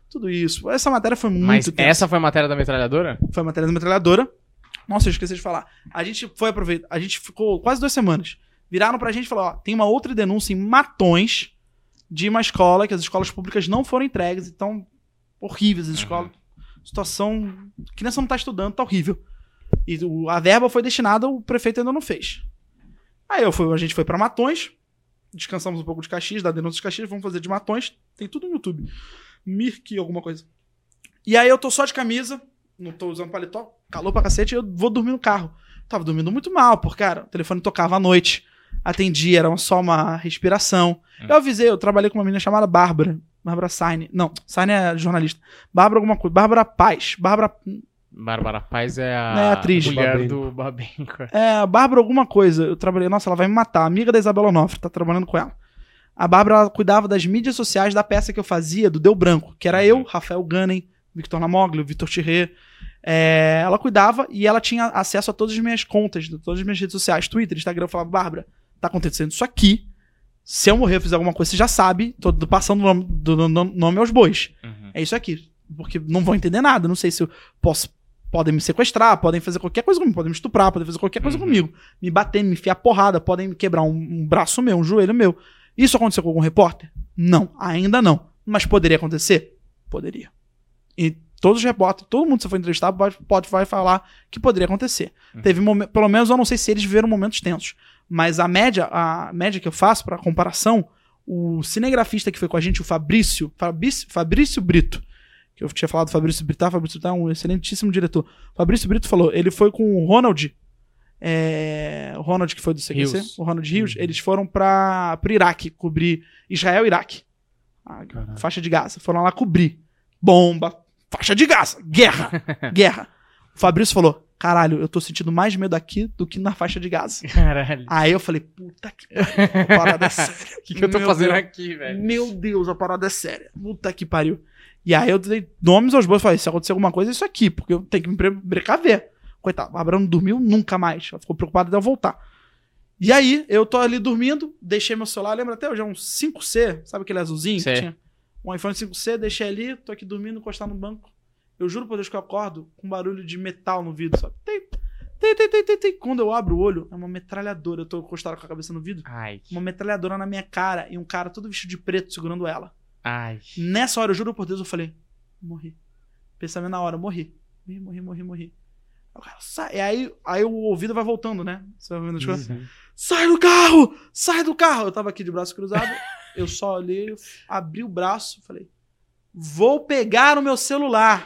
S2: Tudo isso. Essa matéria foi muito
S1: Mas
S2: tensa.
S1: essa foi a matéria da metralhadora?
S2: Foi a matéria da metralhadora. Nossa, eu esqueci de falar. A gente foi aproveitar. A gente ficou quase duas semanas. Viraram pra gente e falaram, ó, tem uma outra denúncia em Matões de uma escola, que as escolas públicas não foram entregues, então horríveis as escolas. Situação... Criança não tá estudando, tá horrível. E o- a verba foi destinada, o prefeito ainda não fez. Aí eu fui, a gente foi pra Matões, descansamos um pouco de Caxias, da denúncia de Caxias, vamos fazer de Matões, tem tudo no YouTube. Mirk, alguma coisa. E aí eu tô só de camisa, não tô usando paletó, calor pra cacete, e eu vou dormir no carro. Tava dormindo muito mal, porque, cara, o telefone tocava à noite, atendi, era só uma respiração.
S1: Hum.
S2: Eu avisei, eu trabalhei com uma menina chamada Bárbara, Bárbara Saine, não, Saine é jornalista, Bárbara alguma coisa, Bárbara Paz, Bárbara,
S1: Bárbara Paz é a
S2: É a atriz.
S1: mulher
S3: Babenco.
S1: do Babenco.
S2: é, Bárbara alguma coisa, eu trabalhei, nossa, ela vai me matar, amiga da Isabela Onofre, tá trabalhando com ela. A Bárbara ela cuidava das mídias sociais da peça que eu fazia, do Deu Branco, que era eu, Rafael Gunning, Victor Lamoglio, Vitor Thierry. É, ela cuidava e ela tinha acesso a todas as minhas contas, todas as minhas redes sociais, Twitter, Instagram. Eu falava, Bárbara, tá acontecendo isso aqui. Se eu morrer, eu fizer alguma coisa, você já sabe. Tô passando o nome, do, do, nome aos bois.
S1: Uhum.
S2: É isso aqui. Porque não vão entender nada. Não sei se eu posso. Podem me sequestrar, podem fazer qualquer coisa comigo, podem me estuprar, podem fazer qualquer coisa
S1: Uhum.
S2: comigo. Me bater, me enfiar porrada, podem me quebrar um, um braço meu, um joelho meu. Isso aconteceu com algum repórter? Não, ainda não. Mas poderia acontecer? Poderia. E todos os repórteres, todo mundo que você for entrevistado pode, pode vai falar que poderia acontecer.
S1: Uhum.
S2: Teve momen- pelo menos eu não sei se eles viveram momentos tensos, mas a média, a média que eu faço para comparação, o cinegrafista que foi com a gente, o Fabrício, Fabrício, Fabrício Brito, que eu tinha falado do Fabrício Brito, tá? Fabrício Brito é um excelentíssimo diretor. Fabrício Brito falou, ele foi com o Ronald, é, o Ronald que foi do C Q C,
S1: Rios.
S2: o Ronald Rios,
S3: Uhum.
S2: eles foram para pro Iraque, cobrir Israel e Iraque. A
S3: Caraca.
S2: faixa de Gaza. Foram lá cobrir. Bomba, faixa de Gaza, guerra, guerra. O Fabrício falou, caralho, eu tô sentindo mais medo aqui do que na faixa de Gaza.
S1: Caralho.
S2: Aí eu falei, puta que pariu, a parada é séria.
S1: O que, que eu tô
S2: Meu
S1: fazendo
S2: Deus.
S1: aqui, velho?
S2: Meu Deus, a parada é séria. Puta que pariu. E aí eu dei nomes aos bois e falei, se acontecer alguma coisa, é isso aqui, porque eu tenho que me pre- precaver. Coitado, a Bárbara não dormiu nunca mais. Ela ficou preocupada de eu voltar. E aí, eu tô ali dormindo, deixei meu celular, lembra até hoje, é um cinco C, sabe aquele azulzinho
S1: Sei.
S2: que tinha? Um iPhone cinco C, deixei ali, tô aqui dormindo, encostado no banco. Eu juro por Deus que eu acordo com um barulho de metal no vidro, sabe? Tem, tem, tem, tem, tem, tem. Quando eu abro o olho, é uma metralhadora. Eu tô encostado com a cabeça no vidro.
S1: Ai,
S2: Uma metralhadora na minha cara e um cara todo vestido de preto segurando ela.
S1: ai.
S2: Nessa hora, eu juro por Deus, eu falei, morri. Pensamento na hora, morri. Morri, morri, morri, morri. Aí o cara, sai. E aí, aí o ouvido vai voltando, né? Você vai vendo as coisas.
S3: Uhum.
S2: Sai do carro! Sai do carro! Eu tava aqui de braço cruzado, eu só olhei, abri o braço, falei, vou pegar o meu celular.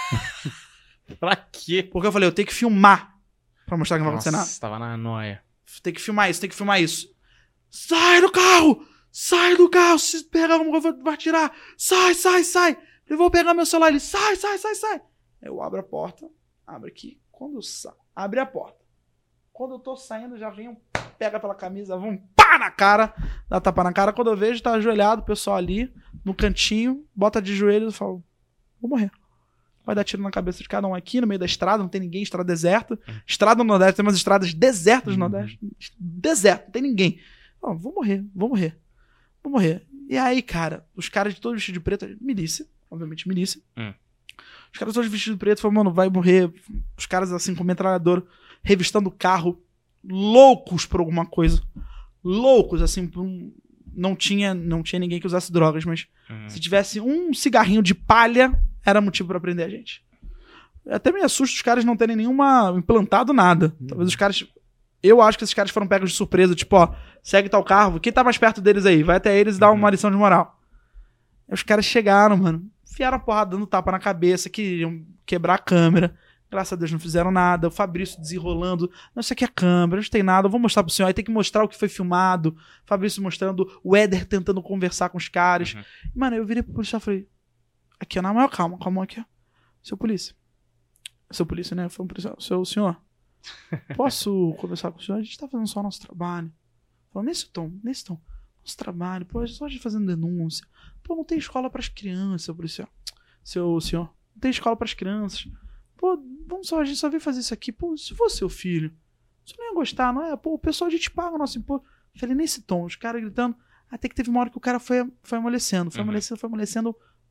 S1: Pra quê?
S2: Porque eu falei, eu tenho que filmar pra mostrar que não vai acontecer nada.
S1: Nossa, tava na noia.
S2: Tem que filmar isso, tem que filmar isso. Sai do carro! Sai do carro! Se pegar alguma coisa, vai tirar. Sai, sai, sai! Eu vou pegar meu celular. Ele, sai, sai, sai, sai! Eu abro a porta, abre aqui. Quando eu saio, abre a porta. Quando eu tô saindo, já vem um, pega pela camisa, vão pá na cara, dá tapa na cara. Quando eu vejo, tá ajoelhado o pessoal ali, no cantinho, bota de joelhos e fala, vou morrer. Vai dar tiro na cabeça de cada um aqui, no meio da estrada, não tem ninguém, estrada deserta. Estrada no Nordeste, tem umas estradas desertas no
S3: Uhum.
S2: Nordeste. Deserto, não tem ninguém. Ó, vou morrer, vou morrer. Vou morrer. E aí, cara, os caras de todos vestidos de preto, milícia, obviamente milícia.
S1: Hum.
S2: Os caras todos vestidos de preto, falaram, mano, vai morrer. Os caras assim, com metralhadora, revistando o carro, loucos por alguma coisa. Loucos, assim, por um... não tinha, não tinha ninguém que usasse drogas, mas
S1: Uhum.
S2: se tivesse um cigarrinho de palha, era motivo pra prender a gente. Até me assusta os caras não terem nenhuma implantado nada. Talvez os caras... Eu acho que esses caras foram pegos de surpresa, tipo, ó, segue tal carro, quem tá mais perto deles aí? Vai até eles e dá uma lição de moral. Aí os caras chegaram, mano, enfiaram a porrada, dando tapa na cabeça, queriam quebrar a câmera. Graças a Deus não fizeram nada. O Fabrício desenrolando. Não, isso aqui é câmera, não tem nada. Eu vou mostrar pro senhor. Aí tem que mostrar o que foi filmado. O Fabrício mostrando. O Éder tentando conversar com os caras.
S1: Uhum.
S2: Mano, eu virei pro policial e falei... Aqui, ó, na maior calma. Calma aqui, ó. Seu polícia. Seu polícia, né? Foi um policial. Seu senhor. Posso conversar com o senhor? A gente tá fazendo só o nosso trabalho. Falando nesse tom, nesse tom. Nosso trabalho. Pô, só a gente fazendo denúncia. Pô, não tem escola pras crianças, seu policial. Seu senhor. Não tem escola pras crianças. Pô, vamos só, a gente só veio fazer isso aqui. Pô, se fosse seu filho, você não ia gostar, não é? Pô, o pessoal, a gente paga o nosso imposto. Falei, nesse tom, os caras gritando. Até que teve uma hora que o cara foi, foi amolecendo. Foi
S1: Uhum.
S2: amolecendo, foi amolecendo.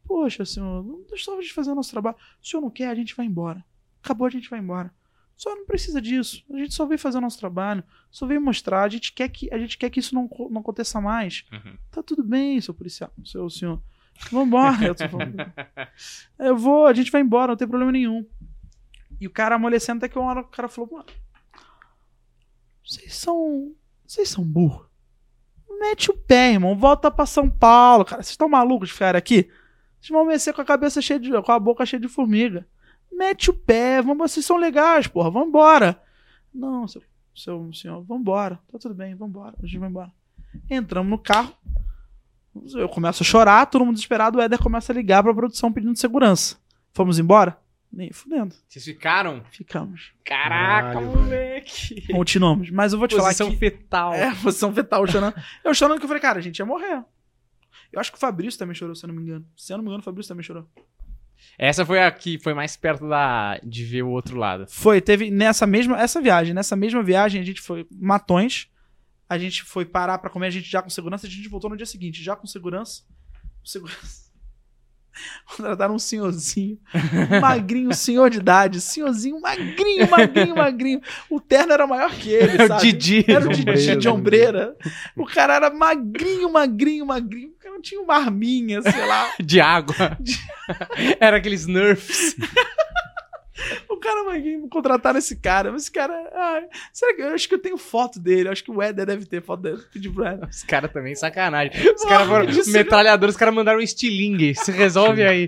S2: Poxa, senhor, não deixa só a gente fazer o nosso trabalho. Se o senhor não quer, a gente vai embora. Acabou, a gente vai embora. O senhor não precisa disso. A gente só veio fazer o nosso trabalho. Só veio mostrar. A gente quer que, a gente quer que isso não, não aconteça mais.
S1: Uhum.
S2: Tá tudo bem, seu policial, seu senhor. Vambora. Eu, tô falando. Eu vou, a gente vai embora, não tem problema nenhum. E o cara amolecendo até que uma hora o cara falou, mano, vocês são. Vocês são burros. Mete o pé, irmão. Volta pra São Paulo, cara. Vocês estão malucos de ficar aqui? Vocês vão vencer com a cabeça cheia de. Com a boca cheia de formiga. Mete o pé. Vamos, vocês são legais, porra. Vambora. Não, seu, seu senhor, vambora. Tá tudo bem, vambora. A gente vai embora. Entramos no carro. Eu começo a chorar, todo mundo desesperado. O Éder começa a ligar pra produção pedindo segurança. Fomos embora? Nem fudendo.
S1: Vocês ficaram?
S2: Ficamos.
S1: Caraca,
S3: Caralho,
S1: moleque.
S2: Continuamos. Mas eu vou te
S1: Posição
S2: falar que...
S1: fetal.
S2: É, posição fetal, chorando. Eu chorando que eu falei, cara, a gente ia morrer. Eu acho que o Fabrício também chorou, se eu não me engano. Se eu não me engano, o Fabrício também chorou.
S1: Essa foi a que foi mais perto da, de ver o outro lado.
S2: Foi, teve nessa mesma essa viagem. Nessa mesma viagem, a gente foi Matões. A gente foi parar pra comer, a gente já com segurança. A gente voltou no dia seguinte, já com segurança. Segurança. Contrataram um senhorzinho, um magrinho, senhor de idade, senhorzinho, magrinho, magrinho, magrinho. O terno era maior que ele,
S1: É o
S2: sabe?
S1: Didi.
S2: Era o Didi
S3: Ombreira,
S2: de ombreira. O cara era magrinho, magrinho, magrinho. O cara não tinha uma arminha, sei lá.
S1: De água. Era aqueles Nerfs.
S2: O cara magrinho, contrataram esse cara. Mas esse cara, ai, será que eu acho que eu tenho foto dele? Eu acho que o Éder deve ter foto dele. Pedir pro Éder.
S1: Os caras também, sacanagem. Os caras foram
S2: Isso-
S1: metralhadores, os caras mandaram um estilingue. Se resolve aí.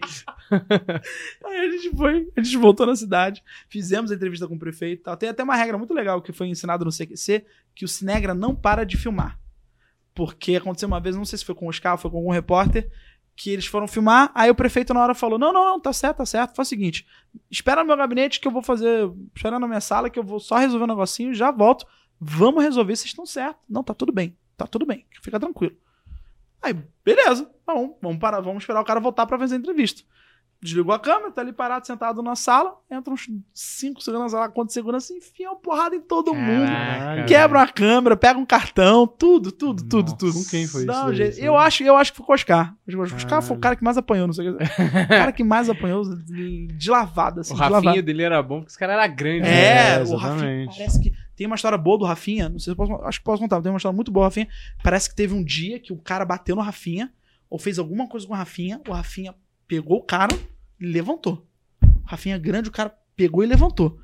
S2: Aí a gente foi, a gente voltou na cidade, fizemos a entrevista com o prefeito e tal. Tem até uma regra muito legal que foi ensinado no C Q C, que o Cinegra não para de filmar. Porque aconteceu uma vez, não sei se foi com o Oscar ou foi com algum repórter, que eles foram filmar, aí o prefeito na hora falou, não, não, não, tá certo, tá certo, faz o seguinte, espera no meu gabinete que eu vou fazer, espera na minha sala que eu vou só resolver um negocinho, já volto, vamos resolver, vocês estão certos. Não, tá tudo bem, tá tudo bem, fica tranquilo. Aí, beleza, tá bom, vamos parar, vamos esperar o cara voltar pra fazer a entrevista. Desligou a câmera, tá ali parado, sentado na sala, entram uns cinco seguranças lá, quanto segurança, enfia uma porrada em todo mundo,
S1: Caraca,
S2: quebra uma câmera, pega um cartão, tudo, tudo, tudo,
S3: Nossa,
S2: tudo.
S3: com quem foi
S2: Não,
S3: isso daí,
S2: gente,
S3: sabe?
S2: eu acho, eu acho que foi com o Oscar. O Oscar
S3: Caralho.
S2: foi o cara que mais apanhou, não sei o que. O cara que mais apanhou de lavada, assim,
S1: O
S2: de lavada.
S1: Rafinha dele era bom, porque os caras eram grandes.
S2: É,
S1: né?
S3: É,
S2: o Rafinha.
S3: exatamente.
S2: Parece que tem uma história boa do Rafinha. Não sei se eu posso, acho que posso contar. Tem uma história muito boa do Rafinha. Parece que teve um dia que o cara bateu no Rafinha ou fez alguma coisa com o Rafinha. O Rafinha pegou o cara e levantou. O Rafinha grande, o cara pegou e levantou.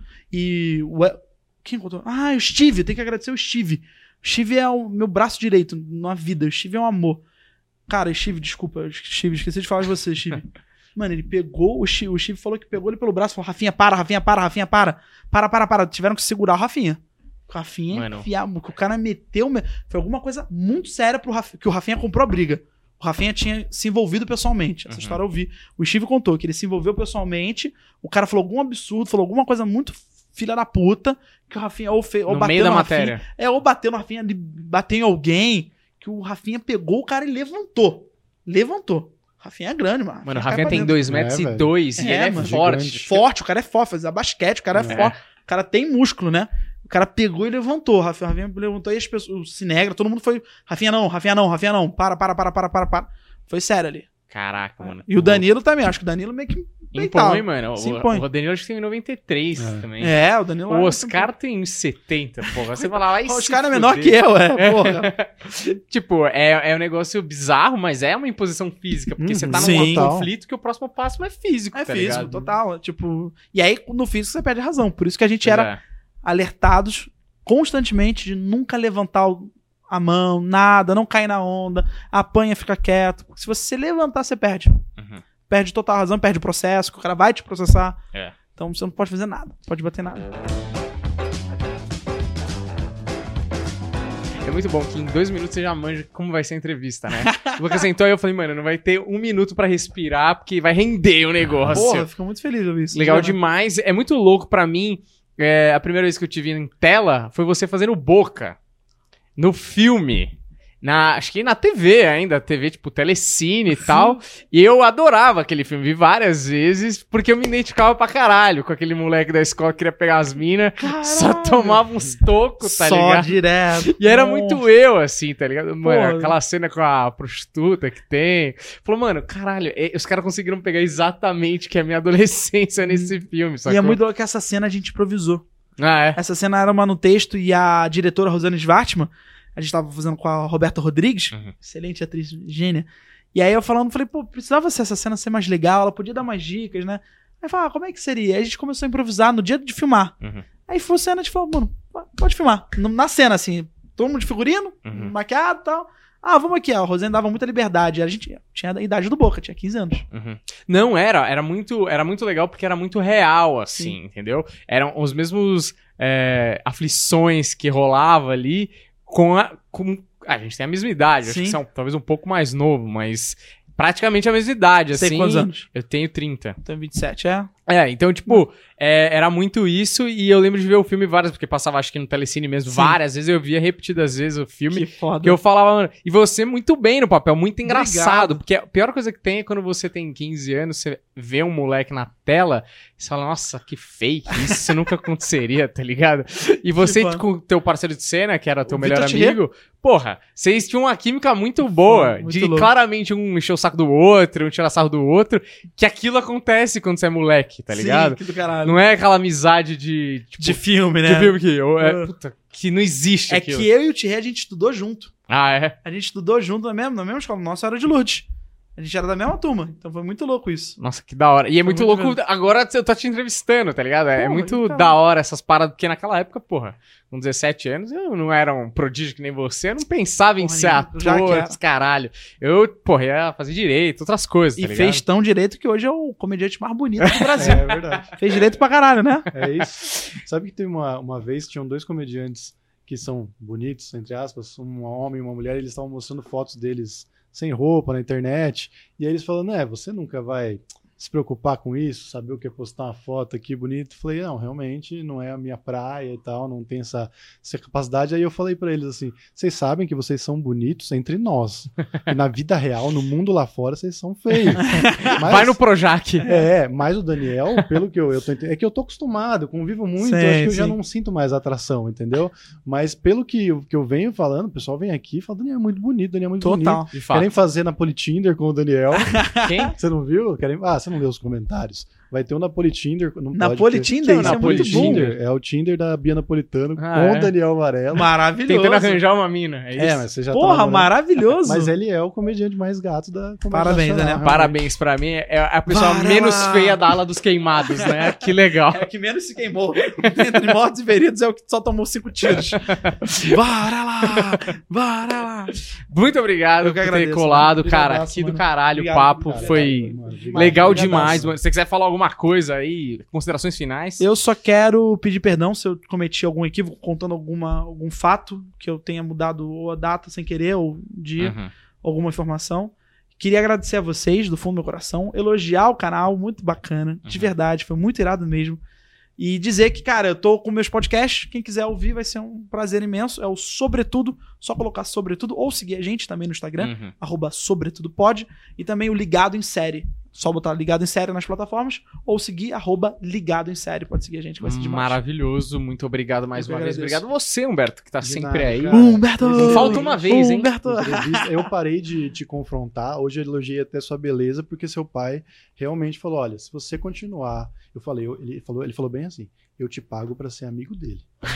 S2: E o quem contou? Ah, o Steve. Tem que agradecer o Steve. O Steve é o meu braço direito na vida. O Steve é um amor. Cara, Steve, desculpa. Steve, esqueci de falar de você, Steve. Mano, ele pegou, o Steve, o Steve falou que pegou ele pelo braço e falou, Rafinha, para, Rafinha, para, Rafinha, para. Para, para, para. Tiveram que segurar o Rafinha. O Rafinha,
S1: Mano.
S2: enfiar, que o cara meteu... Foi alguma coisa muito séria pro Rafinha, que o Rafinha comprou a briga. O Rafinha tinha se envolvido pessoalmente. Essa
S1: Uhum.
S2: história eu vi. O Steve contou que ele se envolveu pessoalmente, o cara falou algum absurdo, falou alguma coisa muito filha da puta, que o Rafinha ou, fe, ou
S1: No
S2: bateu
S1: meio da
S2: no
S1: matéria.
S2: Rafinha, é, ou bateu no Rafinha, ele bateu em alguém, que o Rafinha pegou o cara e levantou. Levantou. O Rafinha é grande, mano.
S1: Mano, o
S2: cai
S1: Rafinha
S2: pra
S1: tem
S2: dentro.
S1: dois metros
S3: É,
S1: e
S3: velho.
S1: dois e
S2: É,
S1: ele é
S2: mano,
S1: forte.
S3: gigante.
S2: Forte, o cara é forte, faz a basquete, o cara é,
S1: É.
S2: forte. O cara tem músculo, né? O cara pegou e levantou. O Rafinha, Rafinha levantou e as pessoas, o Cinegra, todo mundo foi. Rafinha não, Rafinha não, Rafinha não. Para, para, para, para, para, para. Foi sério ali.
S1: Caraca, mano.
S2: E o Danilo também, acho que o Danilo meio que. peitava.
S1: Impõe, mano.
S2: Se
S1: O,
S2: impõe.
S1: o Danilo acho que tem noventa e três
S3: É.
S1: também.
S2: É, o Danilo.
S1: O Oscar tem setenta, porra. Você vai lá e
S2: O
S1: se
S2: Oscar é menor
S1: fuder.
S2: que eu, é, porra.
S1: Tipo, é, é um negócio bizarro, mas é uma imposição física. Porque
S3: Uhum.
S1: você tá num
S2: Sim.
S1: conflito que o próximo passo é físico,
S2: É
S1: tá
S2: físico,
S1: ligado?
S2: total. Tipo. E aí, no físico, você perde razão. Por isso que a gente
S1: Pois
S2: era
S1: é.
S2: alertados constantemente de nunca levantar o- a mão, nada, não cair na onda, apanha, fica quieto. Porque se você levantar, você perde.
S1: Uhum.
S2: Perde total razão, perde o processo, que o cara vai te processar.
S1: É.
S2: Então você não pode fazer nada, não pode bater nada.
S1: É muito bom que em dois minutos você já manja como vai ser a entrevista, né? O Lucas sentou e eu falei, mano, não vai ter um minuto pra respirar, porque vai render o negócio.
S2: Porra, fico muito feliz de ouvir isso.
S1: Legal
S2: Né?
S1: demais. É muito louco pra mim. é, a primeira vez que eu te vi em tela foi você fazendo Boca. No filme. Na, acho que na T V ainda, T V tipo Telecine e tal. E eu adorava aquele filme, vi várias vezes, porque eu me identificava pra caralho com aquele moleque da escola que queria pegar as minas, só tomava uns tocos, tá
S2: Só
S1: ligado?
S2: direto.
S1: E era
S2: Nossa.
S1: muito eu, assim, tá ligado? Mano,
S2: Pô.
S1: aquela cena com a prostituta que tem. Falou, mano, caralho, e- os caras conseguiram pegar exatamente que é a minha adolescência nesse filme,
S2: E
S1: sacou?
S2: é muito louco que essa cena a gente improvisou.
S1: Ah, é?
S2: Essa cena era uma no texto e a diretora Rosane Schwartzman, a gente tava fazendo com a Roberta Rodrigues,
S1: Uhum.
S2: excelente atriz, gênia. E aí eu falando, falei, pô, precisava ser essa cena ser mais legal, ela podia dar mais dicas, né? Aí falou, ah, como é que seria? Aí a gente começou a improvisar no dia de filmar.
S1: Uhum.
S2: Aí foi a cena, a gente falou, mano, pode filmar. Na cena, assim, todo mundo de figurino,
S1: Uhum.
S2: maquiado e tal. Ah, vamos aqui, ó. A Rosane dava muita liberdade. A gente tinha a idade do Boca, tinha quinze anos.
S1: Uhum. Não, era, era muito, era muito legal porque era muito real, assim,
S2: Sim.
S1: entendeu? Eram os mesmos é, aflições que rolava ali com a. Com, a gente tem a mesma idade, acho
S2: Sim.
S1: que são talvez um pouco mais novo, mas praticamente a mesma idade,
S2: Sei
S1: assim.
S2: quantos anos?
S1: Eu tenho trinta.
S2: Tenho vinte e sete, é.
S1: É, então, tipo, é, era muito isso, e eu lembro de ver o filme várias, porque passava, acho que no Telecine mesmo,
S2: Sim.
S1: várias vezes, eu via repetidas vezes o filme,
S2: Que foda.
S1: que eu falava, mano, e você muito bem no papel, muito engraçado,
S2: Obrigado.
S1: porque a pior coisa que tem é quando você tem quinze anos, você vê um moleque na tela, você fala, nossa, que fake, isso nunca aconteceria, tá ligado? E você
S2: Tipo,
S1: com o teu parceiro de cena, que era teu
S2: o
S1: melhor
S2: Vitor Thierry.
S1: amigo, porra, vocês tinham uma química muito boa,
S2: Muito
S1: de
S2: louco.
S1: claramente um encher o saco do outro, um tirar sarro do outro, que aquilo acontece quando você é moleque, tá ligado?
S2: Sim, que do caralho.
S1: Não é aquela amizade de. Tipo,
S2: De filme, né?
S1: de filme que. eu- é,
S2: É.
S1: puta, que não existe
S2: É
S1: aquilo.
S2: que eu e o Thierry, a gente estudou junto.
S1: Ah, é?
S2: A gente estudou junto na mesma, na mesma escola. Nossa, era de Lourdes. A gente era da mesma turma. Então foi muito louco isso.
S1: Nossa, que da hora. E é muito
S2: muito
S1: louco. Agora eu tô te entrevistando, tá ligado? É
S2: Porra,
S1: muito
S2: então.
S1: da hora essas paradas, porque naquela época, porra, com dezessete anos, eu não era um prodígio que nem você, eu não pensava em
S2: Porra,
S1: ser
S2: eu já
S1: ator,
S2: quero.
S1: esse caralho. Eu, porra, ia fazer direito, outras coisas, tá
S2: E
S1: ligado?
S2: fez tão direito que hoje é o comediante mais bonito do Brasil.
S3: É verdade.
S2: Fez direito pra caralho, né?
S3: É isso. Sabe que teve uma, uma vez, tinham dois comediantes que são bonitos, entre aspas, um homem e uma mulher, e eles estavam mostrando fotos deles sem roupa na internet, e aí eles falando, é, você nunca vai se preocupar com isso, saber o que é postar uma foto aqui bonita. Falei, não, realmente não é a minha praia e tal, não tem essa, essa capacidade. Aí eu falei pra eles assim, vocês sabem que vocês são bonitos entre nós, e na vida real, no mundo lá fora, vocês são feios. Mas-
S1: Vai no Projac.
S3: é, mas o Daniel, pelo que eu, eu tô entendendo, é que eu tô acostumado, eu convivo muito,
S2: Sim,
S3: eu acho que eu já
S2: sim.
S3: não sinto mais atração, entendeu? Mas pelo que, eu- que eu venho falando, o pessoal vem aqui e fala, Daniel é muito bonito, Daniel é muito
S2: Total.
S3: bonito.
S1: De fato.
S3: Querem fazer na Politinder com o Daniel.
S1: Quem?
S3: Você não viu? Querem... Ah, você não leu os comentários. Vai ter um Napolitinder. Não
S2: Napoli
S3: pode,
S2: Tinder?
S3: porque-
S2: Isso é muito
S3: Napolitinder é o Tinder da Bia Napolitano
S1: Ah,
S3: com
S1: é?
S3: o Daniel Varela.
S2: Maravilhoso.
S1: Tentando arranjar uma mina, é isso?
S3: É, mas você já tá
S2: Porra,
S3: namorando.
S2: maravilhoso.
S3: Mas ele é o comediante mais gato da comédia
S2: Parabéns,
S3: nacional,
S2: Daniel.
S3: realmente.
S1: Parabéns pra mim, é a pessoa
S2: Varela.
S1: menos feia da ala dos queimados, né? Que legal.
S2: É o que menos se queimou. Entre mortos e feridos é o que só tomou cinco tiros. Bora lá! Bora lá!
S1: Muito obrigado
S2: Eu que
S1: por ter
S2: agradeço,
S1: colado,
S2: mano.
S1: cara.
S2: Obrigadaço,
S1: Que do
S2: mano.
S1: caralho,
S2: Obrigado,
S1: o papo
S2: obrigado.
S1: foi
S3: Mano, demais.
S1: legal
S2: Obrigadaço.
S1: demais, mano. Se você quiser falar alguma coisa aí, considerações finais.
S2: Eu só quero pedir perdão se eu cometi algum equívoco contando alguma, algum fato que eu tenha mudado ou a data sem querer, ou o dia,
S1: Uhum.
S2: alguma informação. Queria agradecer a vocês, do fundo do meu coração, elogiar o canal, muito bacana, de
S1: Uhum.
S2: verdade, foi muito irado mesmo. E dizer que, cara, eu tô com meus podcasts, quem quiser ouvir vai ser um prazer imenso, é o Sobretudo, só colocar Sobretudo, ou seguir a gente também no Instagram,
S1: Uhum.
S2: arroba sobretudopod, e também o Ligado em Série, só botar Ligado em Série nas plataformas, ou seguir arroba Ligado em Série, pode seguir a gente, vai ser demais.
S1: Maravilhoso, muito obrigado mais
S2: Eu que
S1: uma vez.
S2: agradeço.
S1: Obrigado você, Humberto, que tá
S3: De
S1: sempre
S3: nada,
S1: aí.
S3: cara.
S2: Humberto!
S1: Falta uma vez, hein?
S2: Humberto!
S3: Entrevista, eu parei de te confrontar. Hoje eu elogiei até sua beleza, porque seu pai realmente falou: olha, se você continuar. Eu falei, eu- ele falou, ele falou bem assim: eu te pago pra ser amigo dele.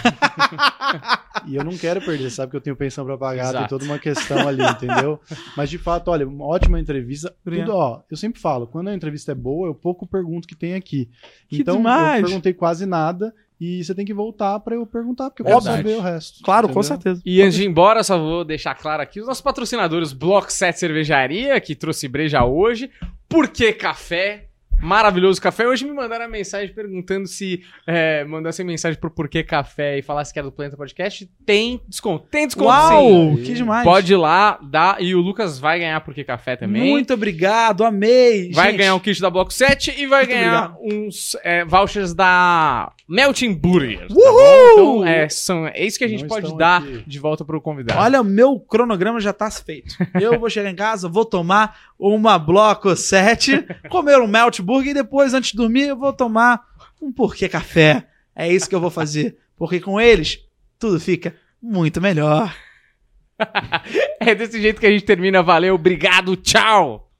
S3: E eu não quero perder, sabe que eu tenho pensão pra pagar,
S1: Exato.
S3: tem toda uma questão ali, entendeu? Mas de fato, olha, uma ótima entrevista.
S2: Obrigado.
S3: Tudo, ó, eu sempre falo, quando a entrevista é boa, eu pouco pergunto o que tem aqui.
S2: Que
S3: Então,
S2: demais!
S3: eu perguntei quase nada e você tem que voltar pra eu perguntar, porque eu quero
S1: Verdade.
S3: saber o resto.
S2: Claro, com
S3: entendeu?
S2: certeza.
S1: E antes de ir embora, só vou deixar claro aqui os nossos patrocinadores: Bloco sete Cervejaria, que trouxe breja hoje. Por que Café? maravilhoso café. Hoje me mandaram a mensagem perguntando se é, mandasse mensagem pro Porquê Café e falasse que era do Planeta Podcast. Tem desconto. Tem desconto
S2: Uau,
S1: sim.
S2: que demais.
S1: Pode ir lá, dá. E o Lucas vai ganhar Porquê Café também.
S2: Muito obrigado, amei.
S1: Vai
S2: Gente,
S1: ganhar um kit da Bloco sete e vai
S2: Muito
S1: ganhar uns é, vouchers da Melting Burger. Tá
S2: Uhul!
S1: bom? Então, é, são, é isso que a gente
S3: Não
S1: pode
S3: estão
S1: dar
S3: aqui.
S1: de volta pro convidado.
S2: Olha, o meu cronograma já tá feito. Eu vou chegar em casa, vou tomar uma Bloco sete, comer um Melt Burger e depois, antes de dormir, eu vou tomar um Porquê Café. É isso que eu vou fazer. Porque com eles, tudo fica muito melhor.
S1: É desse jeito que a gente termina. Valeu, obrigado, tchau!